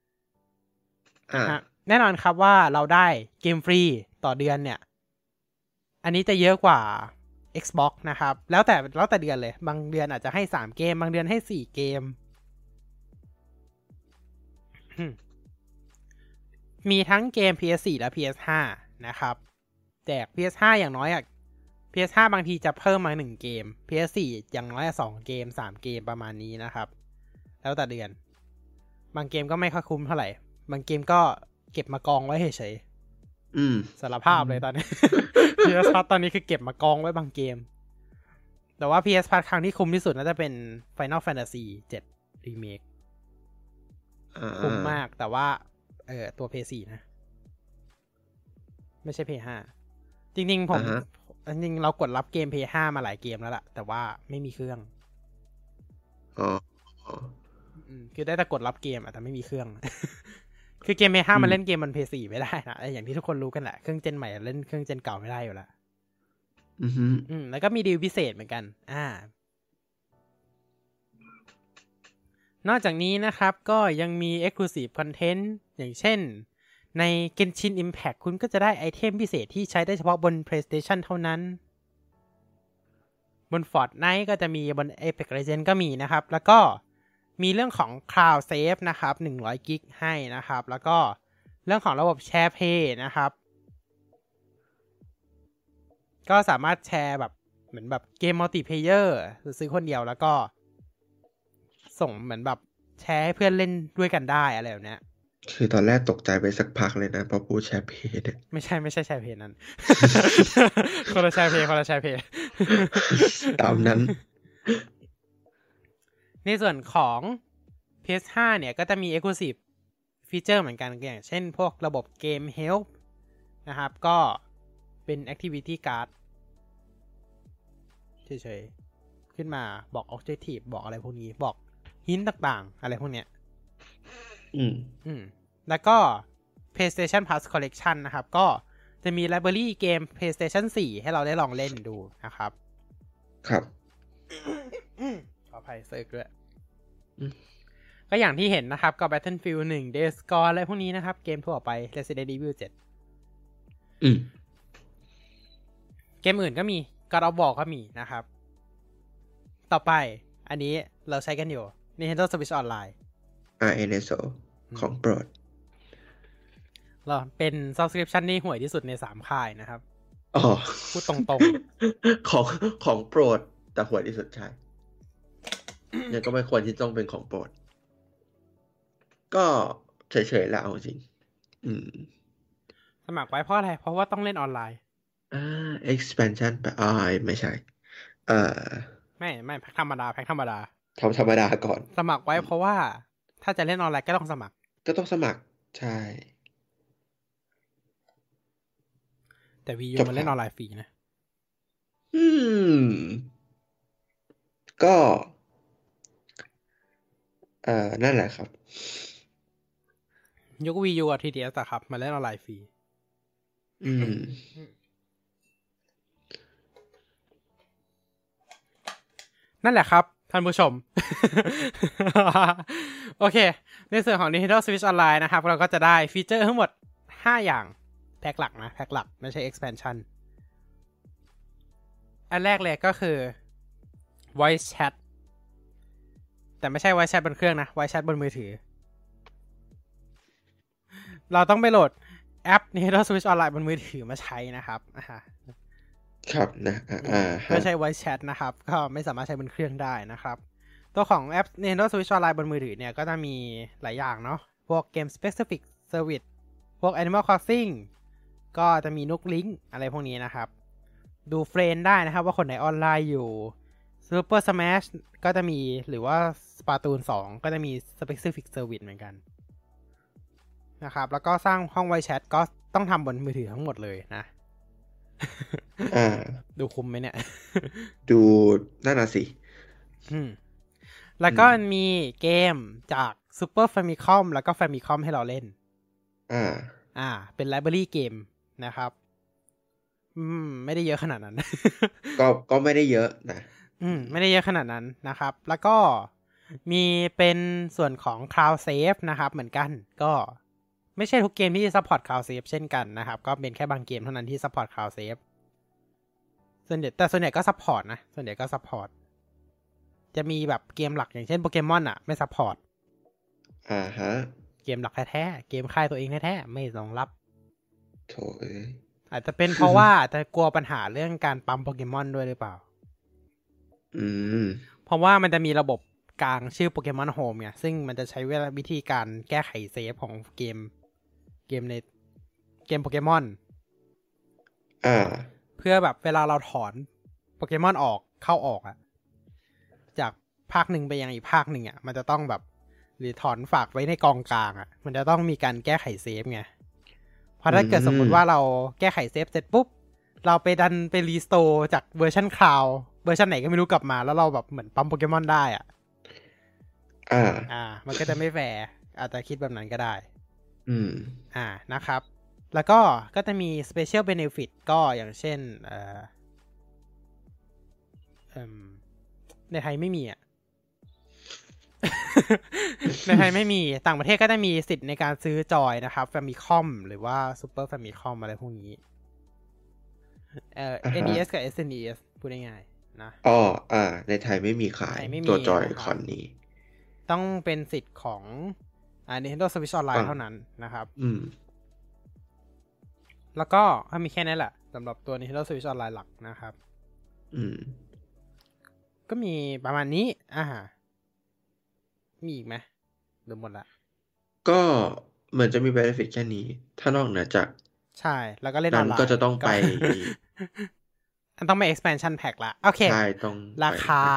แน่นอนครับว่าเราได้เกมฟรีต่อเดือนเนี่ยอันนี้จะเยอะกว่า Xbox นะครับแล้วแต่เดือนเลยบางเดือนอาจจะให้3เกมบางเดือนให้4เกม มีทั้งเกม PS4 และ PS5 นะครับแจก PS5 อย่างน้อยPS5 บางทีจะเพิ่มมา1เกม PS4 อย่างน้อย2เกม3เกมประมาณนี้นะครับแล้วแต่เดือนบางเกมก็ไม่ค่อยคุ้มเท่าไหร่บางเกมก็เก็บมากองไว้เฉยๆสารภาพเลยตอนนี้ PS Plus ตอนนี้คือเก็บมากองไว้บางเกมแต่ว่า PS Plus ครั้งที่คุ้มที่สุดน่าจะเป็น Final Fantasy 7 Remake คุ้มมากแต่ว่าตัว PS4 นะไม่ใช่ PS5 จริงๆจริงเรากดรับเกม PS5 มาหลายเกมแล้วล่ะแต่ว่าไม่มีเครื่องคือได้แต่กดรับเกมแต่ไม่มีเครื่อง คือเกม PS5 มันเล่นเกมบน PS4 ไม่ได้นะอย่างที่ทุกคนรู้กันแหละเครื่องเจนใหม่เล่นเครื่องเจนเก่าไม่ได้อยู่แล้วแล้วก็มีดีลพิเศษเหมือนกันนอกจากนี้นะครับก็ยังมี Exclusive Content อย่างเช่นใน Genshin Impact คุณก็จะได้ไอเทมพิเศษที่ใช้ได้เฉพาะบน PlayStation เท่านั้นบน Fortnite ก็จะมีบน Apex Legends ก็มีนะครับแล้วก็มีเรื่องของ Cloud Save นะครับ100 กิกให้นะครับแล้วก็เรื่องของระบบ Share Play นะครับก็สามารถแชร์แบบเหมือนแบบเกม Multiplayer ซื้อคนเดียวแล้วก็ส่งเหมือนแบบแชร์ให้เพื่อนเล่นด้วยกันได้อะไรแบบนี้คือตอนแรกตกใจไปสักพักเลยนะพอพูดแชร์เพจเนี่ยไม่ใช่แชร์เพจนั้น คนละแชร์เพจตามนั้นในส่วนของ PS5 เนี่ยก็จะมี Exclusive ฟีเจอร์เหมือนกันอย่างเช่นพวกระบบเกม Help นะครับก็เป็น Activity Card เฉยๆขึ้นมาบอก Objective บอกอะไรพวกนี้บอกหินต่างๆอะไรพวกเนี้ยแล้วก็ PlayStation Plus Collection นะครับก็จะมี Library เกม PlayStation 4 ให้เราได้ลองเล่นดูนะครับครับขออภัยเซิร์ฟด้วยก็อย่างที่เห็นนะครับก็ Battlefield 1 Days Gone อะไรพวกนี้นะครับเกมทั่วไป Resident Evil 7เกมอื่นก็มี God of War ก็มีนะครับต่อไปอันนี้เราใช้กันอยู่ Nintendo Switch Online RNSO ของโปรดเราเป็น subscription ที่ห่วยที่สุดใน3ค่ายนะครับพูดตรงๆของโปรดแต่ห่วยที่สุดใช่เนี่ยก็ไม่ควรที่ต้องเป็นของโปรดก็เฉยๆแล้วจริงสมัครไว้เพราะอะไรเพราะว่าต้องเล่นออนไลน์ expansion ไปไม่ใช่ไม่แพ็คธรรมดาธรรมดาก่อนสมัครไว้เพราะว่าถ้าจะเล่นออนไลน์ก็ต้องสมัครใช่แต่ Wii U มันเล่นออนไลน์ฟรีนะก็นั่นแหละครับยก Wii U กับ 3DS อะครับมาเล่นออนไลน์ฟรีนั่นแหละครับท่านผู้ชม โอเคในส่วนของ Nintendo Switch Online นะครับเราก็จะได้ฟีเจอร์ทั้งหมด5อย่างแพ็คหลักนะแพ็คหลักไม่ใช่ expansion อันแรกเลยก็คือ voice chat แต่ไม่ใช่ voice chat บนเครื่องนะ voice chat บนมือถือเราต้องไปโหลดแอป Nintendo Switch Online บนมือถือมาใช้นะครับครับนะไม่ใช่ voice chat นะครับก็ไม่สามารถใช้บนเครื่องได้นะครับตัวของแอป Nintendo Switch Online บนมือถือเนี่ยก็จะมีหลายอย่างเนาะพวก Game Specific Service พวก Animal Crossing ก็จะมีนุกลิงก์อะไรพวกนี้นะครับดูเฟรนด์ได้นะครับว่าคนไหนออนไลน์อยู่ Super Smash ก็จะมีหรือว่า Splatoon 2 ก็จะมี Specific Service เหมือนกันนะครับแล้วก็สร้างห้องไวแชทก็ต้องทำบนมือถือทั้งหมดเลยนะดูคุ้มไหมเนี่ยดูน่าน่ะสิแล้วก็มีเกมจาก Super Famicom แล้วก็ Famicom ให้เราเล่นเป็นไลบรารีเกมนะครับไม่ได้เยอะขนาดนั้นก็ไม่ได้เยอะนะไม่ได้เยอะขนาดนั้นนะครับแล้วก็มีเป็นส่วนของ Cloud Save นะครับเหมือนกันก็ไม่ใช่ทุกเกมที่ซัพพอร์ต Cloud Save เช่นกันนะครับก็เป็นแค่บางเกมเท่านั้นที่ซัพพอร์ต Cloud Save ส่วนใหญ่ก็ซัพพอร์ตนะส่วนใหญ่ก็ซัพพอร์ตจะมีแบบเกมหลักอย่างเช่นโปเกมอนอ่ะไม่ซัพพอร์ตเกมหลักแท้ๆเกมค่ายตัวเองแท้ๆไม่รองรับโถอาจจะเป็นเพราะว่าจะกลัวปัญหาเรื่องการปั๊มโปเกมอนด้วยหรือเปล่าเพราะว่ามันจะมีระบบกลางชื่อโปเกมอนโฮมเนี่ยซึ่งมันจะใช้วิธีการแก้ไขเซฟของเกมในเกมโปเกมอนเพื่อแบบเวลาเราถอนโปเกมอนออกเข้าออกอะจากภาคหนึ่งไปยังอีกภาคหนึ่งอะมันจะต้องแบบหรือถอนฝากไว้ในกองกลางอะมันจะต้องมีการแก้ไขเซฟไงเพราะถ้าเกิดสมมติว่าเราแก้ไขเซฟเสร็จปุ๊บเราไปดันไปรีสโตร์จากเวอร์ชันคลาวด์เวอร์ชันไหนก็ไม่รู้กลับมาแล้วเราแบบเหมือนปั๊มโปเกมอนได้อ่ะมันก็จะไม่แฟร์อาจจะคิดแบบนั้นก็ได้นะครับแล้วก็จะมี special benefit ก็อย่างเช่นในไทยไม่มีอ่ะ ในไทยไม่มีต่างประเทศก็จะมีสิทธิ์ในการซื้อจอยนะครับ Famicom หรือว่า Super Famicom อะไรพวกนี้NES กับ SNES พูดง่ายๆนะในไทยไม่มีขายตัวจอยคอนนี้ต้องเป็นสิทธิ์ของNintendo Switch Online เท่านั้นนะครับแล้วก็มีแค่นั้นแหละสำหรับตัว Nintendo Switch Online หลักนะครับก็มีประมาณนี้มีอีกไหมหรือหมดละก็เหมือนจะมี benefit แค่นี้ถ้านอกเหนือจากใช่แล้วก็เล่นออนไลน์ก็จะต้องไปต้องไป expansion pack ละโอเคใช่ต้องราคา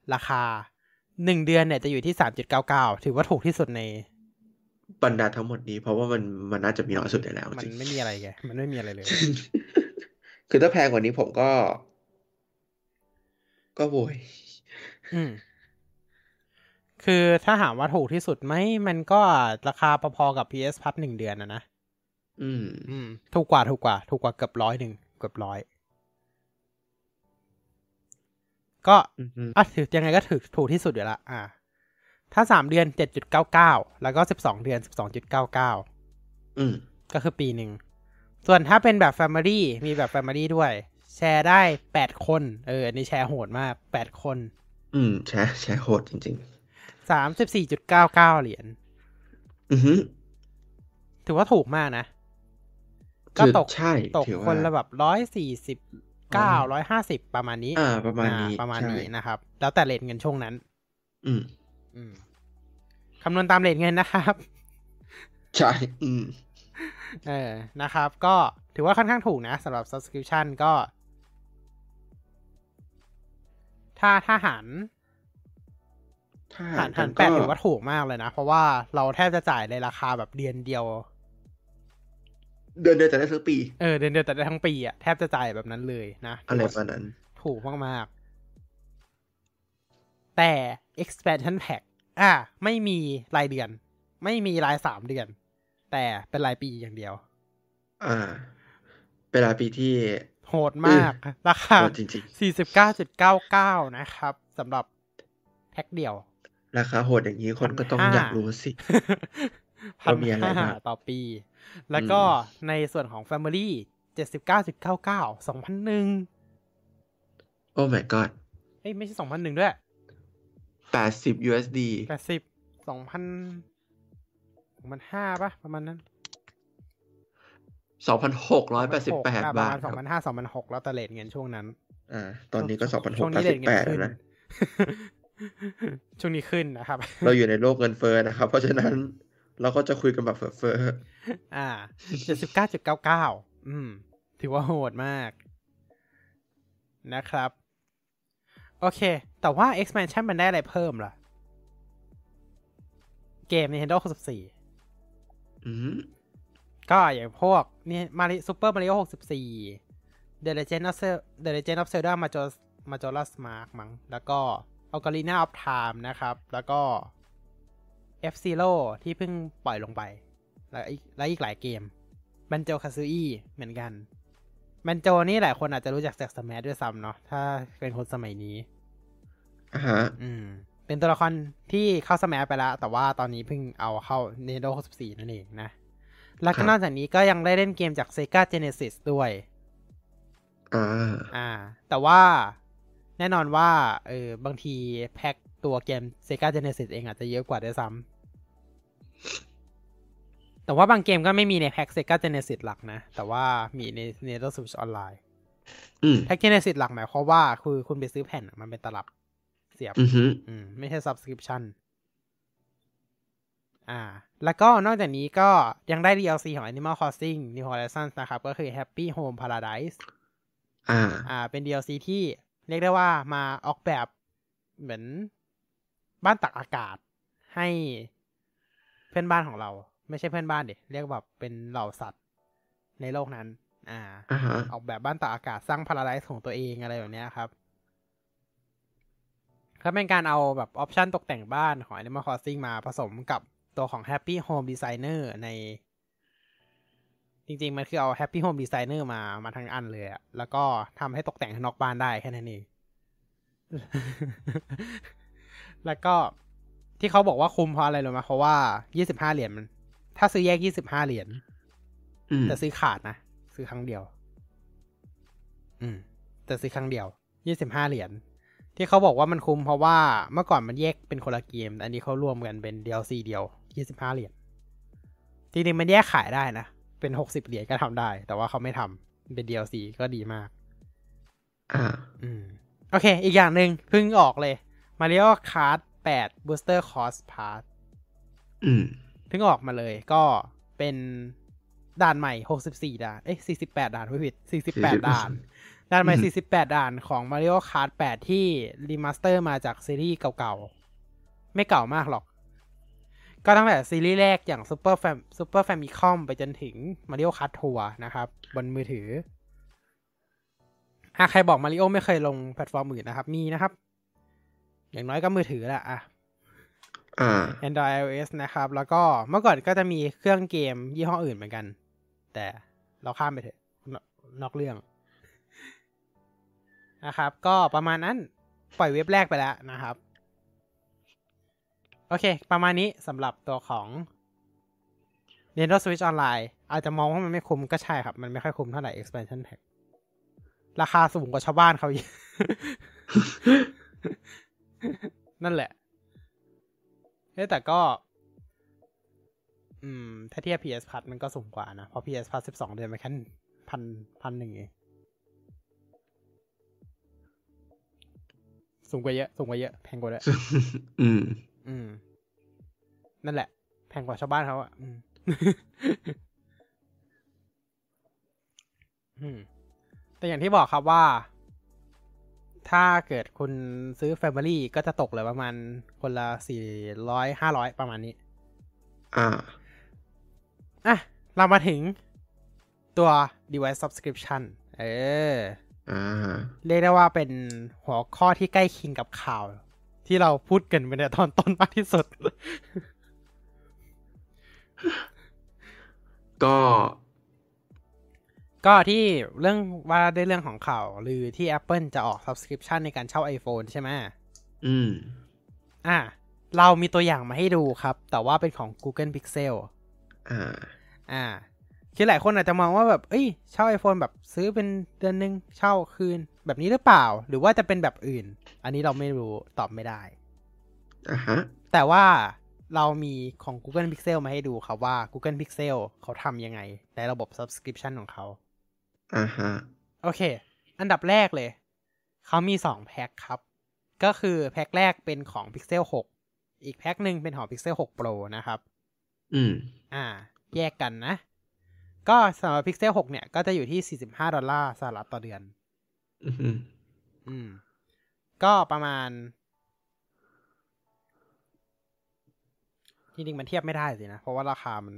1 เดือนเนี่ยจะอยู่ที่3.99ถือว่าถูกที่สุดในบรรดาทั้งหมดนี้เพราะว่ามันน่าจะมีน้อยสุดแล้วมันจริงไม่มีอะไรแกมันไม่มีอะไรเลยคือถ้าแพงกว่านี้ผมก็โวยคือถ้าถามว่าถูกที่สุดไหมมันก็ราคาพอๆกับ PS Plus 1 เดือนนะถูกกว่าเกือบ100เกือบ100ก็ถือยังไงก็ถูกที่สุดอยู่ละถ้า3 เดือน 7.99 แล้วก็12 เดือน 12.99ก็คือปีหนึ่งส่วนถ้าเป็นแบบ Family มีแบบ Family ด้วยแชร์ได้8 คนอันนี้แชร์โหดมาก8 คนแชร์โหดจริงๆ 34.99 เหรียญถือว่าถูกมากนะก็ตกคนละแบบ149 150ประมาณนี้ประมาณนี้นะครับแล้วแต่เรทเงินช่วงนั้นคำนวณตามเรทเงินนะครับใช่นะครับก็ถือว่าค่อนข้างถูกนะสำหรับ subscription ก็ถ้าหาร8ถือว่าถูกมากเลยนะเพราะว่าเราแทบจะจ่ายในราคาแบบเดือนเดียวแต่ได้ทั้งปีเดือนเดียวแต่ได้ทั้งปีอ่ะแทบจะจ่ายแบบนั้นเลยนะอะไรประมาณนั้นถูกมากๆแต่ expansion pack ไม่มีรายเดือนไม่มีราย3 เดือนแต่เป็นรายปีอย่างเดียวเป็นรายปีที่โหดมากราคา 49.99 นะครับสำหรับแพ็คเดียวราคาโหดอย่างนี้คนก็ต้องอยากรู้สิว่ามีอะไรบ้างต่อปีแล้วก็ในส่วนของ Family 79.99 2,001 โอ้ my god ไม่ใช่2,001ด้วย 80 USD 2,500ป่ะประมาณนั้น 2,688 บาทประมาณ 2,500 2,600แล้วแต่เรทเงินช่วงนั้นตอนนี้ก็ 2,688 แล้วนะช่วงนี้ขึ้นนะครับเราอยู่ในโลกเงินเฟ้อนะครับเพราะฉะนั้นเราก็จะคุยกันแบบเฟ้อ 79.99 ถือว่าโหดมากนะครับโอเคแต่ว่า expansion มันได้อะไรเพิ่มล่ะเกม Nintendo 64ก็อย่างพวกนี่Super Mario 64 The Legend of Zelda Majora's Mask มั้งแล้วก็ Ocarina of Time นะครับแล้วก็ F-Zero ที่เพิ่งปล่อยลงไปและอีกหลายเกม Banjo-Kazooie เหมือนกัน Banjo นี่หลายคนอาจจะรู้จักจาก Smash ด้วยซ้ำเนาะถ้าเป็นคนสมัยนี้เป็นตัวละครที่เข้า Smash ไปแล้วแต่ว่าตอนนี้เพิ่งเอาเข้า Nintendo 64 นั่นเองนะแล้วก็นอกจากนี้ก็ยังได้เล่นเกมจาก Sega Genesis ด้วยแต่ว่าแน่นอนว่าบางทีแพ็คตัวเกม Sega Genesis เองอาจจะเยอะกว่าด้วยซ้ำแต่ว่าบางเกมก็ไม่มีในแพ็ค Sega Genesis หลักนะแต่ว่ามีใน Nintendo Switch Online แพ็ค Genesis หลักหมายความว่าคือคุณไปซื้อแผ่นมันเป็นตลับเสียบไม่ใช่ Subscriptionแล้วก็นอกจากนี้ก็ยังได้ DLC ของ Animal Crossing New Horizons นะครับก็คือ Happy Home Paradise เป็น DLC ที่เรียกได้ว่ามาออกแบบเหมือนบ้านตากอากาศให้เพื่อนบ้านของเราไม่ใช่เพื่อนบ้านดิเรียกแบบเป็นเหล่าสัตว์ในโลกนั้นออกแบบบ้านตากอากาศสร้าง Paradise ของตัวเองอะไรแบบนี้ครับก็เป็นการเอาแบบออปชั่นตกแต่งบ้านของ Animal Crossing มาผสมกับตัวของ Happy Home Designer ในจริงๆมันคือเอา Happy Home Designer มาทั้งอันเลยอะแล้วก็ทำให้ตกแต่งข้างนอกบ้านได้แค่นั้นเอง แล้วก็ที่เขาบอกว่าคุ้มเพราะอะไรรู้ไหมเพราะว่า25 เหรียญมันถ้าซื้อแยก25 เหรียญแต่ซื้อขาดนะซื้อครั้งเดียวแต่ซื้อครั้งเดียว25 เหรียญที่เขาบอกว่ามันคุ้มเพราะว่าเมื่อก่อนมันแยกเป็นคนละเกมอันนี้เขารวมกันเป็น DLC เดียว25 เหรียญจริงๆมันแยกขายได้นะเป็น60 เหรียญก็ทำได้แต่ว่าเขาไม่ทำเป็น DLC ก็ดีมากโอเคอีกอย่างหนึ่งเพิ่งออกเลย Mario Kart 8 Booster Course Pass เพิ่งออกมาเลยก็เเป็นด่านใหม่64ด่าน48ด่านผิด48ด่านด่านใหม่48ด่านของ Mario Kart 8ที่รีมาสเตอร์มาจากซีรีส์เก่าๆไม่เก่ามากหรอกก็ตั้งแต่ซีรีส์แรกอย่าง Super Famicom ไปจนถึง Mario Kart Tour นะครับบนมือถือใครบอก Mario ไม่เคยลงแพลตฟอร์มอื่นนะครับมีนะครับอย่างน้อยก็มือถือแหละAndroid iOS นะครับแล้วก็เมื่อก่อนก็จะมีเครื่องเกมยี่ห้ออื่นเหมือนกันแต่เราข้ามไปเถอะนอกเรื่องนะครับก็ประมาณนั้นปล่อยเว็บแรกไปแล้วนะครับโอเคประมาณนี้สำหรับตัวของ Nintendo Switch Online อาจจะมองว่ามันไม่คุ้มก็ใช่ครับมันไม่ค่อยคุ้มเท่าไหร่ expansion pack ราคาสูงกว่าชาวบ้านเขาอีก นั่นแหละแต่ก็ถ้าเทียบ PS Plus มันก็สูงกว่านะเพราะ PS Plus 12 เดือนมันแค่1,000เองสูงกว่าเยอะแพงกว่าด้วยนั่นแหละแพงกว่าชาวบ้านเขาอ่ะแต่อย่างที่บอกครับว่าถ้าเกิดคุณซื้อ Family ก็จะตกเลยประมาณคนละ400-500ประมาณนี้เรามาถึงตัว device subscription เรียกได้ว่าเป็นหัวข้อที่ใกล้เคียงกับข่าวที่เราพูดกันไปในตอนต้นมากที่สุด ก็ที่เรื่องว่าได้เรื่องของข่าวหรือที่ Apple จะออก subscription ในการเช่า iPhone ใช่ไหมเรามีตัวอย่างมาให้ดูครับแต่ว่าเป็นของ Google Pixel คือหลายคนอาจจะมองว่าแบบเช่า iPhone แบบซื้อเป็นเดือนนึงเช่าคืนแบบนี้หรือเปล่าหรือว่าจะเป็นแบบอื่นอันนี้เราไม่รู้ตอบไม่ได้แต่ว่าเรามีของ Google Pixel มาให้ดูครับว่า Google Pixel เขาทำยังไงในระบบ subscription ของเขาโอเคอันดับแรกเลยเขามี2แพ็คครับก็คือแพ็คแรกเป็นของ Pixel 6อีกแพ็คนึงเป็นของ Pixel 6 Pro นะครับแยกกันนะก็สำหรับ Pixel 6เนี่ยก็จะอยู่ที่$45ต่อเดือนก็ประมาณจริงๆมันเทียบไม่ได้สินะเพราะว่าราคามัน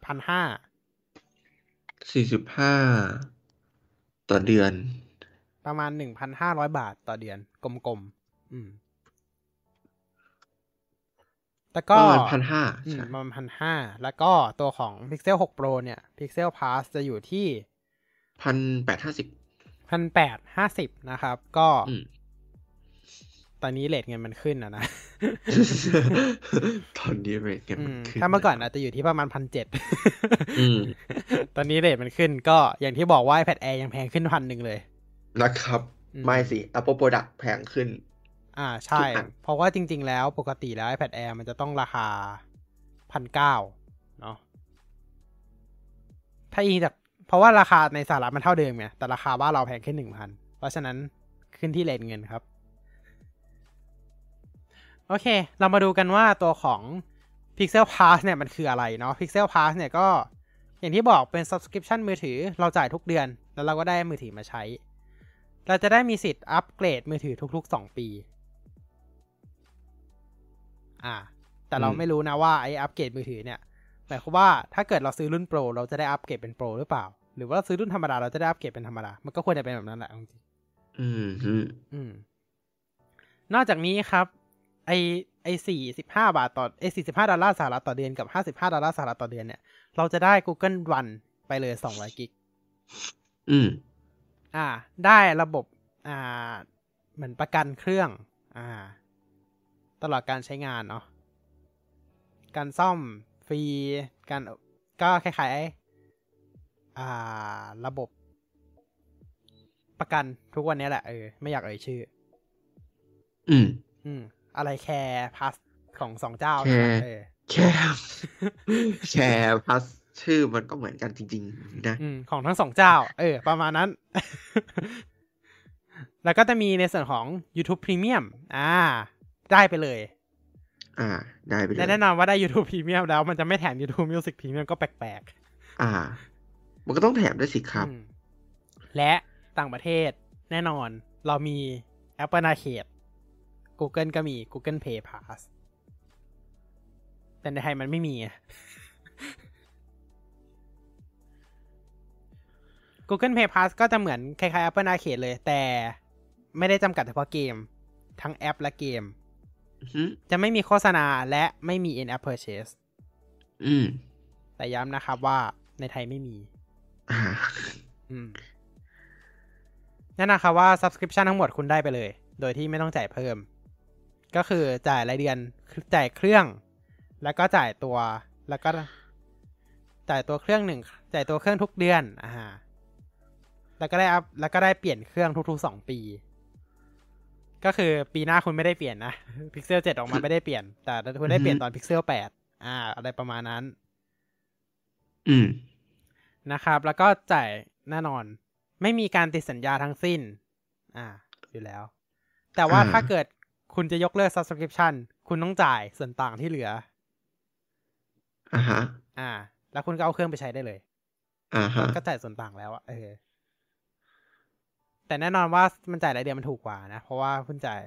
1,500 ต่อเดือนประมาณ 1,500 บาทต่อเดือนกลมๆแต่ก็ประมาณ 1,500 ใช่ประมาณ 1,500 แล้วก็ตัวของ Pixel 6 Pro เนี่ย Pixel Plus จะอยู่ที่ 1,850 นะครับก็ตอนนี้เรทเงินมันขึ้นนะตอนนี้เรทเงินมันขึ้นถ้าเมื่อก่อนอาจจะอยู่ที่ประมาณ 1,700 ตอนนี้เรทมันขึ้นก็อย่างที่บอกว่า iPad Air ยังแพงขึ้น1,000เลยนะครับไม่สิ Apple Product แพงขึ้นใช่เพราะว่าจริงๆแล้วปกติแล้ว iPad Air มันจะต้องราคา 1,900 เนาะถ้าอีกจากเพราะว่าราคาในสหรัฐมันเท่าเดิมไงแต่ราคาบ้านเราแพงขึ้น 1,000 เพราะฉะนั้นขึ้นที่เรทเงินครับโอเคเรามาดูกันว่าตัวของ Pixel Pass เนี่ยมันคืออะไรเนาะ Pixel Pass เนี่ยก็อย่างที่บอกเป็น subscription มือถือเราจ่ายทุกเดือนแล้วเราก็ได้มือถือมาใช้เราจะได้มีสิทธิ์อัปเกรดมือถือทุกๆ2 ปีแต่เราไม่รู้นะว่าไอ้อัปเกรดมือถือเนี่ยหมายความว่าถ้าเกิดเราซื้อรุ่นโปรเราจะได้อัปเกรดเป็นโปรหรือเปล่าหรือว่าซื้อรุ่นธรรมดาเราจะได้อัปเกรดเป็นธรรมดามันก็ควรจะเป็นแบบนั้นแหละจริงนอกจากนี้ครับไอ้$45ต่อ$45สหรัฐต่อเดือนกับ$55สหรัฐต่อเดือนเนี่ยเราจะได้ Google One ไปเลย200 กิกได้ระบบเหมือนประกันเครื่องตลอดการใช้งานเนาะการซ่อมฟรีการก็คล้ายๆระบบประกันทุกวันนี้แหละไม่อยากชื่ออะไรแคร์พลัสของ2เจ้าแคร์พลัสชื่อมันก็เหมือนกันจริงๆนะของทั้ง2เจ้าประมาณนั้น แล้วก็จะมีในส่วนของ YouTube Premium ได้ไปเลยได้ไปเลยแน่นอนว่าได้ YouTube Premium แล้วมันจะไม่แถม YouTube Music Premium ก็แปลกๆมันก็ต้องแถมด้วยสิครับและต่างประเทศแน่นอนเรามี Apple Arcade Google ก็มี Google Play Pass แต่ในไทยมันไม่มี Google Play Pass ก็จะเหมือนคล้ายๆ Apple Arcade เลยแต่ไม่ได้จำกัดเฉพาะเกมทั้งแอปและเกมจะไม่มีโฆษณาและไม่มี in-app purchase แต่ย้ำนะครับว่าในไทยไม่มีนั่นนะครับว่า subscription ทั้งหมดคุณได้ไปเลยโดยที่ไม่ต้องจ่ายเพิ่มก็คือจ่ายรายเดือนจ่ายเครื่องแล้วก็จ่ายตัวแล้วก็จ่ายตัวเครื่องจ่ายตัวเครื่องทุกเดือนแล้วก็ได้เปลี่ยนเครื่องทุกๆ2 ปีก็คือปีหน้าคุณไม่ได้เปลี่ยนนะ Pixel 7 ออกมาไม่ได้เปลี่ยนแต่คุณได้เปลี่ยนตอน Pixel 8อะไรประมาณนั้นนะครับแล้วก็จ่ายแน่นอนไม่มีการติดสัญญาทั้งสิ้นอยู่แล้วแต่ว่าถ้าเกิดคุณจะยกเลิก subscription คุณต้องจ่ายส่วนต่างที่เหลือแล้วคุณก็เอาเครื่องไปใช้ได้เลยก็จ่ายส่วนต่างแล้วแต่แน่นอนว่ามันจ่ายรายเดือนมันถูกกว่านะเพราะว่าคุณจ่าย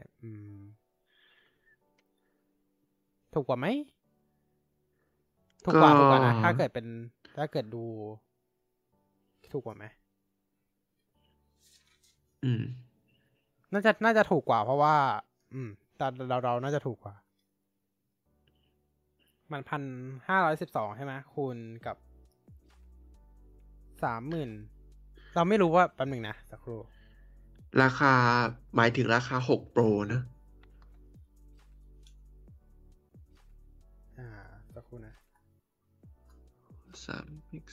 ถูกกว่าไหมถูกกว่านะถ้าเกิดดูถูกกว่าไหมน่าจะถูกกว่าเพราะว่าแต่เราน่าจะถูกกว่ามัน1,512ใช่ไหมคูณกับ30,000เราไม่รู้ว่าแป๊บนึงนะสักครู่ราคาหมายถึงราคา6 Pro นะสักครู่นะ 3X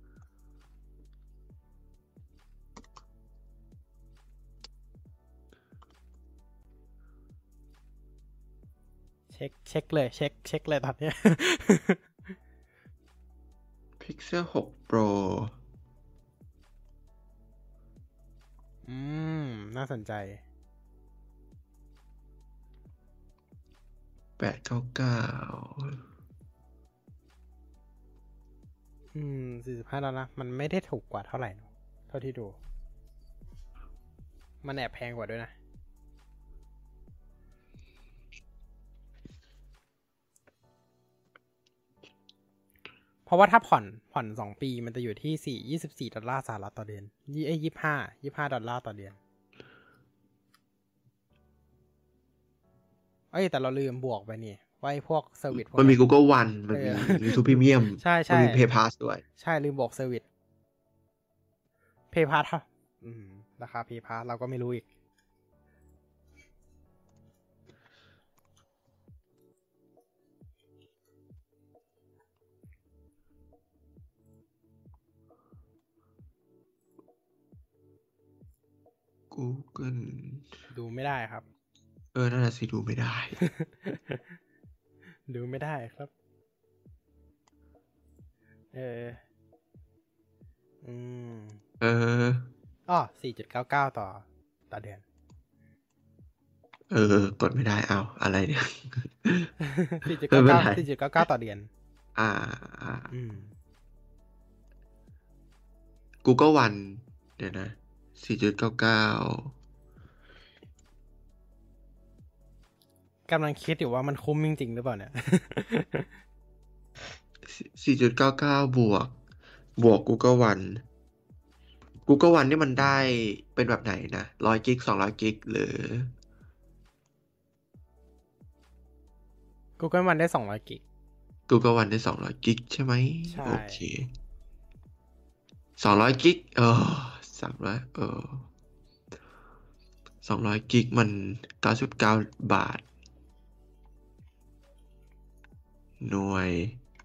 เช็คเลยเช็คเลยตอนนี้ Pixel 6 Pro น่าสนใจ$45มันไม่ได้ถูกกว่าเท่าไหร่เท่าที่ดูมันแอบแพงกว่าด้วยนะเพราะว่าถ้าผ่อน2 ปีมันจะอยู่ที่$24ต่อเดือน$25 ต่อเดือนแต่เราลืมบวกไปนี่ว่าพวกเซอร์วิสมันมี Google One มันมี YouTube Premium ใช่มันมี Play Pass ด้วยใช่ลืมบวกเซอร์วิส Play Pass ราคา Play Pass เราก็ไม่รู้อีก Google ดูไม่ได้ครับนั่นแหละสิดูไม่ได้ดูไม่ได้ครับ4.99ต่อเดือนกดไม่ได้อะไรเนี่ย 4.99ต่อเดือน Google One เดี๋ยวนะ4.99 กำลังคิดอยู่ว่ามันคุ้มจริงๆหรือเปล่าเนี่ย 4.99 บวก Google Oneนี่มันได้เป็นแบบไหนนะ100 กิก200 กิกหรือ Google One ได้200 กิก Google One ได้200 กิกใช่ไหมใช่โอเค200 กิก300 200 กิกมัน99 บาทหน่วย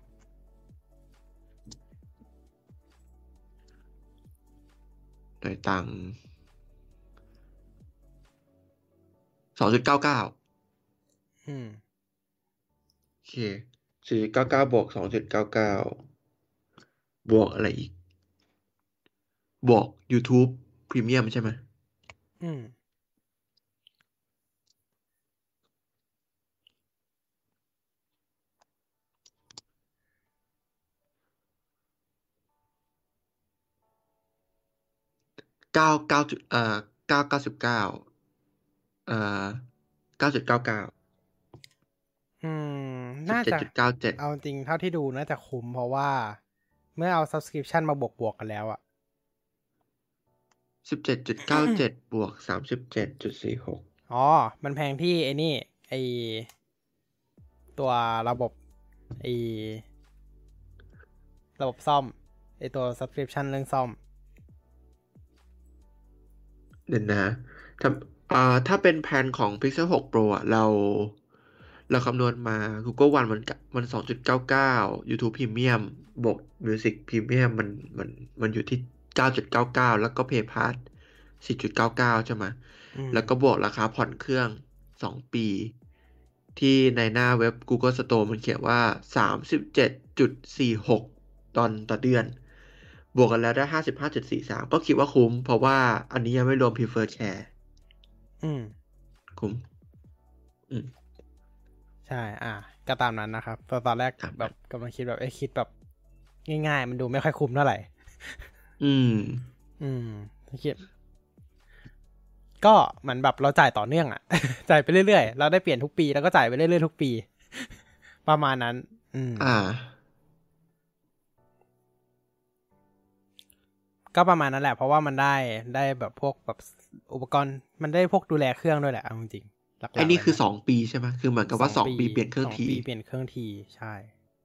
ตังค์2.99โอเค4.99 บวก 2.99 บวกอะไรอีกบวก YouTube Premium ใช่ไหม 9999.99 น่าจะ 17.97 เอาจริงเท่าที่ดูน่าจะคุ้มเพราะว่าเมื่อเอา subscription มาบวกกันแล้วอะ 17.97 บวก 37.46 อ๋อมันแพงที่ไอ้นี่ไอตัวระบบไอระบบซ่อมไอตัว subscription เรื่องซ่อมเดี๋ยวนะถ้าเป็นแผนของ Pixel 6 Pro อ่ะเราคำนวณมา Google One มัน 2.99 YouTube Premium บวก Music Premium มันอยู่ที่ 9.99 แล้วก็ Play Pass 4.99 ใช่ไหมแล้วก็บวกราคาผ่อนเครื่อง 2 ปี ที่ในหน้าเว็บ Google Store มันเขียนว่า 37.46 ต่อเดือน บวกกันแล้วได้ 55.43 ก็คิดว่าคุ้ม เพราะว่าอันนี้ยังไม่รวม Preferred Share คุ้มใช่ก็ตามนั้นนะครับตอนแรกแบบกำลังคิดแบบคิดแบบง่ายๆมันดูไม่ค่อยคุ้มเท่าไหร่คิดก็เหมือนแบบเราจ่ายต่อเนื่องอ่ะ จ่ายไปเรื่อยๆเราได้เปลี่ยนทุกปีแล้วก็จ่ายไปเรื่อยๆทุกปี ประมาณนั้นก็ประมาณนั้นแหละเพราะว่ามันได้แบบพวกแบบอุปกรณ์มันได้พวกดูแลเครื่องด้วยแหละจริงๆไอ้นี่คือ2 ปีใช่ไหมคือเหมือนกับว่า2 ปีเปลี่ยนเครื่องที 2 ปีเปลี่ยนเครื่องทีใช่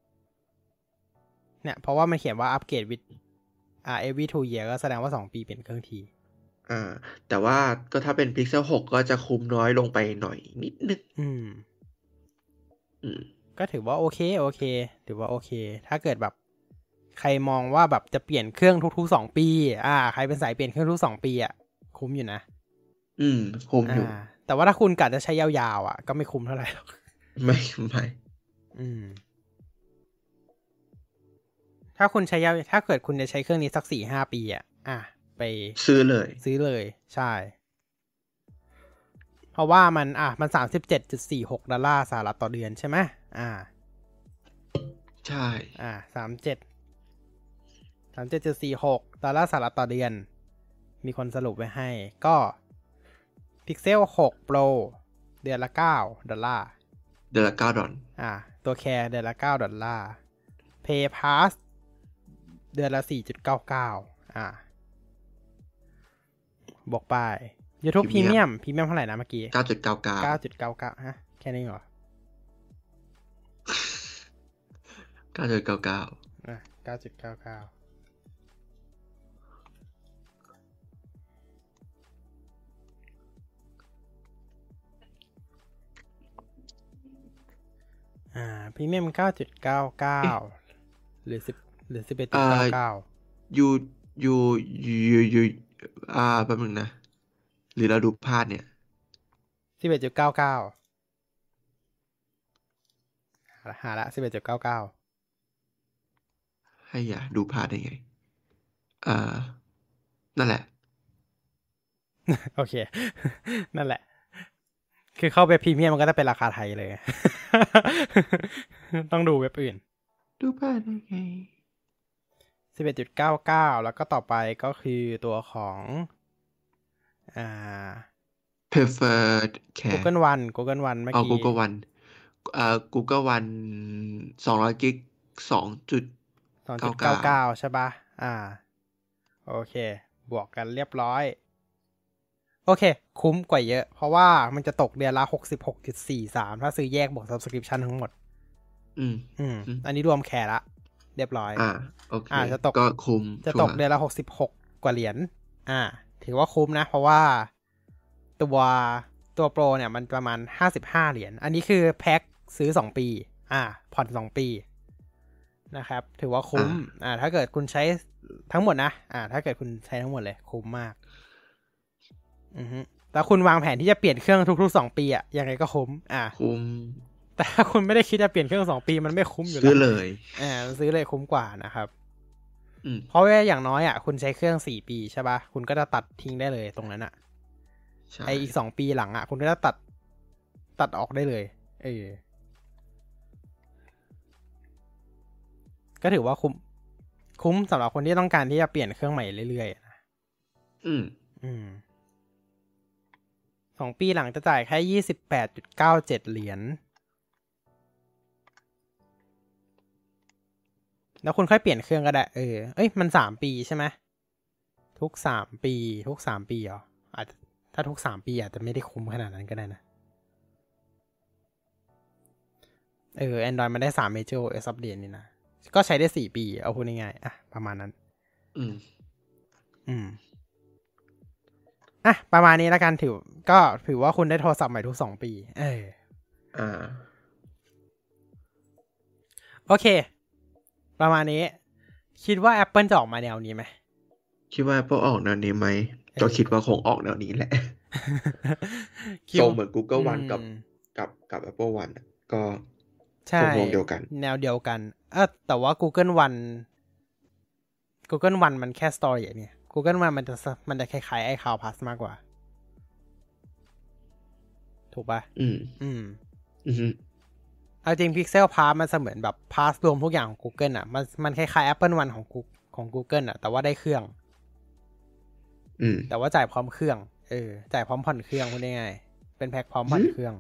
เนี่ยเพราะว่ามันเขียนว่าอัปเกรด with every 2 year ก็แสดงว่า2 ปีเปลี่ยนเครื่องทีแต่ว่าก็ถ้าเป็น Pixel 6 ก็จะคุ้มน้อยลงไปหน่อยนิดนึงก็ถือว่าโอเคถือว่าโอเคถ้าเกิดแบบใครมองว่าแบบจะเปลี่ยนเครื่องทุกๆ2 ปีใครเป็นสายเปลี่ยนเครื่องทุก2 ปีคุ้มอยู่นะคุ้มอยู่แต่ว่าถ้าคุณกะจะใช้ยาวๆก็ไม่คุ้มเท่าไหร่หรอกไม่ถ้าคุณใช้ถ้าเกิดคุณจะใช้เครื่องนี้สัก 4-5 ปีไปซื้อเลยใช่เพราะว่ามัน$37.46ต่อเดือนใช่ไหมใช่ 37.46ต่อเดือนมีคนสรุปไว้ให้ก็ Pixel 6 Pro เดือนละ$9 เดือนละ$9 ตัวแคร์เดือนละ$9 Play Pass เดือนละ$4.99บวกไป YouTube Premium เท่าไหร่นะเมื่อกี้9.99ฮะแค่นี้เหรอ9.99พรีเมียม 9.99 หรือ11.99 อยู่แป๊บนึงนะหรือเราดูพลาดเนี่ย 11.99 หาละ 11.99 ให้อย่าดูพลาดได้ไงนั่นแหละโอเค นั่นแหละคือเข้าไปพรีเมียมมันก็จะเป็นราคาไทยเลย ต้องดูเว็บอื่นดูพลาดได้ไง 11.99 แล้วก็ต่อไปก็คือตัวของ preferred care Google One เมื่อกี้ Google One Google One 200 กิก 2.99 ใช่ป่ะโอเคบวกกันเรียบร้อยโอเคคุ้มกว่าเยอะเพราะว่ามันจะตกเดือนละ 66.43 ถ้าซื้อแยกบวก subscription ทั้งหมดอันนี้รวมแคร์ละเรียบร้อยโอเคจะตกก็คุ้มจะตกเดือนละ66กว่าเหรียญถือว่าคุ้มนะเพราะว่าตัวโปรเนี่ยมันประมาณ55เหรียญอันนี้คือแพ็คซื้อ2ปีผ่อน2ปีนะครับถือว่าคุ้มถ้าเกิดคุณใช้ทั้งหมดนะถ้าเกิดคุณใช้ทั้งหมดเลยคุ้มมากแต่คุณวางแผนที่จะเปลี่ยนเครื่องทุกๆ2ปียังไงก็คุ้มคุ้มแต่ถ้าคุณไม่ได้คิดจะเปลี่ยนเครื่อง2ปีมันไม่คุ้มอยู่แล้วซื้อเลยซื้อเลยคุ้มกว่านะครับเพราะว่าอย่างน้อยคุณใช้เครื่อง4ปีใช่ป่ะคุณก็จะตัดทิ้งได้เลยตรงนั้นไออีก2ปีหลังคุณก็จะตัดออกได้เลยก็ถือว่าคุ้มสำหรับคนที่ต้องการที่จะเปลี่ยนเครื่องใหม่เรื่อยๆนะ 2 ปีหลังจะจ่ายแค่ 28.97 เหรียญแล้วคุณค่อยเปลี่ยนเครื่องก็ได้มัน3 ปีใช่ไหมทุก3 ปีเหรออาจถ้าทุก3 ปีอาจจะไม่ได้คุ้มขนาดนั้นก็ได้นะAndroid มันได้3 Major OS Update นี่นะก็ใช้ได้4 ปีเอาพูดง่ายๆประมาณนั้นประมาณนี้แล้วกันถือว่าคุณได้โทรศัพท์ใหม่ทุก2 ปีโอเคประมาณนี้คิดว่า Apple จะออกมาแนวนี้ไหมคิดว่า Apple ออกแนวนี้ไหมก็คิดว่าคงออกแนวนี้แหละทรงเหมือน Google One กับ Apple One ก็ทรงเดียวกันแนวเดียวกันแต่ว่า Google One มันแค่ Storage เนี่ย Google One มันจะคล้ายๆ iCloud Plus มากกว่าถูกป่ะเอาจริง Pixel Pass มันเสมือนแบบ Pass รวมทุกอย่างของ Google มันคล้ายๆ Apple One ของ Google แต่ว่าได้เครื่องแต่ว่าจ่ายพร้อมเครื่องจ่ายพร้อมผ่อนเครื่องพูดง่ายๆเป็นแพ็คพร้อมผ่อนเครื่อง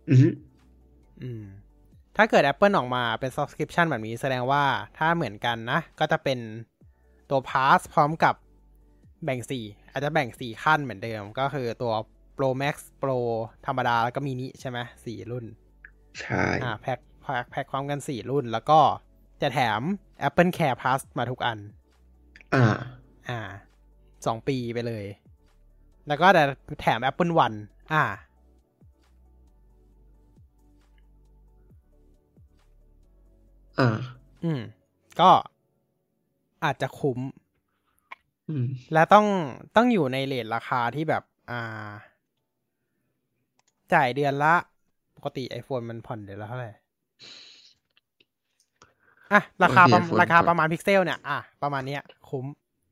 ถ้าเกิด Apple ออกมาเป็น Subscription แบบนี้แสดงว่าถ้าเหมือนกันนะก็จะเป็นตัว Pass พร้อมกับแบ่ง4อาจจะแบ่ง4ขั้นเหมือนเดิมก็คือตัว Pro Max Pro ธรรมดาแล้วก็มินิใช่ไหม4 รุ่นใช่แพ็คพร้อมกัน4 รุ่นแล้วก็จะแถม Apple Care Plus มาทุกอัน2 ปีไปเลยแล้วก็จะแถม Apple One ก็อาจจะคุ้มและต้องอยู่ในเรทราคาที่แบบจ่ายเดือนละปกติ iPhone มันผ่อนเดือนละเท่าไหร่ราคาประมาณ Pixel เนี่ยประมาณเนี้ยคุ้ม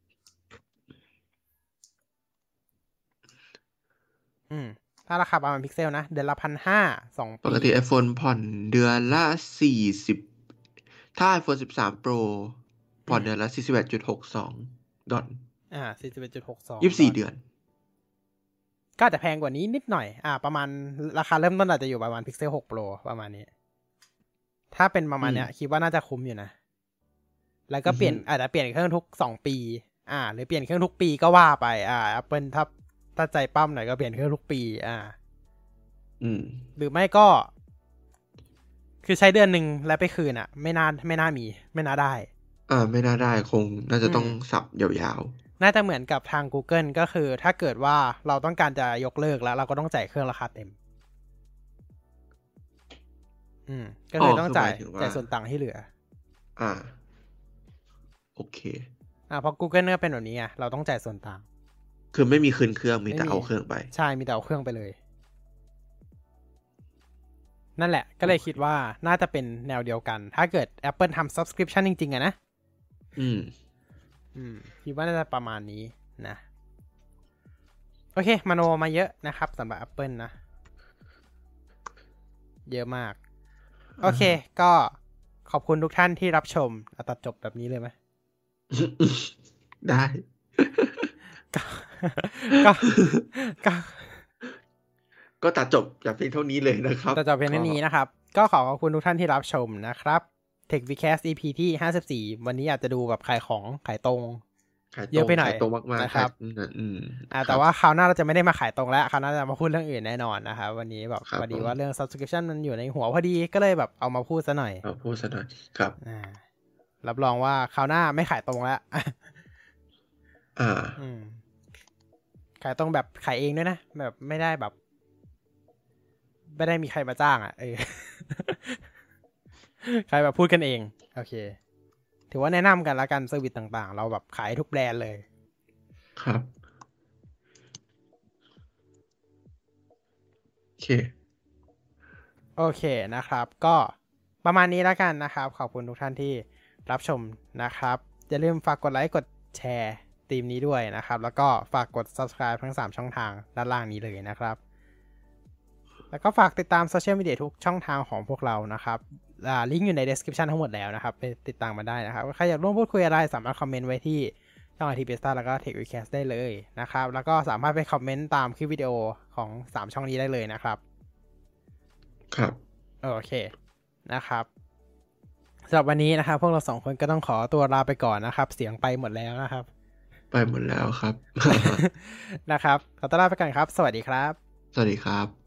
ถ้าราคาประมาณ Pixel นะเดือนละ 1,500 2 ปีปกติ iPhone ผ่อนเดือนละ40ถ้า iPhone 13 Pro ผ่อนเดือนละ 41.62 ดอล 41.62 24 เดือนก็อาจจะแพงกว่านี้นิดหน่อยประมาณราคาเริ่มต้นอาจจะอยู่ประมาณ Pixel 6 Pro ประมาณนี้ถ้าเป็นประมาณเนี้ยคิดว่าน่าจะคุ้มอยู่นะแล้วก็อาจจะเปลี่ยนเครื่องทุก2 ปีหรือเปลี่ยนเครื่องทุกปีก็ว่าไปApple ถ้าใจปั้มหน่อยก็เปลี่ยนเครื่องทุกปีหรือไม่ก็คือใช้เดือนนึงแล้วไปคืนไม่น่าได้ไม่น่าได้คงน่าจะต้องสับยาวๆน่าจะเหมือนกับทาง Google ก็คือถ้าเกิดว่าเราต้องการจะยกเลิกแล้วเราก็ต้องจ่ายเครื่องราคาเต็มก็คือต้องจ่ายส่วนต่างที่เหลือโอเคเพราะ Google เนี่ยเป็นแบบนี้ไงเราต้องจ่ายส่วนต่างคือไม่มีคืนเครื่องมีแต่เอาเครื่องไปใช่มีแต่เอาเครื่องไปเลยนั่นแหละก็เลยคิดว่าน่าจะเป็นแนวเดียวกันถ้าเกิด Apple ทำ Subscription จริงๆนะคิดว่าน่าจะประมาณนี้นะโอเคมโนมาเยอะนะครับสำหรับ Apple นะเยอะมากโอเคก็ขอบคุณทุกท่านที่รับชมตัดจบแบบนี้เลยไหมได้ก็ตัดจบจากเพียงเท่านี้เลยนะครับตัดจบเพียงเท่านี้นะครับก็ขอบคุณทุกท่านที่รับชมนะครับ TechVcast EP ที่54วันนี้อาจจะดูแบบขายของขายตรงเยอะไปหน่อยนะครับแต่ว่าคราวหน้าเราจะไม่ได้มาขายตรงแล้วคราวหน้าจะมาพูดเรื่องอื่นแน่นอนนะครับวันนี้แบบพอดีว่าเรื่อง subscription มันอยู่ในหัวพอดีก็เลยแบบเอามาพูดซะหน่อยครับรับรองว่าคราวหน้าไม่ขายตรงแล้วขายตรงแบบขายเองด้วยนะแบบไม่ได้แบบไม่ได้มีใครมาจ้างใครแบบพูดกันเองโอเคถือว่าแนะนำกันละกันเซอร์วิสต่างๆเราแบบขายทุกแบรนด์เลยครับโอเคนะครับก็ประมาณนี้แล้วกันนะครับขอบคุณทุกท่านที่รับชมนะครับอย่าลืมฝากกดไลค์กดแชร์ทีมนี้ด้วยนะครับแล้วก็ฝากกด Subscribe ทั้ง3ช่องทางด้านล่างนี้เลยนะครับแล้วก็ฝากติดตามโซเชียลมีเดียทุกช่องทางของพวกเรานะครับลิงก์อยู่ใน description ทั้งหมดแล้วนะครับไปติดตามมาได้นะครับใครอยากร่วมพูดคุยอะไรสามารถคอมเมนต์ไว้ที่ช่อง IT Beta แล้วก็ Tech Recast ได้เลยนะครับแล้วก็สามารถไปคอมเมนต์ตามคลิปวิดีโอของ3ช่องนี้ได้เลยนะครับครับโอเคนะครับสำหรับวันนี้นะครับพวกเรา2คนก็ต้องขอตัวลาไปก่อนนะครับเสียงไปหมดแล้วนะครับไปหมดแล้วครับนะครับขอตัวลาไปก่อนครับสวัสดีครับสวัสดีครับ